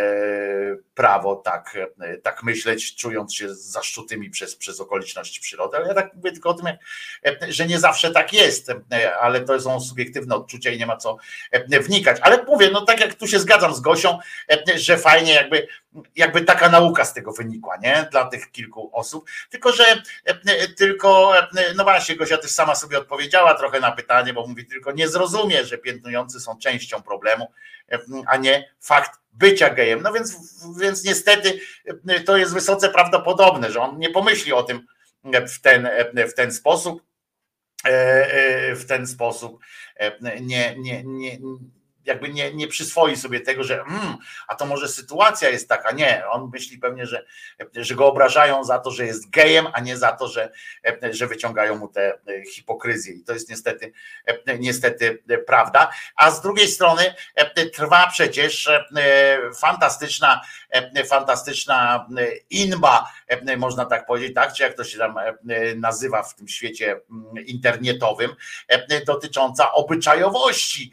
Speaker 2: prawo tak, tak myśleć, czując się zaszczutymi przez, przez okoliczności przyrody, ale ja tak mówię tylko o tym, że nie zawsze tak jest, ale to są subiektywne odczucia i nie ma co wnikać, ale mówię, no tak jak tu się zgadzam z Gosią, że fajnie jakby jakby taka nauka z tego wynikła, nie? Dla tych kilku osób. Tylko, że tylko, no właśnie, Gosia też sama sobie odpowiedziała trochę na pytanie, bo mówi, tylko nie zrozumie, że piętnujący są częścią problemu, a nie fakt bycia gejem. No więc, więc niestety to jest wysoce prawdopodobne, że on nie pomyśli o tym w ten, w ten sposób, w ten sposób nie, nie, nie jakby nie, nie przyswoi sobie tego, że mm, a to może sytuacja jest taka. Nie, on myśli pewnie, że, że go obrażają za to, że jest gejem, a nie za to, że, że wyciągają mu tę hipokryzję. I to jest niestety, niestety prawda. A z drugiej strony trwa przecież fantastyczna, fantastyczna inba, można tak powiedzieć, tak? Czy jak to się tam nazywa w tym świecie internetowym, dotycząca obyczajowości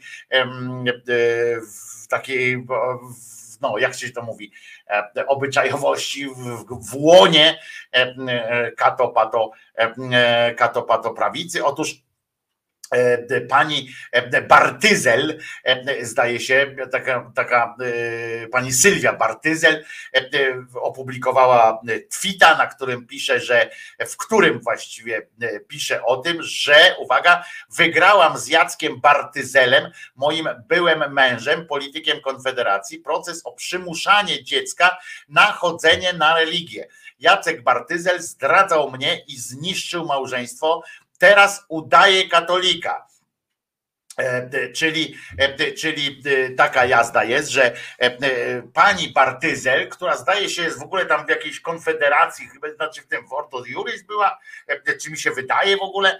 Speaker 2: w takiej, no jak się to mówi, obyczajowości w, w łonie katopato, katopato prawicy. Otóż pani Bartyzel, zdaje się, taka, taka pani Sylwia Bartyzel opublikowała tweeta, na którym pisze, że w którym właściwie pisze o tym, że uwaga, wygrałam z Jackiem Bartyzelem, moim byłym mężem, politykiem Konfederacji, proces o przymuszanie dziecka na chodzenie na religię. Jacek Bartyzel zdradzał mnie i zniszczył małżeństwo. Teraz udaje katolika. Czyli, czyli taka jazda jest, że pani Bartyzel, która zdaje się jest w ogóle tam w jakiejś konfederacji, chyba znaczy w tym w Ordo Iuris była, czy mi się wydaje w ogóle,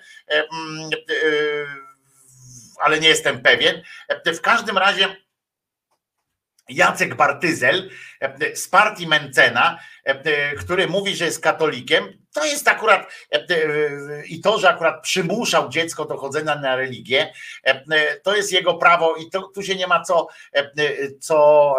Speaker 2: ale nie jestem pewien. W każdym razie Jacek Bartyzel z partii Mencena, który mówi, że jest katolikiem, to jest akurat i to, że akurat przymuszał dziecko do chodzenia na religię, to jest jego prawo i to, tu się nie ma co, co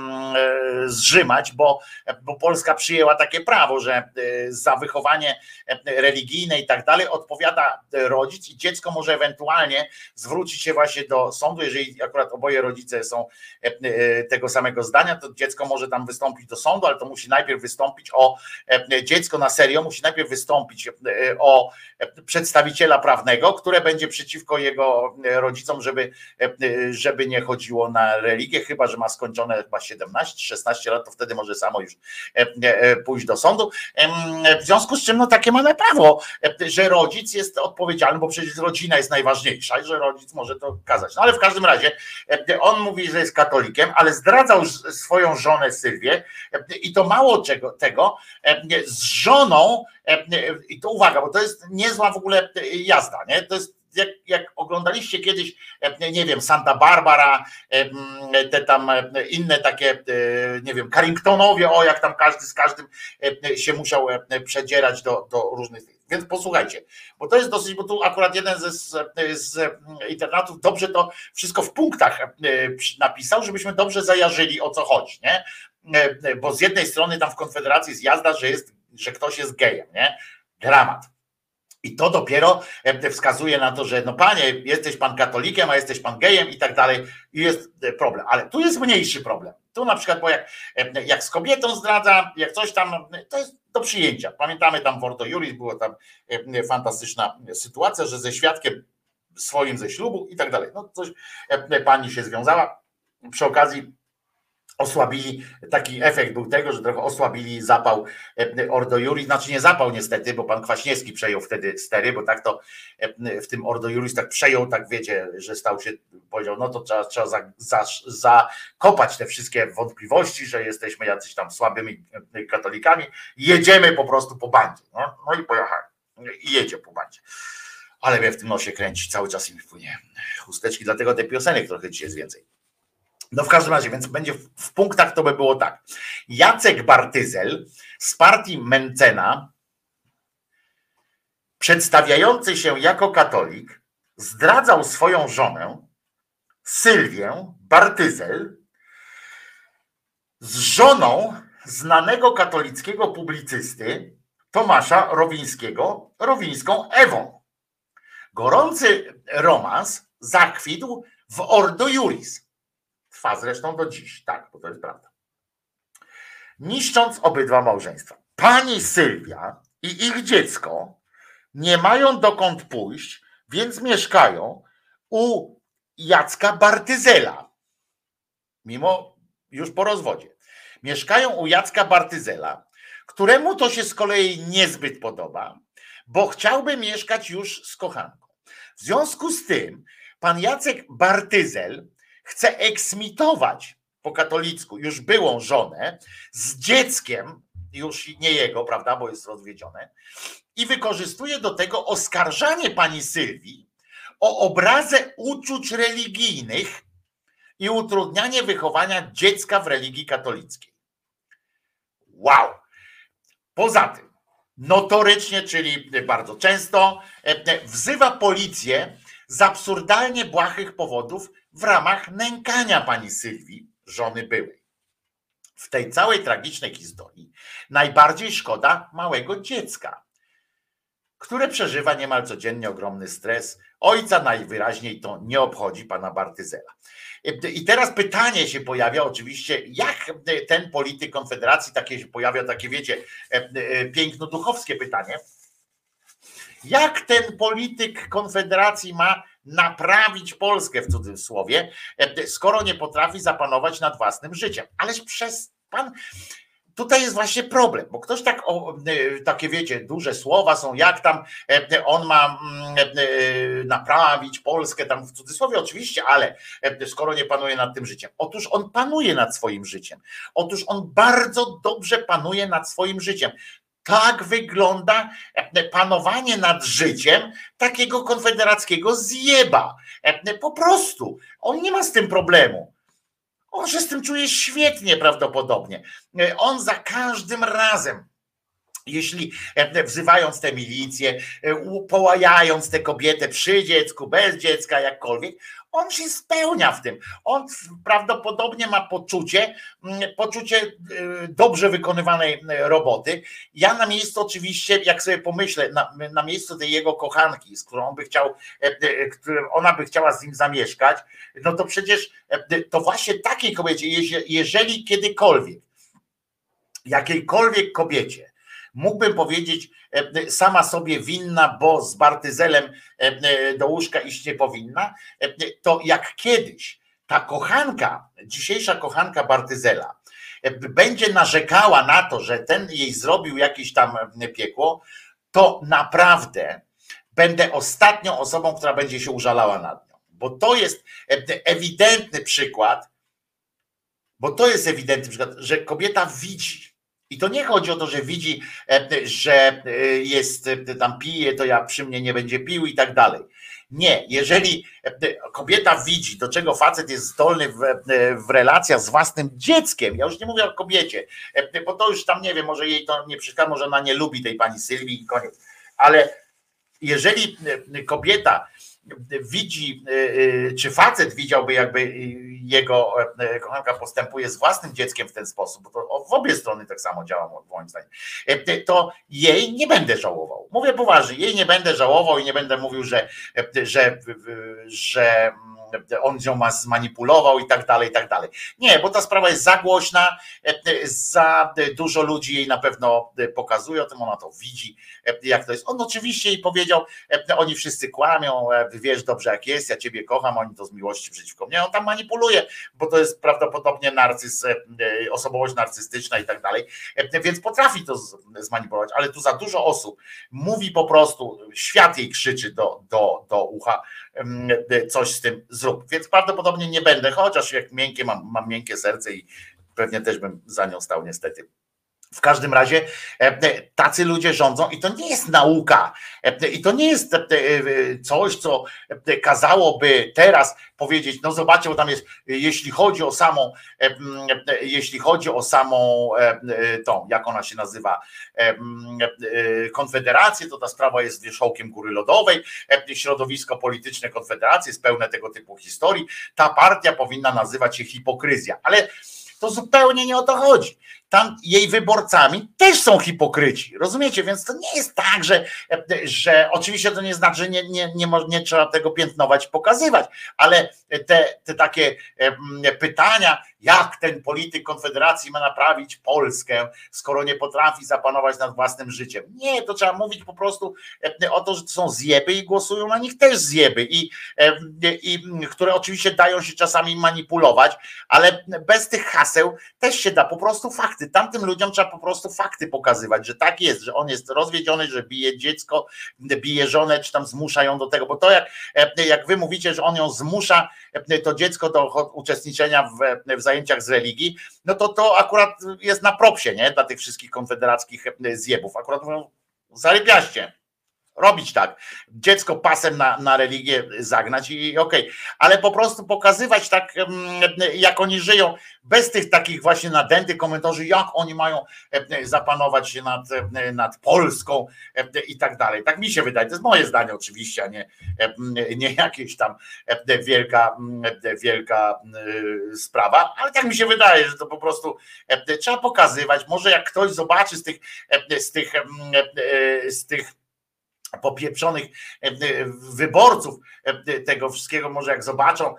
Speaker 2: zrzymać, bo, bo Polska przyjęła takie prawo, że za wychowanie religijne i tak dalej odpowiada rodzic i dziecko może ewentualnie zwrócić się właśnie do sądu, jeżeli akurat oboje rodzice są tego samego zdania, to dziecko może tam wystąpić do sądu, ale to musi najpierw wystąpić o dziecko na serio, musi najpierw wystąpić o przedstawiciela prawnego, które będzie przeciwko jego rodzicom, żeby, żeby nie chodziło na religię, chyba że ma skończone chyba siedemnaście szesnaście lat, to wtedy może samo już pójść do sądu. W związku z czym no takie mamy prawo, że rodzic jest odpowiedzialny, bo przecież rodzina jest najważniejsza i że rodzic może to kazać. No ale w każdym razie on mówi, że jest katolikiem, ale zdradzał swoją żonę Sylwię i to mało czego tego, z żoną, i to uwaga, bo to jest niezła w ogóle jazda, nie? To jest jak, jak oglądaliście kiedyś, nie wiem, Santa Barbara, te tam inne takie, nie wiem, Carringtonowie, o jak tam każdy z każdym się musiał przedzierać do, do różnych. Więc posłuchajcie, bo to jest dosyć, bo tu akurat jeden z, z internatów dobrze to wszystko w punktach napisał, żebyśmy dobrze zajarzyli, o co chodzi, nie? Bo z jednej strony tam w Konfederacji jest jazda, że jest, że ktoś jest gejem, nie? Dramat. I to dopiero wskazuje na to, że no panie, jesteś pan katolikiem, a jesteś pan gejem i tak dalej, i jest problem. Ale tu jest mniejszy problem. Tu na przykład, bo jak, jak z kobietą zdradza, jak coś tam, to jest do przyjęcia. Pamiętamy tam w Ordo Iuris, była tam fantastyczna sytuacja, że ze świadkiem swoim ze ślubu i tak dalej. No coś pani się związała, przy okazji osłabili, taki efekt był tego, że trochę osłabili zapał Ordo Iuris, znaczy nie zapał niestety, bo pan Kwaśniewski przejął wtedy stery, bo tak to w tym Ordo Iuris tak przejął, tak wiecie, że stał się, powiedział, no to trzeba, trzeba za, za, zakopać te wszystkie wątpliwości, że jesteśmy jacyś tam słabymi katolikami, jedziemy po prostu po bandzie, no, no i pojechali, i jedzie po bandzie. Ale mnie w tym nosie kręci, cały czas mi wpłynie chusteczki, dlatego te piosenek trochę dzisiaj jest więcej. No w każdym razie, więc będzie w, w punktach to by było tak. Jacek Bartyzel z partii Mencena, przedstawiający się jako katolik, zdradzał swoją żonę, Sylwię Bartyzel, z żoną znanego katolickiego publicysty Tomasza Rowińskiego, Rowińską Ewą. Gorący romans zakwitł w Ordo Iuris. Trwa zresztą do dziś, tak, bo to jest prawda. niszcząc obydwa małżeństwa. Pani Sylwia i ich dziecko nie mają dokąd pójść, więc mieszkają u Jacka Bartyzela. Mimo już po rozwodzie. Mieszkają u Jacka Bartyzela, któremu to się z kolei niezbyt podoba, bo chciałby mieszkać już z kochanką. W związku z tym pan Jacek Bartyzel chce eksmitować po katolicku już byłą żonę z dzieckiem, już nie jego, prawda, bo jest rozwiedzione, i wykorzystuje do tego oskarżanie pani Sylwii o obrazę uczuć religijnych i utrudnianie wychowania dziecka w religii katolickiej. Wow! Poza tym, notorycznie, czyli bardzo często, wzywa policję z absurdalnie błahych powodów w ramach nękania pani Sylwii, żony byłej. W tej całej tragicznej historii najbardziej szkoda małego dziecka, które przeżywa niemal codziennie ogromny stres. Ojca najwyraźniej to nie obchodzi pana Bartyzela. I teraz pytanie się pojawia oczywiście, jak ten polityk Konfederacji, takie się pojawia, takie wiecie, piękno-duchowskie pytanie, jak ten polityk Konfederacji ma naprawić Polskę w cudzysłowie, skoro nie potrafi zapanować nad własnym życiem. Ależ przez pan... Tutaj jest właśnie problem, bo ktoś tak, o, takie wiecie, duże słowa są, jak tam on ma naprawić Polskę, tam w cudzysłowie oczywiście, ale skoro nie panuje nad tym życiem. Otóż on panuje nad swoim życiem. Otóż on bardzo dobrze panuje nad swoim życiem. Tak wygląda panowanie nad życiem takiego konfederackiego zjeba. Po prostu. On nie ma z tym problemu. On się z tym czuje świetnie prawdopodobnie. On za każdym razem, jeśli wzywając tę milicję, połajając tę kobietę przy dziecku, bez dziecka, jakkolwiek, on się spełnia w tym. On prawdopodobnie ma poczucie, poczucie dobrze wykonywanej roboty. Ja na miejscu oczywiście, jak sobie pomyślę, na, na miejscu tej jego kochanki, z którą on by chciał, ona by chciała z nim zamieszkać, no to przecież to właśnie takiej kobiecie, jeżeli kiedykolwiek, jakiejkolwiek kobiecie, mógłbym powiedzieć, sama sobie winna, bo z Bartyzelem do łóżka iść nie powinna, to jak kiedyś ta kochanka, dzisiejsza kochanka Bartyzela będzie narzekała na to, że ten jej zrobił jakieś tam piekło, to naprawdę będę ostatnią osobą, która będzie się użalała nad nią. Bo to jest ewidentny przykład, bo to jest ewidentny przykład, że kobieta widzi. I to nie chodzi o to, że widzi, że jest, tam pije, to ja przy mnie nie będzie pił i tak dalej. Nie, jeżeli kobieta widzi, do czego facet jest zdolny w, w relacjach z własnym dzieckiem, ja już nie mówię o kobiecie, bo to już tam nie wiem, może jej to nie przeszkadza, może ona nie lubi tej pani Sylwii i koniec. Ale jeżeli kobieta widzi, czy facet widziałby, jakby jego kochanka postępuje z własnym dzieckiem w ten sposób, bo to w obie strony tak samo działa moim zdaniem, to jej nie będę żałował. Mówię poważnie, jej nie będę żałował i nie będę mówił, że, że, że on ją ma zmanipulował i tak dalej, i tak dalej. Nie, bo ta sprawa jest za głośna, za dużo ludzi jej na pewno pokazuje o tym, ona to widzi, jak to jest. On oczywiście jej powiedział, oni wszyscy kłamią, wiesz dobrze jak jest, ja ciebie kocham, oni to z miłości przeciwko mnie. On tam manipuluje, bo to jest prawdopodobnie narcyz, osobowość narcystyczna i tak dalej, więc potrafi to zmanipulować, ale tu za dużo osób mówi po prostu, świat jej krzyczy do, do, do ucha, coś z tym zrób. Więc prawdopodobnie nie będę, chociaż jak miękkie, mam, mam miękkie serce i pewnie też bym za nią stał niestety. W każdym razie tacy ludzie rządzą i to nie jest nauka i to nie jest coś, co kazałoby teraz powiedzieć, no zobaczcie, bo tam jest, jeśli chodzi o samą, jeśli chodzi o samą tą, jak ona się nazywa, Konfederację, to ta sprawa jest wierzchołkiem góry lodowej, środowisko polityczne Konfederacji jest pełne tego typu historii, ta partia powinna nazywać się hipokryzja, ale to zupełnie nie o to chodzi. tam jej wyborcami też są hipokryci, rozumiecie? Więc to nie jest tak, że, że oczywiście to nie znaczy, że nie, nie, nie, nie trzeba tego piętnować, pokazywać, ale te, te takie pytania, jak ten polityk Konfederacji ma naprawić Polskę, skoro nie potrafi zapanować nad własnym życiem. Nie, to trzeba mówić po prostu o to, że to są zjeby i głosują na nich też zjeby, i, i które oczywiście dają się czasami manipulować, ale bez tych haseł też się da po prostu fakty. Tamtym ludziom trzeba po prostu fakty pokazywać, że tak jest, że on jest rozwiedziony, że bije dziecko, bije żonę, czy tam zmusza ją do tego, bo to jak, jak wy mówicie, że on ją zmusza, to dziecko do uczestniczenia w, w zajęciach z religii, no to to akurat jest na propsie, nie? Dla tych wszystkich konfederackich zjebów. Akurat mówią, zarypiaście. Robić tak, dziecko pasem na, na religię zagnać i okej, okay. Ale po prostu pokazywać tak, jak oni żyją, bez tych takich właśnie nadętych komentarzy, jak oni mają zapanować się nad, nad Polską i tak dalej. Tak mi się wydaje, to jest moje zdanie oczywiście, a nie, nie jakieś tam wielka, wielka sprawa, ale tak mi się wydaje, że to po prostu trzeba pokazywać. Może jak ktoś zobaczy z tych, z tych, z tych popieprzonych wyborców tego wszystkiego, może jak zobaczą,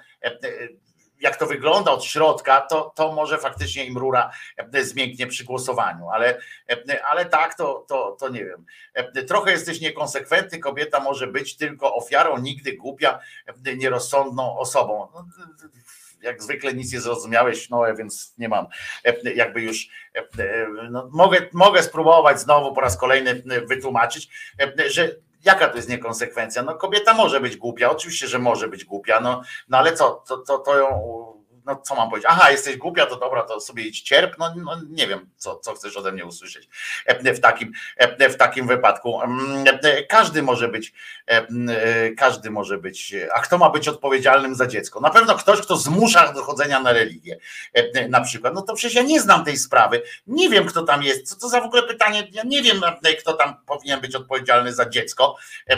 Speaker 2: jak to wygląda od środka, to, to może faktycznie im rura zmięknie przy głosowaniu, ale, ale tak, to, to, to nie wiem. Trochę jesteś niekonsekwentny, kobieta może być tylko ofiarą, nigdy głupia, nierozsądną osobą. No, jak zwykle nic nie zrozumiałeś, no więc nie mam jakby już, no, mogę, mogę spróbować znowu po raz kolejny wytłumaczyć, że jaka to jest niekonsekwencja. No kobieta może być głupia, oczywiście, że może być głupia, no, no ale co, to, to, to ją, no co mam powiedzieć, aha, jesteś głupia, to dobra, to sobie idź cierp, no, no nie wiem, co, co chcesz ode mnie usłyszeć w takim, w takim wypadku. Każdy może być, każdy może być, a kto ma być odpowiedzialnym za dziecko? Na pewno ktoś, kto zmusza do chodzenia na religię, na przykład, no to przecież ja nie znam tej sprawy, nie wiem, kto tam jest, co to za w ogóle pytanie, ja nie wiem, kto tam powinien być odpowiedzialny za dziecko,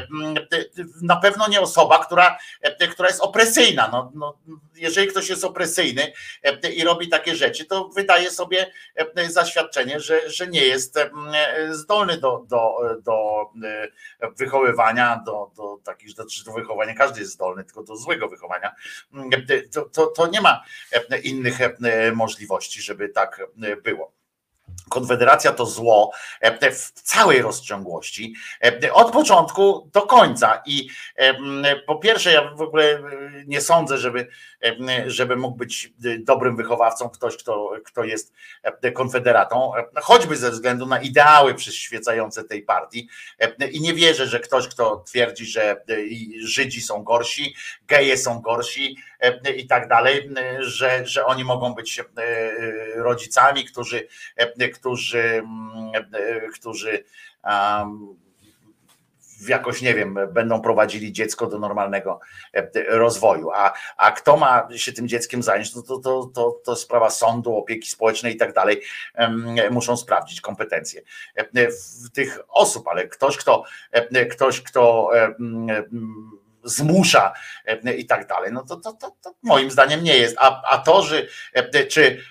Speaker 2: na pewno nie osoba, która, która jest opresyjna, no, no, jeżeli ktoś jest opresyjny i robi takie rzeczy, to wydaje sobie zaświadczenie, że, że nie jest zdolny do, do, do wychowywania, do, do takich do, do wychowania, każdy jest zdolny, tylko do złego wychowania. To, to, to nie ma innych możliwości, żeby tak było. Konfederacja to zło w całej rozciągłości, od początku do końca i po pierwsze ja w ogóle nie sądzę, żeby, żeby mógł być dobrym wychowawcą ktoś, kto, kto jest konfederatą, choćby ze względu na ideały przyświecające tej partii i nie wierzę, że ktoś, kto twierdzi, że Żydzi są gorsi, geje są gorsi i tak dalej, że, że oni mogą być rodzicami, którzy którzy, którzy um, jakoś, nie wiem, będą prowadzili dziecko do normalnego rozwoju, a, a kto ma się tym dzieckiem zająć, no to, to, to, to sprawa sądu, opieki społecznej i tak dalej, um, muszą sprawdzić kompetencje tych osób, ale ktoś, kto, ktoś, kto um, zmusza i tak dalej, no to, to, to, to moim zdaniem nie jest, a, a to, że czy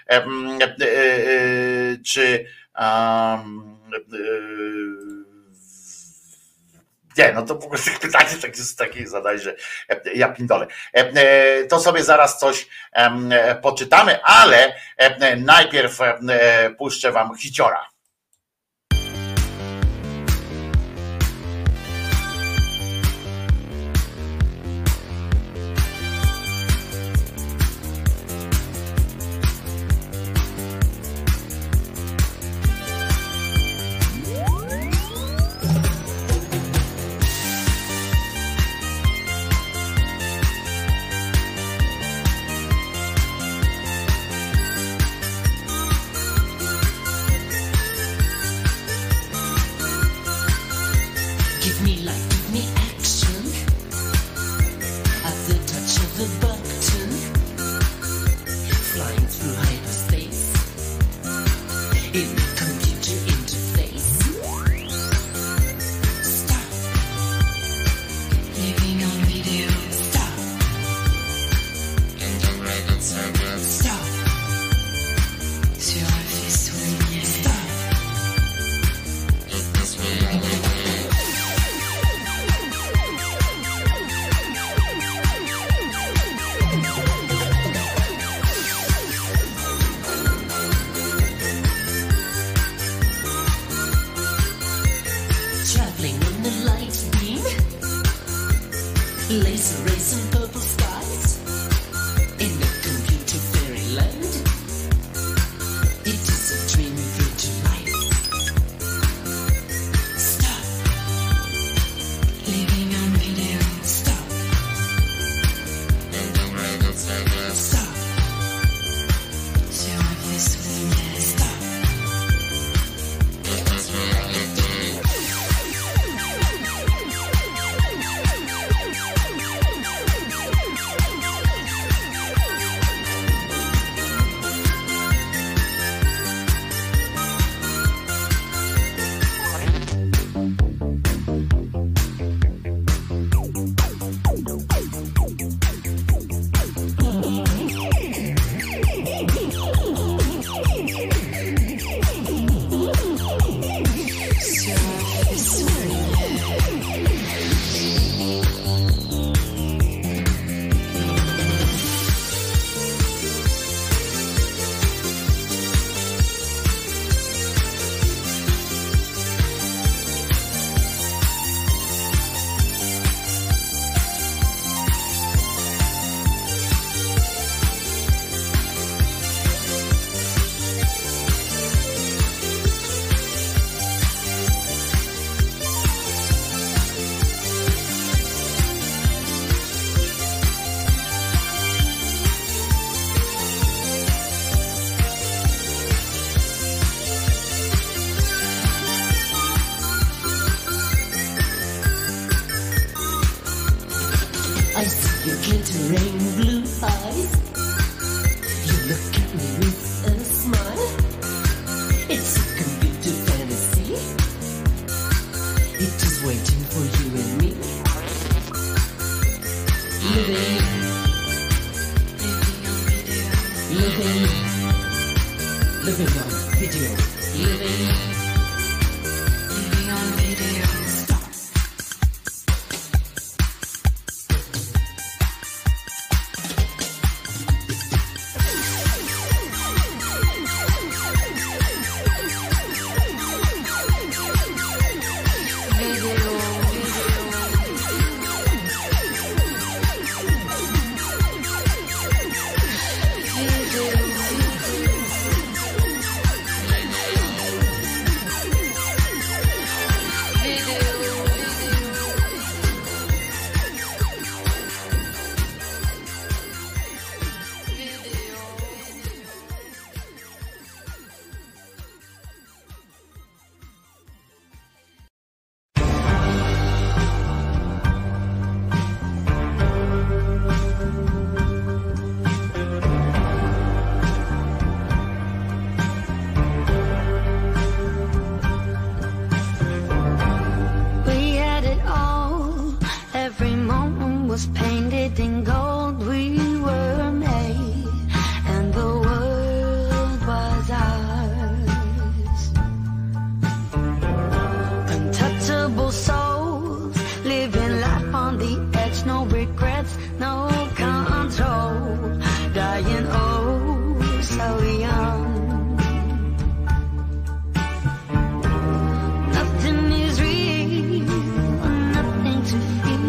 Speaker 2: czy um, nie, no to w ogóle tych pytań tak jest takie zadaj, że ja pindolę. To sobie zaraz coś poczytamy, ale najpierw puszczę wam hiciora.
Speaker 12: Stop. Sur un vaisseau de lumière. Stop.
Speaker 15: I see your glittering blue eyes. You look at me with a smile. It's a computer fantasy. It is waiting for you and me. Living, living, living on video. Living, living on video. Stop. Painted in gold, we were made, and the world was ours. Untouchable souls, living life on the edge, no regrets, no control, dying oh so young. Nothing is real, nothing to feel.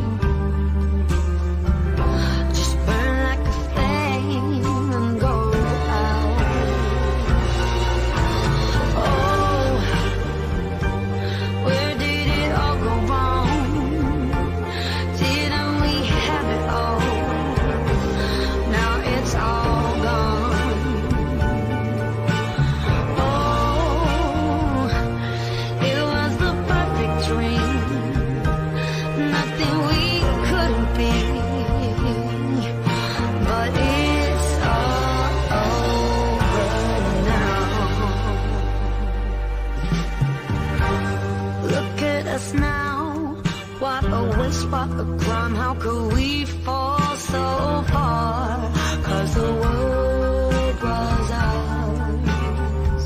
Speaker 15: What a crime, how could we fall so far? Cause the world was ours.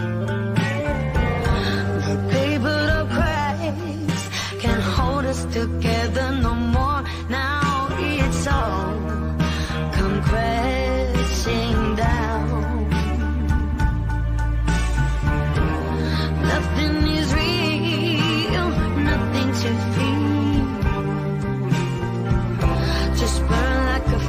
Speaker 15: The paper of cracks can't hold us together no more. Now it's all come crashing down. Nothing is real, nothing to feel. Just burn like a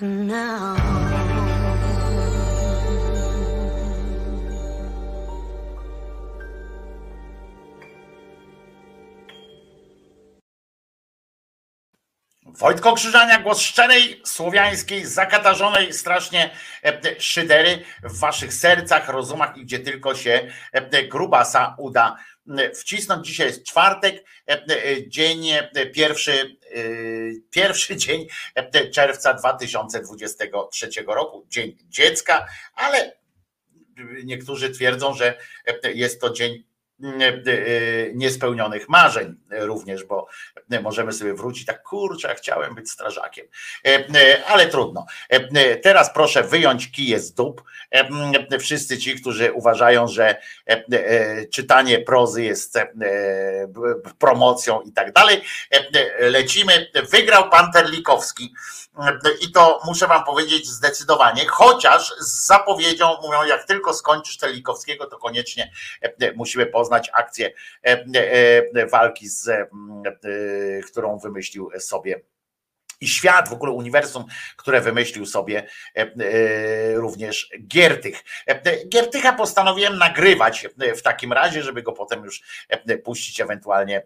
Speaker 4: now.
Speaker 2: Wojtko Krzyżaniak, głos szczerej, słowiańskiej, zakatarzonej strasznie szydery w waszych sercach, rozumach i gdzie tylko się grubasa uda wcisnąć. Dzisiaj jest czwartek, dzień pierwszy, pierwszy dzień czerwca dwa tysiące dwudziestego trzeciego roku, dzień dziecka, ale niektórzy twierdzą, że jest to dzień niespełnionych marzeń również, bo możemy sobie wrócić tak, kurczę, ja chciałem być strażakiem, ale trudno. Teraz proszę wyjąć kije z dup. Wszyscy ci, którzy uważają, że czytanie prozy jest promocją i tak dalej. Lecimy. Wygrał pan Terlikowski i to muszę wam powiedzieć zdecydowanie, chociaż z zapowiedzią mówią, jak tylko skończysz Terlikowskiego, to koniecznie musimy poznać akcję walki, z, którą wymyślił sobie i świat, w ogóle uniwersum, które wymyślił sobie również Giertych. Giertycha postanowiłem nagrywać w takim razie, żeby go potem już puścić ewentualnie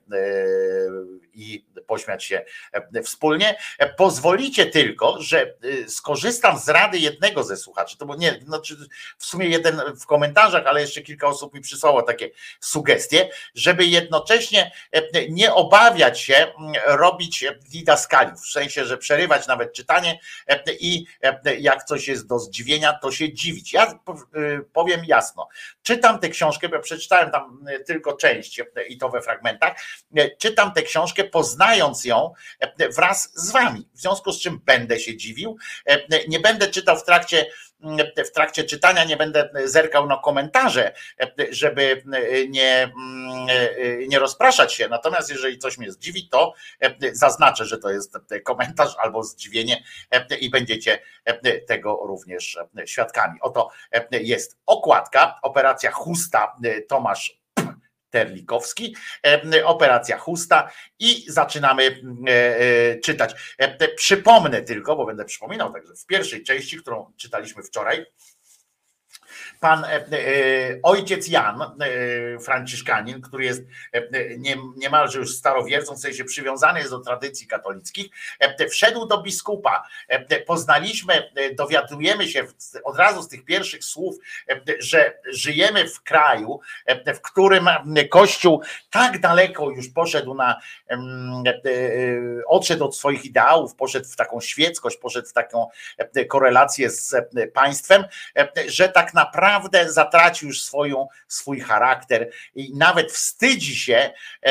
Speaker 2: i pośmiać się wspólnie. Pozwolicie tylko, że skorzystam z rady jednego ze słuchaczy, to bo nie, znaczy w sumie jeden w komentarzach, ale jeszcze kilka osób mi przysłało takie sugestie, żeby jednocześnie nie obawiać się robić didaskaliów, w sensie, że przerywać nawet czytanie i jak coś jest do zdziwienia, to się dziwić. Ja powiem jasno, czytam tę książkę, bo przeczytałem tam tylko część i to we fragmentach, czytam tę książkę poznając ją wraz z wami, w związku z czym będę się dziwił, nie będę czytał w trakcie w trakcie czytania, nie będę zerkał na komentarze, żeby nie, nie rozpraszać się, natomiast jeżeli coś mnie zdziwi, to zaznaczę, że to jest komentarz albo zdziwienie i będziecie tego również świadkami. Oto jest okładka, operacja Chusta, Tomasz Terlikowski, operacja Chusta i zaczynamy czytać. Przypomnę tylko, bo będę przypominał, także w pierwszej części, którą czytaliśmy wczoraj, pan ojciec Jan, franciszkanin, który jest niemalże już starowiercą, w sensie przywiązany jest do tradycji katolickich, wszedł do biskupa. Poznaliśmy, dowiadujemy się od razu z tych pierwszych słów, że żyjemy w kraju, w którym Kościół tak daleko już poszedł na, odszedł od swoich ideałów, poszedł w taką świeckość, poszedł w taką korelację z państwem, że tak naprawdę zatracił już swoją, swój charakter i nawet wstydzi się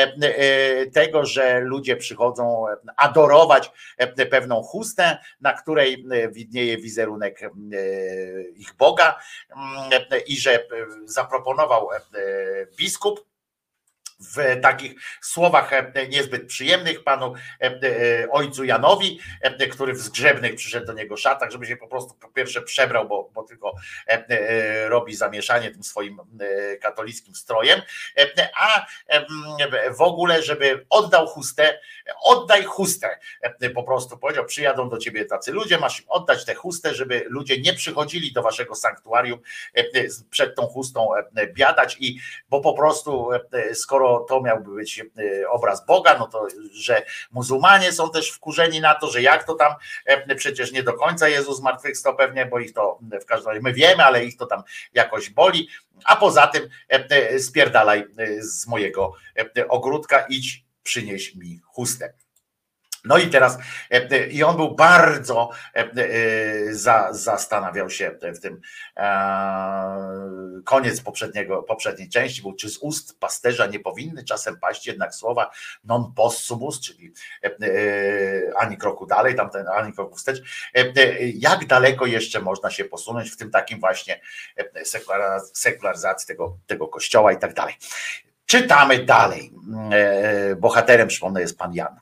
Speaker 2: tego, że ludzie przychodzą adorować pewną chustę, na której widnieje wizerunek ich Boga i że zaproponował biskup w takich słowach niezbyt przyjemnych panu ojcu Janowi, który w zgrzebnych przyszedł do niego szatach, żeby się po prostu po pierwsze przebrał, bo, bo tylko robi zamieszanie tym swoim katolickim strojem, a w ogóle, żeby oddał chustę, oddaj chustę, po prostu powiedział, przyjadą do ciebie tacy ludzie, masz im oddać tę chustę, żeby ludzie nie przychodzili do waszego sanktuarium przed tą chustą biadać, i bo po prostu skoro to miałby być obraz Boga, no to, że muzułmanie są też wkurzeni na to, że jak to tam, przecież nie do końca Jezus zmartwychwstał pewnie, bo ich to w każdym razie my wiemy, ale ich to tam jakoś boli, a poza tym spierdalaj z mojego ogródka, idź, przynieś mi chustę. No i teraz, i on był bardzo, za, zastanawiał się w tym, koniec poprzedniego, poprzedniej części był, czy z ust pasterza nie powinny czasem paść jednak słowa non possumus, czyli ani kroku dalej, tamten, ani kroku wstecz. Jak daleko jeszcze można się posunąć w tym takim właśnie sekularyzacji tego, tego kościoła i tak dalej. Czytamy dalej. Bohaterem, przypomnę, jest pan Jan.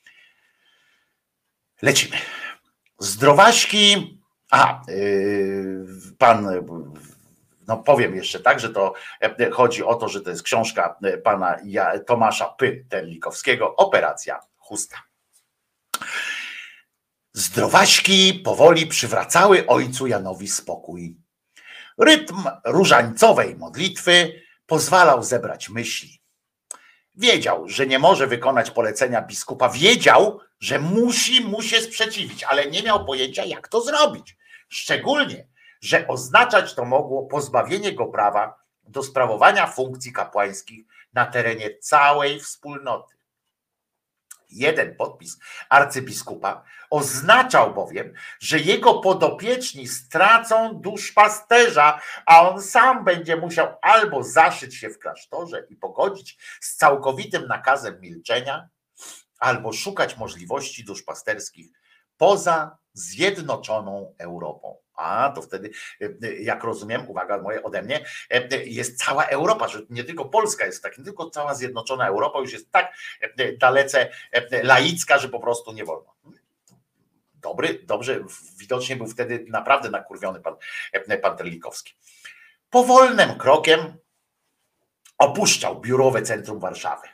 Speaker 2: Lecimy. Zdrowaśki. Aha, pan, no powiem jeszcze tak, że to chodzi o to, że to jest książka pana Tomasza P. Terlikowskiego, Operacja Chusta. Zdrowaśki powoli przywracały ojcu Janowi spokój. Rytm różańcowej modlitwy pozwalał zebrać myśli. Wiedział, że nie może wykonać polecenia biskupa. Wiedział, że musi mu się sprzeciwić, ale nie miał pojęcia, jak to zrobić. Szczególnie, że oznaczać to mogło pozbawienie go prawa do sprawowania funkcji kapłańskich na terenie całej wspólnoty. Jeden podpis arcybiskupa oznaczał bowiem, że jego podopieczni stracą duszpasterza, a on sam będzie musiał albo zaszyć się w klasztorze i pogodzić z całkowitym nakazem milczenia, albo szukać możliwości duszpasterskich poza zjednoczoną Europą. A to wtedy, jak rozumiem, uwaga moje ode mnie, jest cała Europa, że nie tylko Polska jest tak, nie tylko cała zjednoczona Europa już jest tak dalece laicka, że po prostu nie wolno. Dobry, dobrze, widocznie był wtedy naprawdę nakurwiony pan, pan Terlikowski. Powolnym krokiem opuszczał biurowe centrum Warszawy.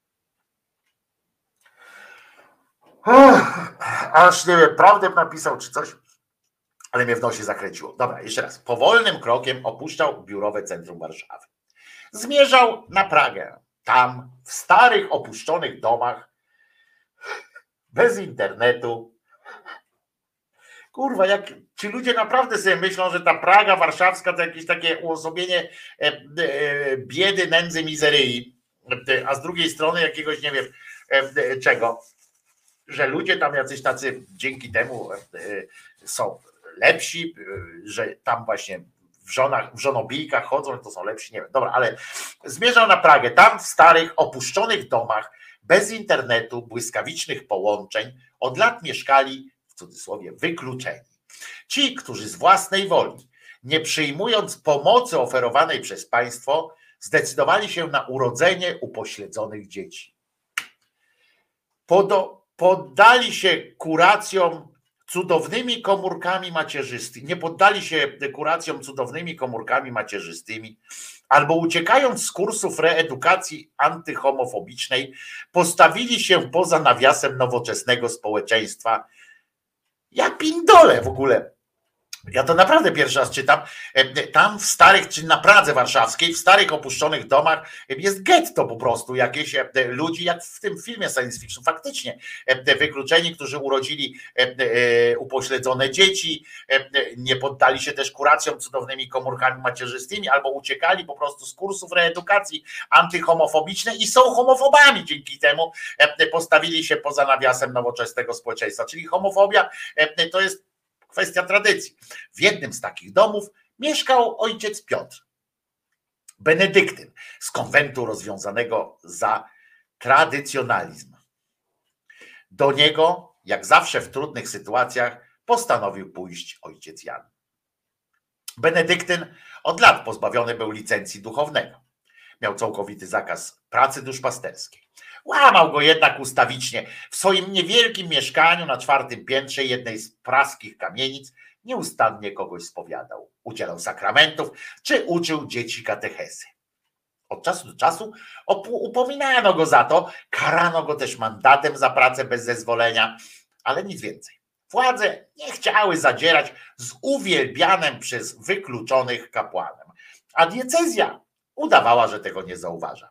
Speaker 2: Aż nie wiem, prawdę napisał czy coś, ale mnie w nosie zakręciło. Dobra, jeszcze raz. Powolnym krokiem opuszczał biurowe centrum Warszawy. Zmierzał na Pragę. Tam, w starych, opuszczonych domach, bez internetu. Kurwa, jak ci ludzie naprawdę sobie myślą, że ta Praga warszawska to jakieś takie uosobienie biedy, nędzy, mizeryi, a z drugiej strony jakiegoś, nie wiem, czego, że ludzie tam jacyś tacy dzięki temu są lepsi, że tam właśnie w żonach, w żonobijkach chodzą, to są lepsi, nie wiem. Dobra, ale zmierzał na Pragę. Tam w starych, opuszczonych domach, bez internetu, błyskawicznych połączeń, od lat mieszkali, w cudzysłowie, wykluczeni. Ci, którzy z własnej woli, nie przyjmując pomocy oferowanej przez państwo, zdecydowali się na urodzenie upośledzonych dzieci. Podo, poddali się kuracjom cudownymi komórkami macierzystymi, nie poddali się kuracjom cudownymi komórkami macierzystymi, albo uciekając z kursów reedukacji antyhomofobicznej, postawili się poza nawiasem nowoczesnego społeczeństwa. Ja pindolę w ogóle. Ja to naprawdę pierwszy raz czytam. Tam w starych, czy na Pradze warszawskiej, w starych opuszczonych domach jest getto po prostu jakieś ludzi, jak w tym filmie science fiction, faktycznie wykluczeni, którzy urodzili upośledzone dzieci, nie poddali się też kuracjom cudownymi komórkami macierzystymi, albo uciekali po prostu z kursów reedukacji antyhomofobicznej i są homofobami dzięki temu, postawili się poza nawiasem nowoczesnego społeczeństwa. Czyli homofobia to jest kwestia tradycji. W jednym z takich domów mieszkał ojciec Piotr, benedyktyn z konwentu rozwiązanego za tradycjonalizm. Do niego, jak zawsze w trudnych sytuacjach, postanowił pójść ojciec Jan. Benedyktyn od lat pozbawiony był licencji duchownego. Miał całkowity zakaz pracy duszpasterskiej. Łamał go jednak ustawicznie. W swoim niewielkim mieszkaniu na czwartym piętrze jednej z praskich kamienic nieustannie kogoś spowiadał, udzielał sakramentów czy uczył dzieci katechezy. Od czasu do czasu upominano go za to, karano go też mandatem za pracę bez zezwolenia, ale nic więcej. Władze nie chciały zadzierać z uwielbianym przez wykluczonych kapłanem, a diecezja udawała, że tego nie zauważa.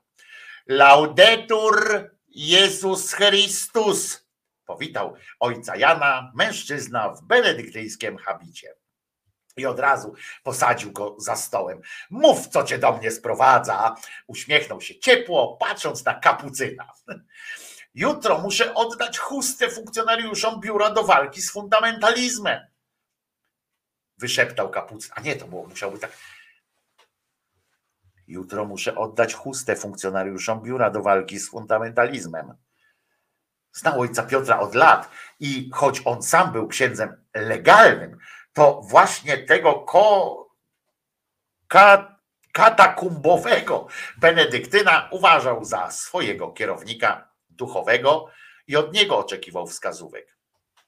Speaker 2: Laudetur Jezus Chrystus, powitał ojca Jana mężczyzna w benedyktyńskim habicie. I od razu posadził go za stołem. Mów, co cię do mnie sprowadza. Uśmiechnął się ciepło, patrząc na kapucyna. Jutro muszę oddać chustę funkcjonariuszom biura do walki z fundamentalizmem. Wyszeptał kapucyn. A nie, to było, musiałby tak... Jutro muszę oddać chustę funkcjonariuszom biura do walki z fundamentalizmem. Znał ojca Piotra od lat i choć on sam był księdzem legalnym, to właśnie tego ko, ka, katakumbowego benedyktyna uważał za swojego kierownika duchowego i od niego oczekiwał wskazówek.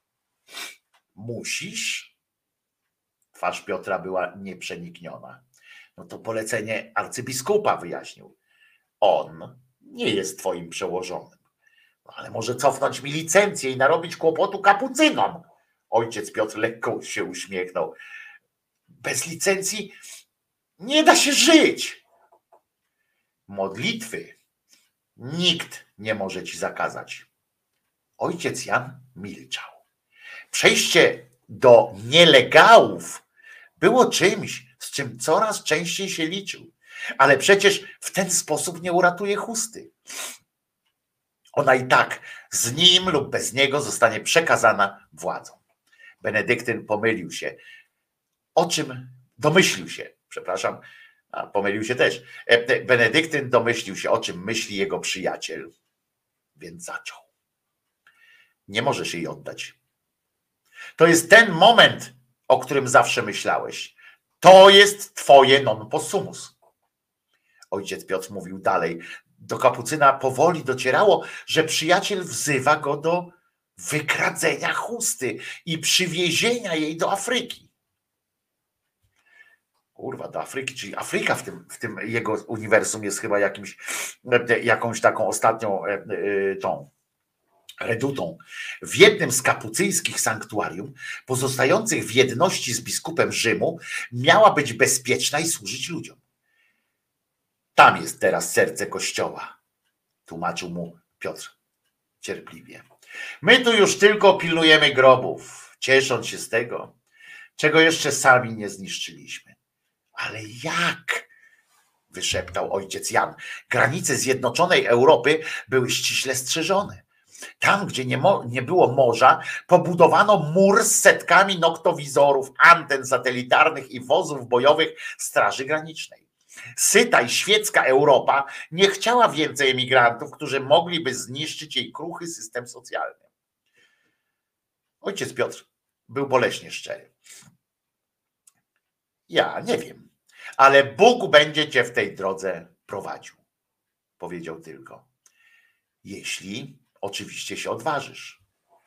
Speaker 2: Musisz? Twarz Piotra była nieprzenikniona. No to polecenie arcybiskupa, wyjaśnił. On nie jest twoim przełożonym. No ale może cofnąć mi licencję i narobić kłopotu kapucynom. Ojciec Piotr lekko się uśmiechnął. Bez licencji nie da się żyć. Modlitwy nikt nie może ci zakazać. Ojciec Jan milczał. Przejście do nielegałów było czymś, z czym coraz częściej się liczył. Ale przecież w ten sposób nie uratuje chusty. Ona i tak z nim lub bez niego zostanie przekazana władzą. Benedyktyn pomylił się. O czym domyślił się? Przepraszam, a pomylił się też. Benedyktyn domyślił się, o czym myśli jego przyjaciel. Więc zaczął. Nie możesz jej oddać. To jest ten moment, o którym zawsze myślałeś. To jest twoje non possumus. Ojciec Piotr mówił dalej. Do kapucyna powoli docierało, że przyjaciel wzywa go do wykradzenia chusty i przywiezienia jej do Afryki. Kurwa, do Afryki, czyli Afryka w tym, w tym jego uniwersum jest chyba jakimś, jakąś taką ostatnią tą redutą. W jednym z kapucyjskich sanktuarium, pozostających w jedności z biskupem Rzymu, miała być bezpieczna i służyć ludziom. Tam jest teraz serce Kościoła, tłumaczył mu Piotr cierpliwie. My tu już tylko pilnujemy grobów, ciesząc się z tego, czego jeszcze sami nie zniszczyliśmy. Ale jak? Wyszeptał ojciec Jan. Granice zjednoczonej Europy były ściśle strzeżone. Tam, gdzie nie, mo- nie było morza, pobudowano mur z setkami noktowizorów, anten satelitarnych i wozów bojowych Straży Granicznej. Syta i świecka Europa nie chciała więcej emigrantów, którzy mogliby zniszczyć jej kruchy system socjalny. Ojciec Piotr był boleśnie szczery. Ja nie wiem, ale Bóg będzie cię w tej drodze prowadził. Powiedział tylko. Jeśli oczywiście się odważysz.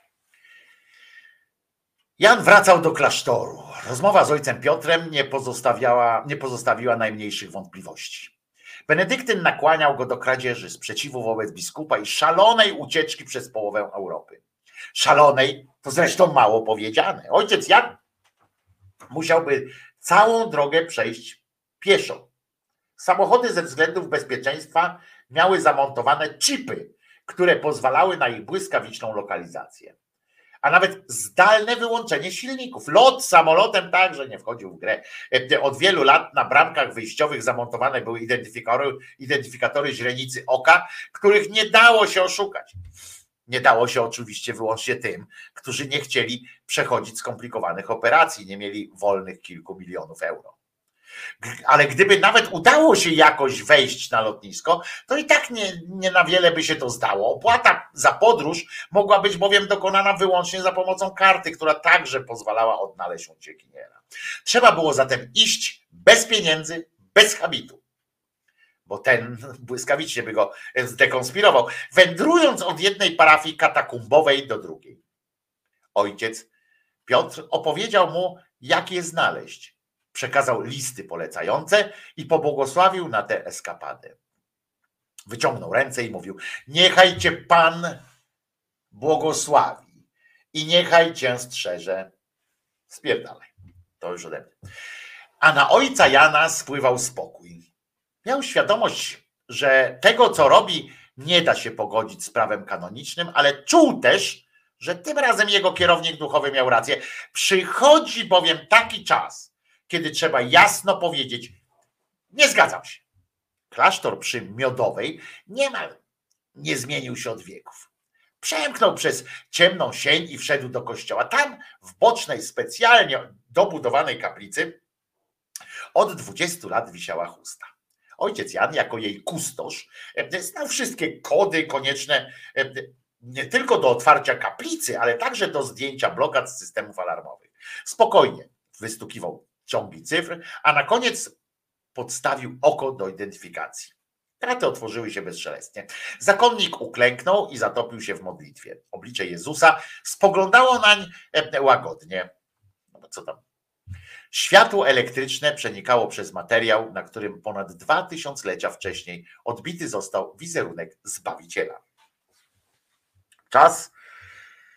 Speaker 2: Jan wracał do klasztoru. Rozmowa z ojcem Piotrem nie pozostawiała, nie pozostawiła najmniejszych wątpliwości. Benedyktyn nakłaniał go do kradzieży, sprzeciwu wobec biskupa i szalonej ucieczki przez połowę Europy. Szalonej to zresztą mało powiedziane. Ojciec Jan musiałby całą drogę przejść pieszo. Samochody ze względów bezpieczeństwa miały zamontowane czipy, które pozwalały na ich błyskawiczną lokalizację. A nawet zdalne wyłączenie silników. Lot samolotem także nie wchodził w grę. Od wielu lat na bramkach wyjściowych zamontowane były identyfikatory, identyfikatory źrenicy oka, których nie dało się oszukać. Nie dało się oczywiście wyłącznie tym, którzy nie chcieli przechodzić skomplikowanych operacji, nie mieli wolnych kilku milionów euro. Ale gdyby nawet udało się jakoś wejść na lotnisko, to i tak nie, nie na wiele by się to zdało. Opłata za podróż mogła być bowiem dokonana wyłącznie za pomocą karty, która także pozwalała odnaleźć uciekiniera. Trzeba było zatem iść bez pieniędzy, bez habitu, bo ten błyskawicznie by go zdekonspirował, wędrując od jednej parafii katakumbowej do drugiej. Ojciec Piotr opowiedział mu, jak je znaleźć. Przekazał listy polecające i pobłogosławił na tę eskapadę. Wyciągnął ręce i mówił: niechaj cię Pan błogosławi i niechaj cię strzeże. Spierdalaj. To już ode mnie. A na ojca Jana spływał spokój. Miał świadomość, że tego, co robi, nie da się pogodzić z prawem kanonicznym, ale czuł też, że tym razem jego kierownik duchowy miał rację. Przychodzi bowiem taki czas, kiedy trzeba jasno powiedzieć: nie zgadzam się. Klasztor przy Miodowej niemal nie zmienił się od wieków. Przemknął przez ciemną sień i wszedł do kościoła. Tam w bocznej, specjalnie dobudowanej kaplicy od dwudziestu lat wisiała chusta. Ojciec Jan jako jej kustosz znał wszystkie kody konieczne nie tylko do otwarcia kaplicy, ale także do zdjęcia blokad z systemów alarmowych. Spokojnie wystukiwał ciągi cyfr, a na koniec podstawił oko do identyfikacji. Kraty otworzyły się bezszelestnie. Zakonnik uklęknął i zatopił się w modlitwie. Oblicze Jezusa spoglądało nań łagodnie. No co tam? Światło elektryczne przenikało przez materiał, na którym ponad dwa tysiąclecia wcześniej odbity został wizerunek Zbawiciela. Czas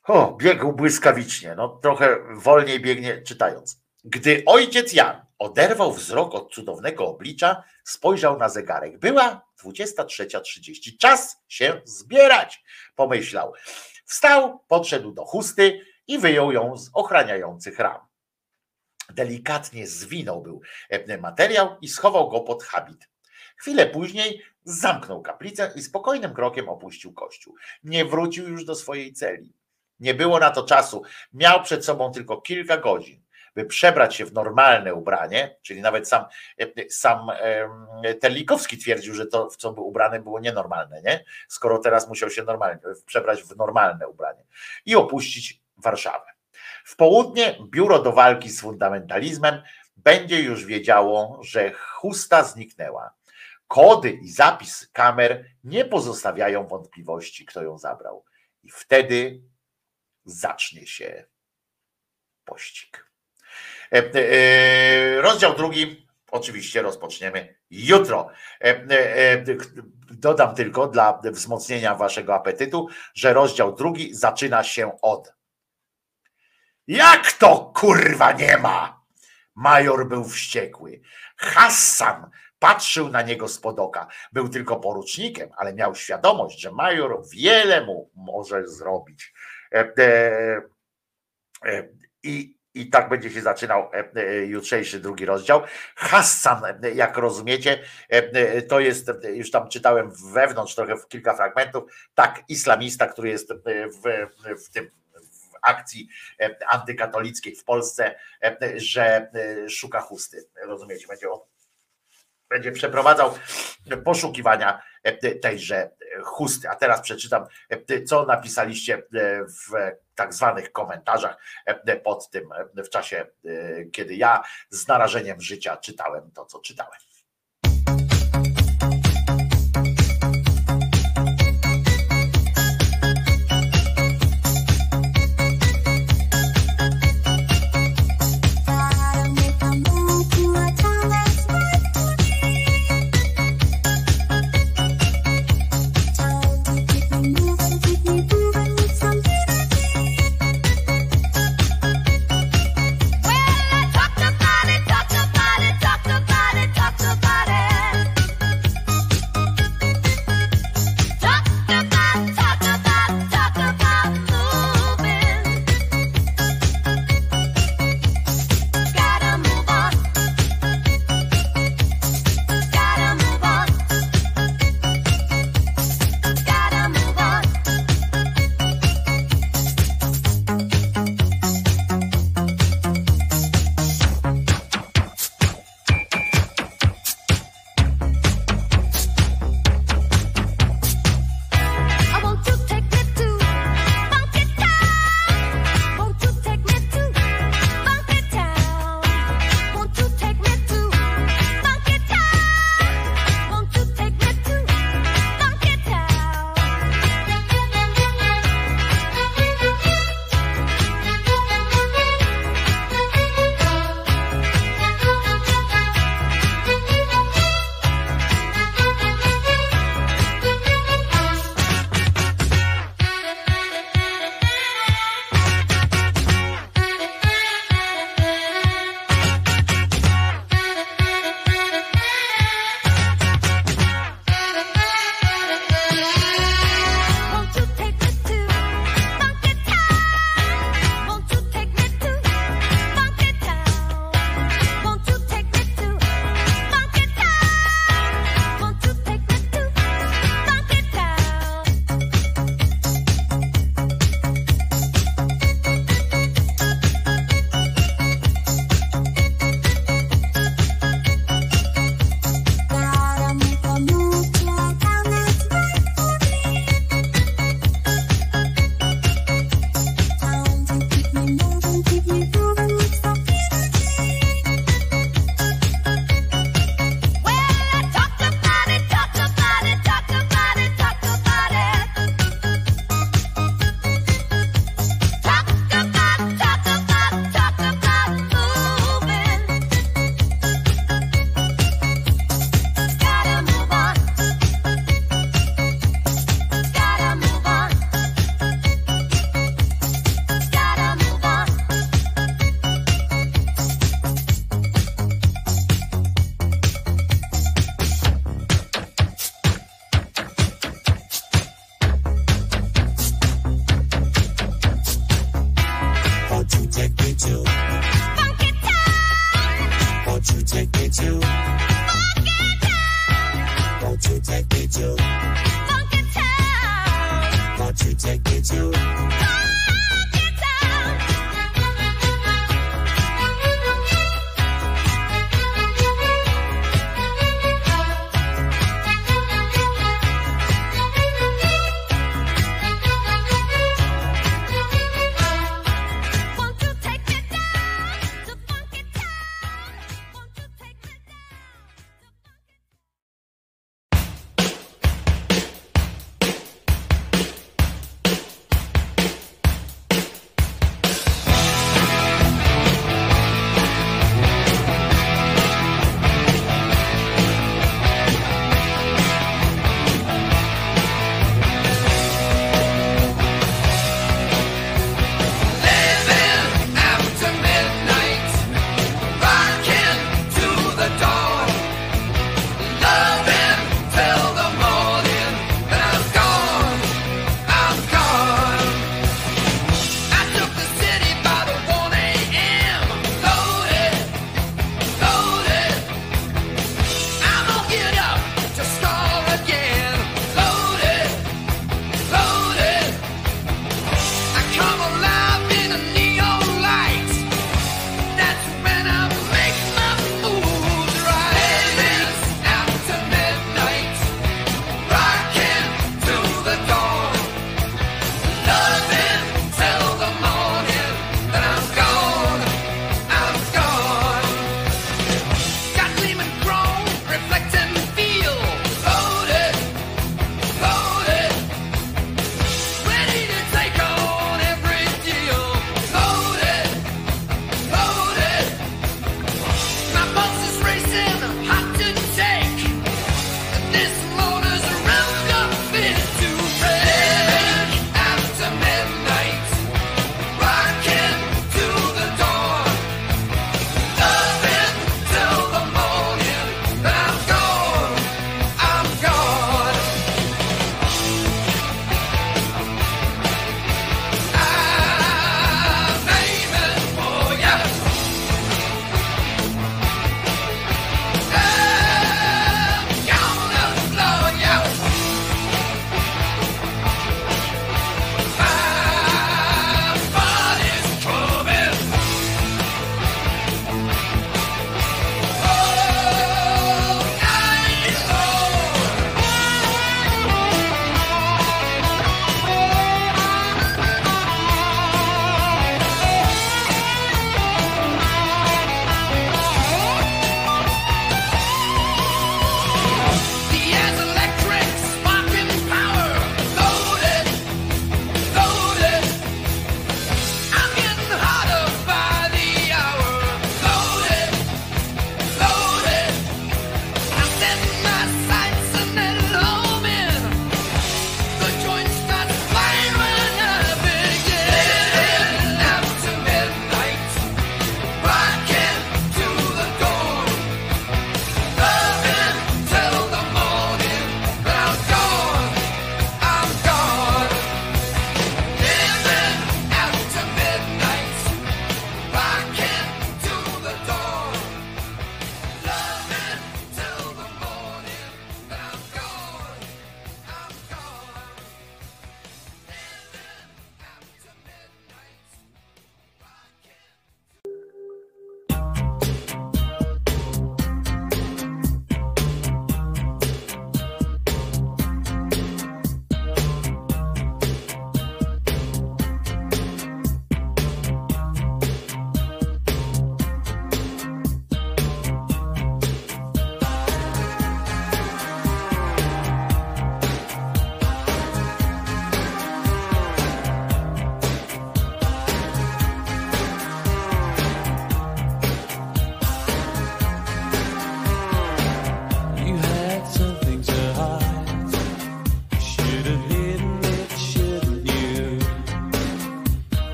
Speaker 2: O, biegł błyskawicznie, no trochę wolniej biegnie czytając. Gdy ojciec Jan oderwał wzrok od cudownego oblicza, spojrzał na zegarek. Była dwudziesta trzecia trzydzieści. Czas się zbierać, pomyślał. Wstał, podszedł do chusty i wyjął ją z ochraniających ram. Delikatnie zwinął był materiał i schował go pod habit. Chwilę później zamknął kaplicę i spokojnym krokiem opuścił kościół. Nie wrócił już do swojej celi. Nie było na to czasu. Miał przed sobą tylko kilka godzin, by przebrać się w normalne ubranie, czyli nawet sam, sam Terlikowski twierdził, że to, w co był ubrany, było nienormalne, nie? Skoro teraz musiał się normalnie przebrać w normalne ubranie i opuścić Warszawę. W południe biuro do walki z fundamentalizmem będzie już wiedziało, że chusta zniknęła. Kody i zapis kamer nie pozostawiają wątpliwości, kto ją zabrał. I wtedy zacznie się pościg. Rozdział drugi oczywiście rozpoczniemy jutro. Dodam tylko dla wzmocnienia waszego apetytu, że rozdział drugi zaczyna się od jak to kurwa nie ma? Major był wściekły. Hassan patrzył na niego spod oka. Był tylko porucznikiem, ale miał świadomość, że major wiele mu może zrobić. I, i tak będzie się zaczynał jutrzejszy drugi rozdział. Hassan, jak rozumiecie, to jest, już tam czytałem wewnątrz trochę w kilka fragmentów, tak, islamista, który jest w, w tym akcji antykatolickiej w Polsce, że szuka chusty. Rozumiecie, będzie, będzie przeprowadzał poszukiwania tejże chusty. A teraz przeczytam, co napisaliście w tak zwanych komentarzach pod tym, w czasie, kiedy ja z narażeniem życia czytałem to, co czytałem.
Speaker 3: Talk about it, talk about it, talk about it.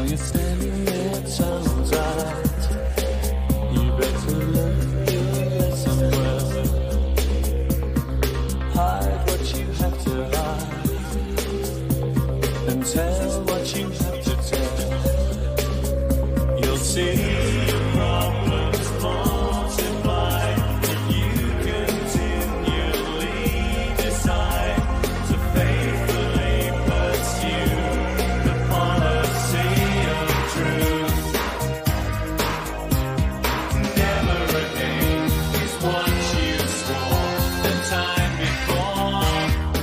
Speaker 16: you're standing there, turns out you better learn your lesson well. Hide what you have to hide and tell what you have to tell. You'll see your problems multiply if you continually decide to faithfully pursue the policy of truth. Never again is what you swore the time before.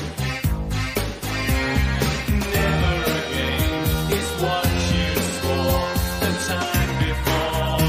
Speaker 16: Never again is what you swore the time before.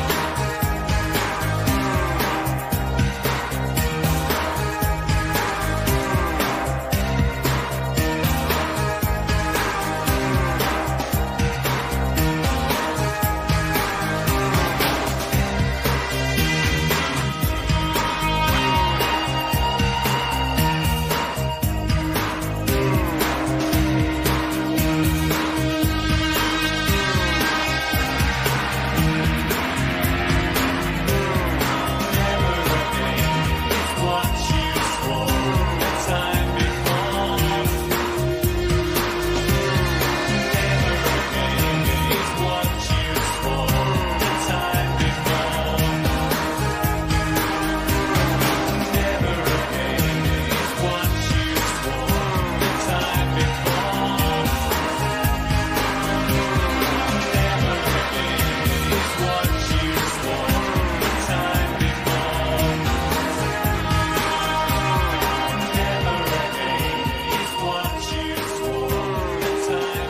Speaker 16: What you swore the time before. Never again is what you swore the time before. Never again is what you swore the time before. Never again is what you swore the time before. Never again is what you swore the time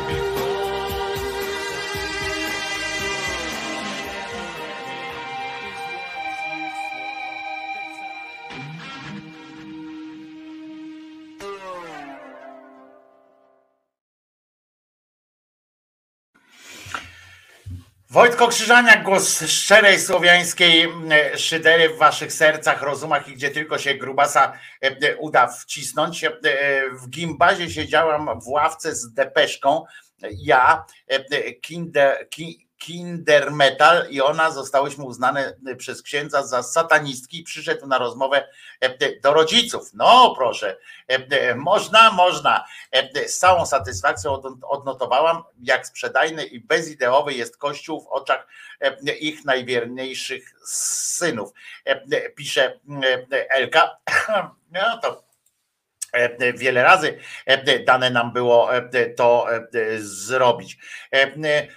Speaker 2: Wojtko Krzyżaniak, głos szczerej słowiańskiej e, szydery w waszych sercach, rozumach i gdzie tylko się grubasa e, e, uda wcisnąć. E, w gimbazie siedziałam w ławce z depeszką, ja, e, e, kinder, ki, kinder metal i ona, zostałyśmy uznane przez księdza za satanistki i przyszedł na rozmowę e, do rodziców. No proszę, e, e, można, można. E, z całą satysfakcją od, odnotowałam, jak sprzedajny i bezideowy jest Kościół w oczach e, ich najwierniejszych synów. E, e, pisze e, Elka. No to e, wiele razy e, dane nam było e, to e, zrobić. E, e,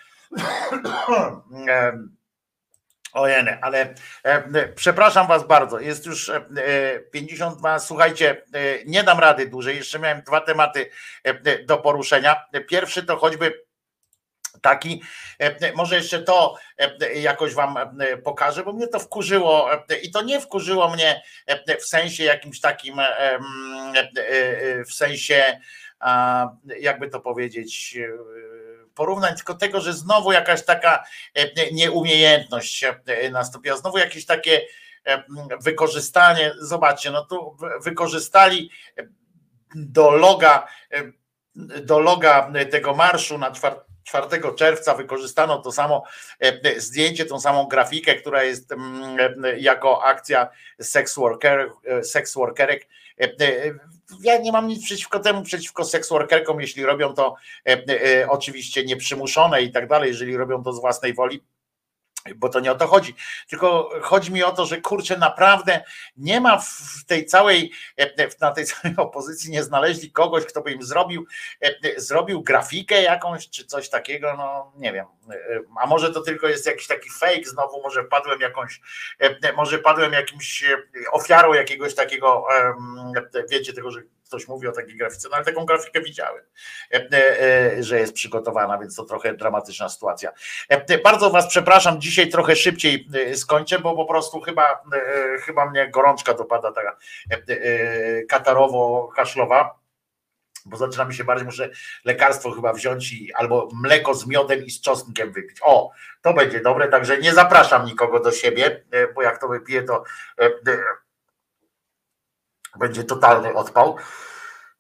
Speaker 2: Ojeny, ale e, przepraszam was bardzo, jest już e, pięćdziesiąt dwa, słuchajcie, e, nie dam rady dłużej, jeszcze miałem dwa tematy e, do poruszenia. Pierwszy to choćby taki, e, może jeszcze to e, jakoś wam e, pokażę, bo mnie to wkurzyło e, i to nie wkurzyło mnie e, w sensie jakimś takim, e, e, e, w sensie, a, jakby to powiedzieć, e, porównań, tylko tego, że znowu jakaś taka nieumiejętność nastąpiła, znowu jakieś takie wykorzystanie, zobaczcie, no tu wykorzystali do loga, do loga tego marszu na czwartego czerwca wykorzystano to samo zdjęcie, tą samą grafikę, która jest jako akcja sex worker, sex workerek. Ja nie mam nic przeciwko temu, przeciwko sex workerkom, jeśli robią to e, e, oczywiście nieprzymuszone i tak dalej, jeżeli robią to z własnej woli, bo to nie o to chodzi, tylko chodzi mi o to, że kurczę, naprawdę nie ma w tej całej, na tej całej opozycji nie znaleźli kogoś, kto by im zrobił, zrobił grafikę jakąś, czy coś takiego, no nie wiem, a może to tylko jest jakiś taki fake, znowu może padłem jakąś, może padłem jakimś ofiarą jakiegoś takiego, wiecie tego, że ktoś mówi o takiej grafice, no ale taką grafikę widziałem, że jest przygotowana, więc to trochę dramatyczna sytuacja. Bardzo was przepraszam, dzisiaj trochę szybciej skończę, bo po prostu chyba, chyba mnie gorączka dopada taka katarowo-kaszlowa, bo zaczyna mi się bardziej, muszę lekarstwo chyba wziąć i albo mleko z miodem i z czosnkiem wypić. O, to będzie dobre, także nie zapraszam nikogo do siebie, bo jak to wypiję, to będzie totalny odpał.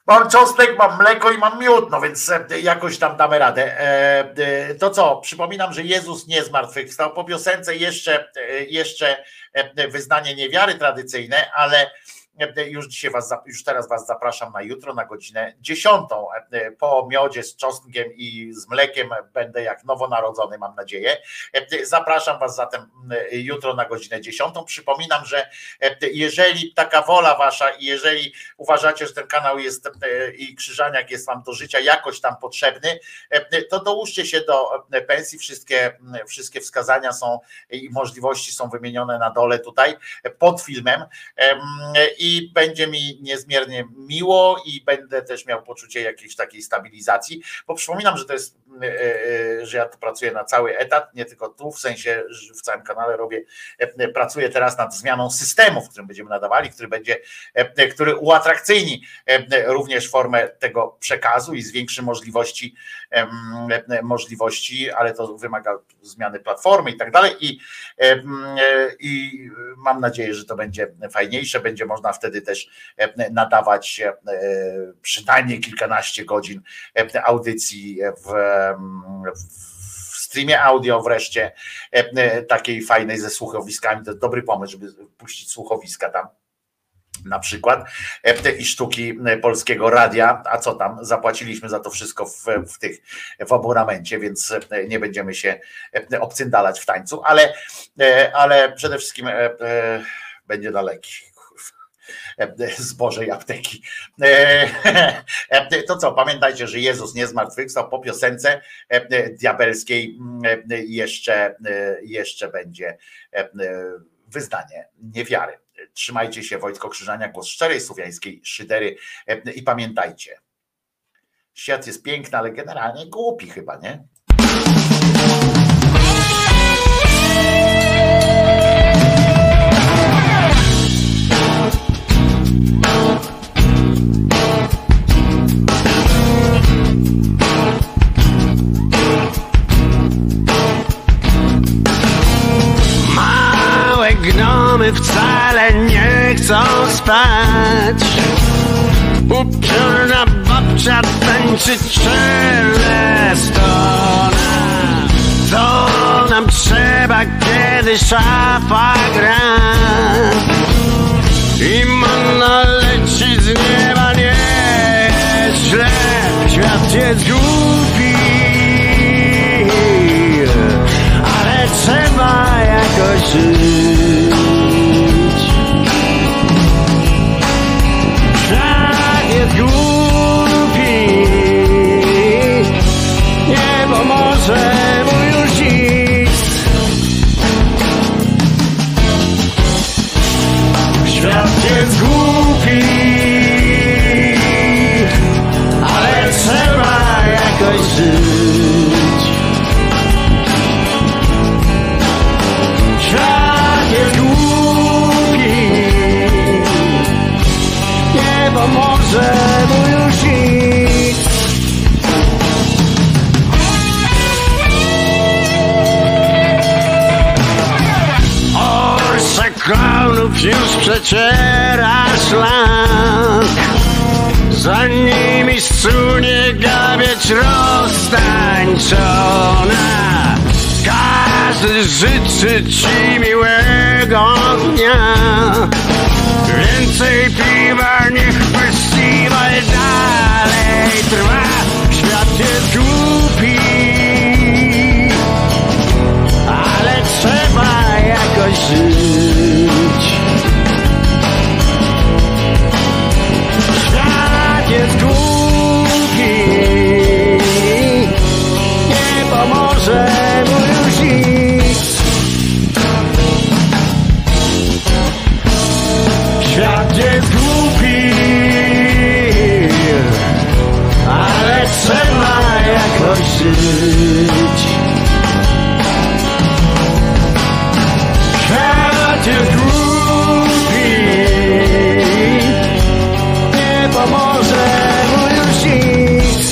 Speaker 2: Mam czosnek, mam mleko i mam miód, no więc jakoś tam damy radę. To co, przypominam, że Jezus nie zmartwychwstał. Po piosence jeszcze, jeszcze wyznanie niewiary tradycyjne, ale już dzisiaj was, już teraz was zapraszam na jutro na godzinę dziesiątą. Po miodzie z czosnkiem i z mlekiem będę jak nowonarodzony, mam nadzieję. Zapraszam was zatem jutro na godzinę dziesiątą. Przypominam, że jeżeli taka wola wasza i jeżeli uważacie, że ten kanał jest i Krzyżaniak jest wam do życia jakoś tam potrzebny, to dołóżcie się do pensji. Wszystkie, wszystkie wskazania są i możliwości są wymienione na dole tutaj pod filmem. I I będzie mi niezmiernie miło i będę też miał poczucie jakiejś takiej stabilizacji, bo przypominam, że to jest, że ja tu pracuję na cały etat, nie tylko tu, w sensie w całym kanale robię, pracuję teraz nad zmianą systemu, w którym będziemy nadawali, który będzie, który uatrakcyjni również formę tego przekazu i zwiększy możliwości, możliwości, ale to wymaga zmiany platformy i tak dalej i, i mam nadzieję, że to będzie fajniejsze, będzie można wtedy też nadawać przynajmniej kilkanaście godzin audycji w, w streamie audio wreszcie, takiej fajnej ze słuchowiskami. To jest dobry pomysł, żeby puścić słuchowiska tam na przykład i sztuki Polskiego Radia, a co tam, zapłaciliśmy za to wszystko w, w tych w abonamencie, więc nie będziemy się obcyndalać w tańcu, ale, ale przede wszystkim będzie na leki z Bożej apteki. To co, pamiętajcie, że Jezus nie zmartwychwstał. Po piosence diabelskiej jeszcze, jeszcze będzie wyznanie niewiary. Trzymajcie się, Wojtko Krzyżania, głos szczerej słowiańskiej szydery i pamiętajcie, świat jest piękny, ale generalnie głupi chyba, nie?
Speaker 17: Gnomy wcale nie chcą spać. Upiorna babcia tańczy Charlestona. Co nam trzeba, kiedy szafa gra i manna leci z nieba nieźle. Świat jest głupi, ale trzeba jakoś żyć. Świat jest głupi, nie pomoże mu już nic. Świat jest głupi, ale trzeba jakoś żyć. Świat jest głupi, nie pomoże mu już nic. Orszak klaunów już przeciera szlak, za nimi sunie gawieć roztańczona. Każdy życzy ci miłego dnia. Więcej piwa, niech festiwal dalej trwa. Świat jest głupi, ale trzeba jakoś żyć. Świat jest głupi, nie pomoże mu już nic. Świat jest głupi, ale trzeba jakoś żyć. Świat jest głupi, nie pomoże mu już nic.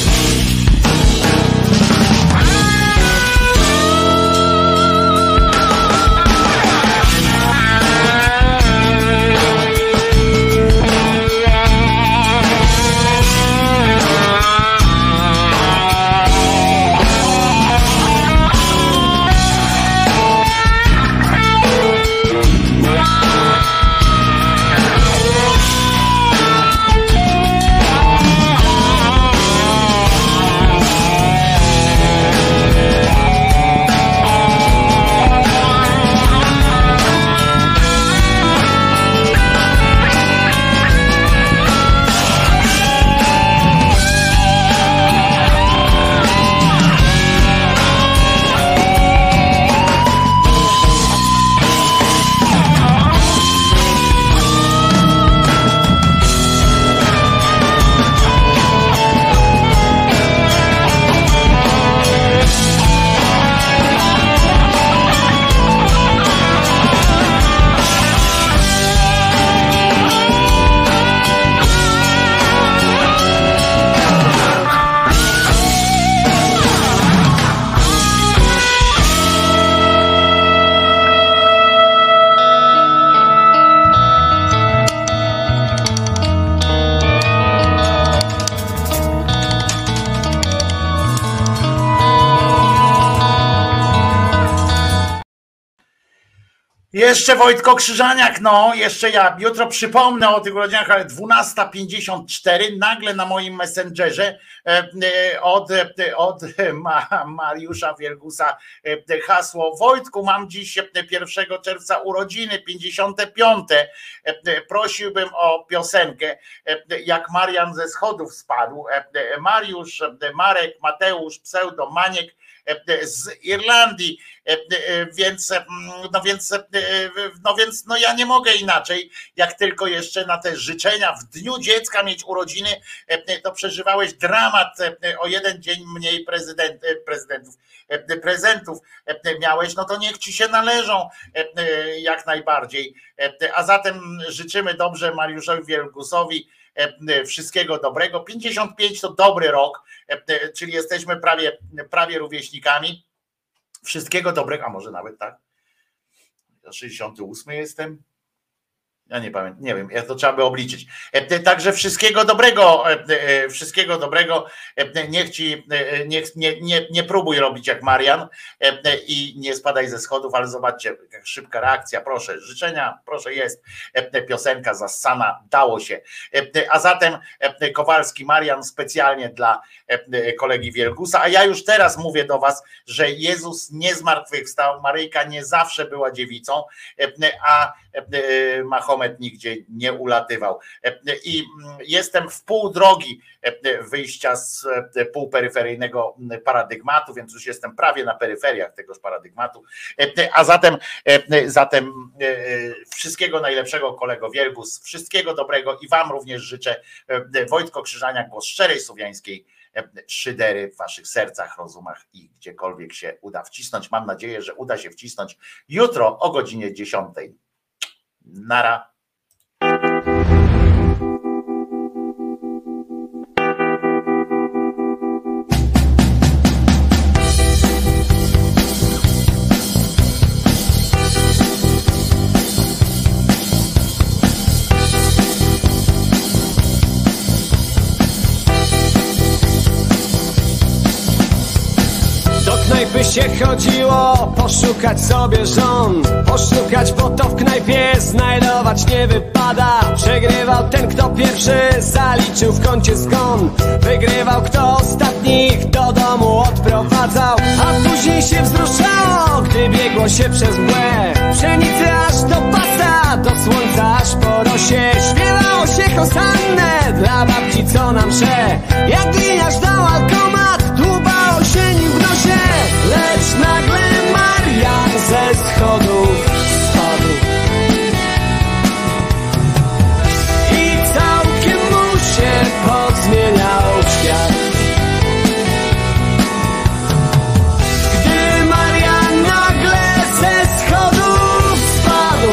Speaker 2: Jeszcze Wojtko Krzyżaniak, no, jeszcze ja. Jutro przypomnę o tych urodzinach, ale dwunasta pięćdziesiąt cztery nagle na moim Messengerze od, od Mariusza Wielgusa hasło: Wojtku, mam dziś pierwszego czerwca urodziny, pięćdziesiąte piąte. Prosiłbym o piosenkę, jak Marian ze schodów spadł. Mariusz, Marek, Mateusz, pseudo Maniek z Irlandii, więc no więc no więc no ja nie mogę inaczej, jak tylko jeszcze na te życzenia w dniu dziecka mieć urodziny, to przeżywałeś dramat, o jeden dzień mniej prezydent, prezydentów, prezentów miałeś, no to niech ci się należą jak najbardziej. A zatem życzymy dobrze Mariuszowi Wielgusowi wszystkiego dobrego. pięćdziesiąt pięć to dobry rok, czyli jesteśmy prawie, prawie rówieśnikami. Wszystkiego dobrego, a może nawet tak. sześćdziesiąty ósmy jestem. Ja nie pamiętam, nie wiem, to trzeba by obliczyć. Także wszystkiego dobrego, wszystkiego dobrego. Niech ci, niech, nie, nie, nie próbuj robić jak Marian i nie spadaj ze schodów, ale zobaczcie, jak szybka reakcja, proszę, życzenia, proszę, jest piosenka zassana, dało się. A zatem Kowalski Marian specjalnie dla kolegi Wielgusa, a ja już teraz mówię do was, że Jezus nie zmartwychwstał, Maryjka nie zawsze była dziewicą, a Mahomet nigdzie nie ulatywał. I jestem w pół drogi wyjścia z półperyferyjnego paradygmatu, więc już jestem prawie na peryferiach tegoż paradygmatu. A zatem, zatem wszystkiego najlepszego, kolego Wielgus, wszystkiego dobrego i wam również życzę. Wojtko Krzyżaniak, głos szczerej słowiańskiej szydery w waszych sercach, rozumach i gdziekolwiek się uda wcisnąć. Mam nadzieję, że uda się wcisnąć jutro o godzinie dziesiątej. Nara.
Speaker 17: By się chodziło, poszukać sobie żon, poszukać, bo to w knajpie znajdować nie wypada. Przegrywał ten, kto pierwszy zaliczył w kącie zgon, wygrywał kto ostatnich do domu odprowadzał, a później się wzruszało, gdy biegło się przez mgłę. Pszenicy aż do pasa, do słońca aż po rosie, śpiewało się hosannę dla babci, co nam msze. Jak gliniarz dał alkomat, dłubało się nim w nosie. Lecz nagle Marian ze schodów spadł i całkiem mu się pozmieniał świat. Gdy Marian nagle ze schodów spadł,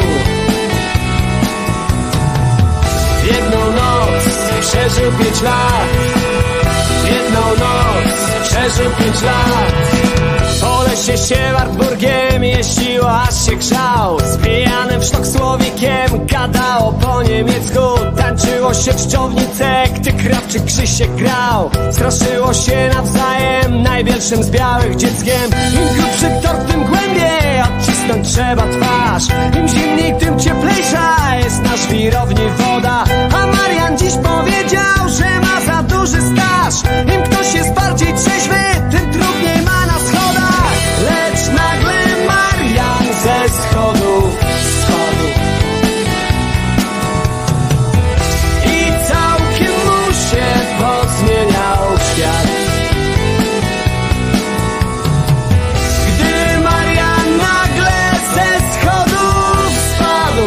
Speaker 17: w jedną noc przeżył pięć lat. W jedną noc przeżył pięć lat. Po lesie się Wartburgiem jeździło, aż się grzał. Z pijanym w sztok słowikiem gadało po niemiecku. Tańczyło się w czczownicę, gdy Krawczyk Krzysiek grał. Straszyło się nawzajem najwielszym z białych dzieckiem. Im grubszy tort, tym głębiej odcisnąć trzeba twarz. Im zimniej, tym cieplejsza jest na żwirowni woda. A Marian dziś powiedział, że ma za duży staż. Im ktoś jest bardziej trzeźwy, tym trudniej ma na schodach. Lecz nagle Marian ze schodów spadł i całkiem mu się pozmieniał świat. Gdy Marian nagle ze schodów spadł,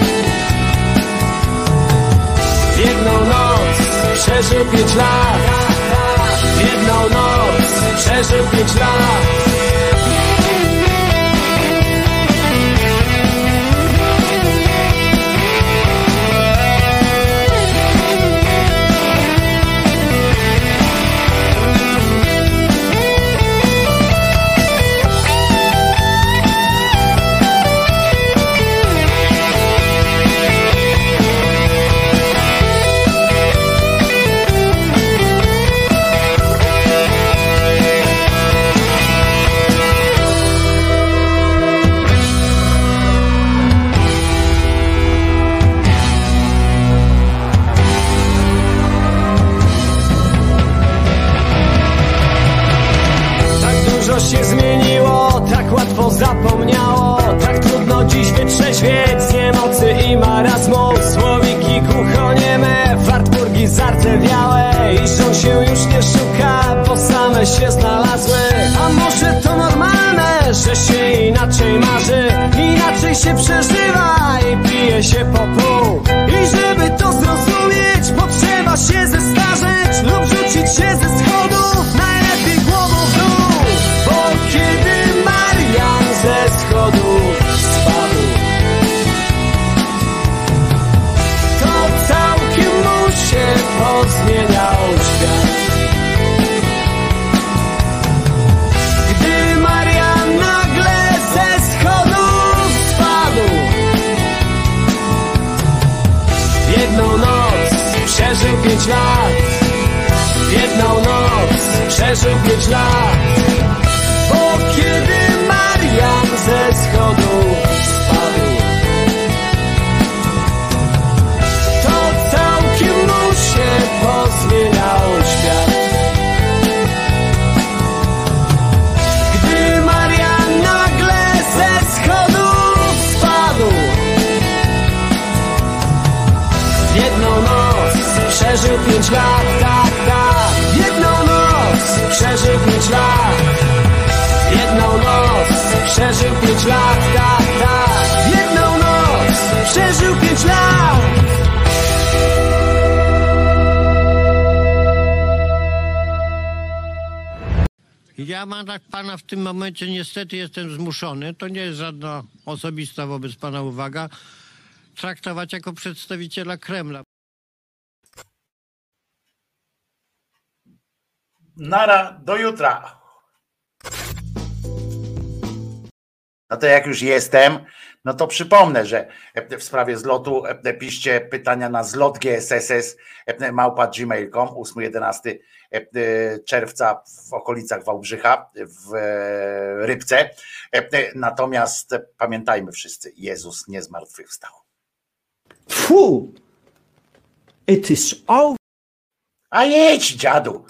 Speaker 17: w jedną noc przeżył pięć lat. W jedną noc przeżył pięć lat. się zmieniło, tak łatwo zapomniało. Tak trudno dziś wytrzeźwieć z niemocy i marazmu. Słowiki głuchonieme, wartburgi zardzewiałe. I żon się już nie szuka, bo same się znalazły. A może to normalne, że się inaczej marzy, inaczej się przeżywa i pije się po pół. I żeby to zrozumieć, potrzeba się zestarzeć lub rzucić się ze schodów, najlepiej głową w dół. Bo kiedy Marian ze schodów spadł, to całkiem mu się pozmieniał świat. Gdy Marian nagle ze schodów spadł, w jedną noc przeżył pięć lat. W jedną noc przeżył pięć lat. Bo kiedy Marian ze schodów spadł, to całkiem mu się pozmieniał świat. Gdy Marian nagle ze schodów spadł, w jedną noc przeżył pięć lat, tak, tak. W jedną noc przeżył pięć lat. W jedną noc przeżył pięć lat, tak, tak. W jedną noc przeżył pięć lat.
Speaker 18: Ja mam tak pana w tym momencie niestety jestem zmuszony, to nie jest żadna osobista wobec pana uwaga, traktować jako przedstawiciela Kremla.
Speaker 2: Nara, do jutra. No to jak już jestem, no to przypomnę, że w sprawie zlotu piszcie pytania na zlot g s s s małpa gmail kropka com ósmego jedenastego czerwca w okolicach Wałbrzycha, w Rybce. Natomiast pamiętajmy wszyscy, Jezus nie zmartwychwstał.
Speaker 7: Fu! It is all...
Speaker 2: A jedź, dziadu!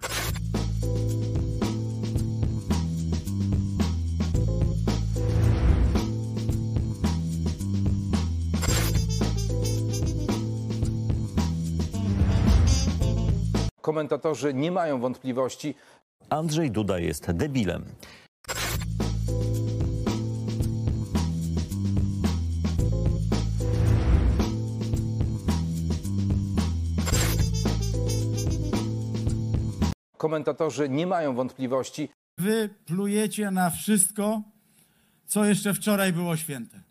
Speaker 19: Komentatorzy nie mają wątpliwości.
Speaker 20: Andrzej Duda jest debilem.
Speaker 19: Komentatorzy nie mają wątpliwości.
Speaker 21: Wy plujecie na wszystko, co jeszcze wczoraj było święte.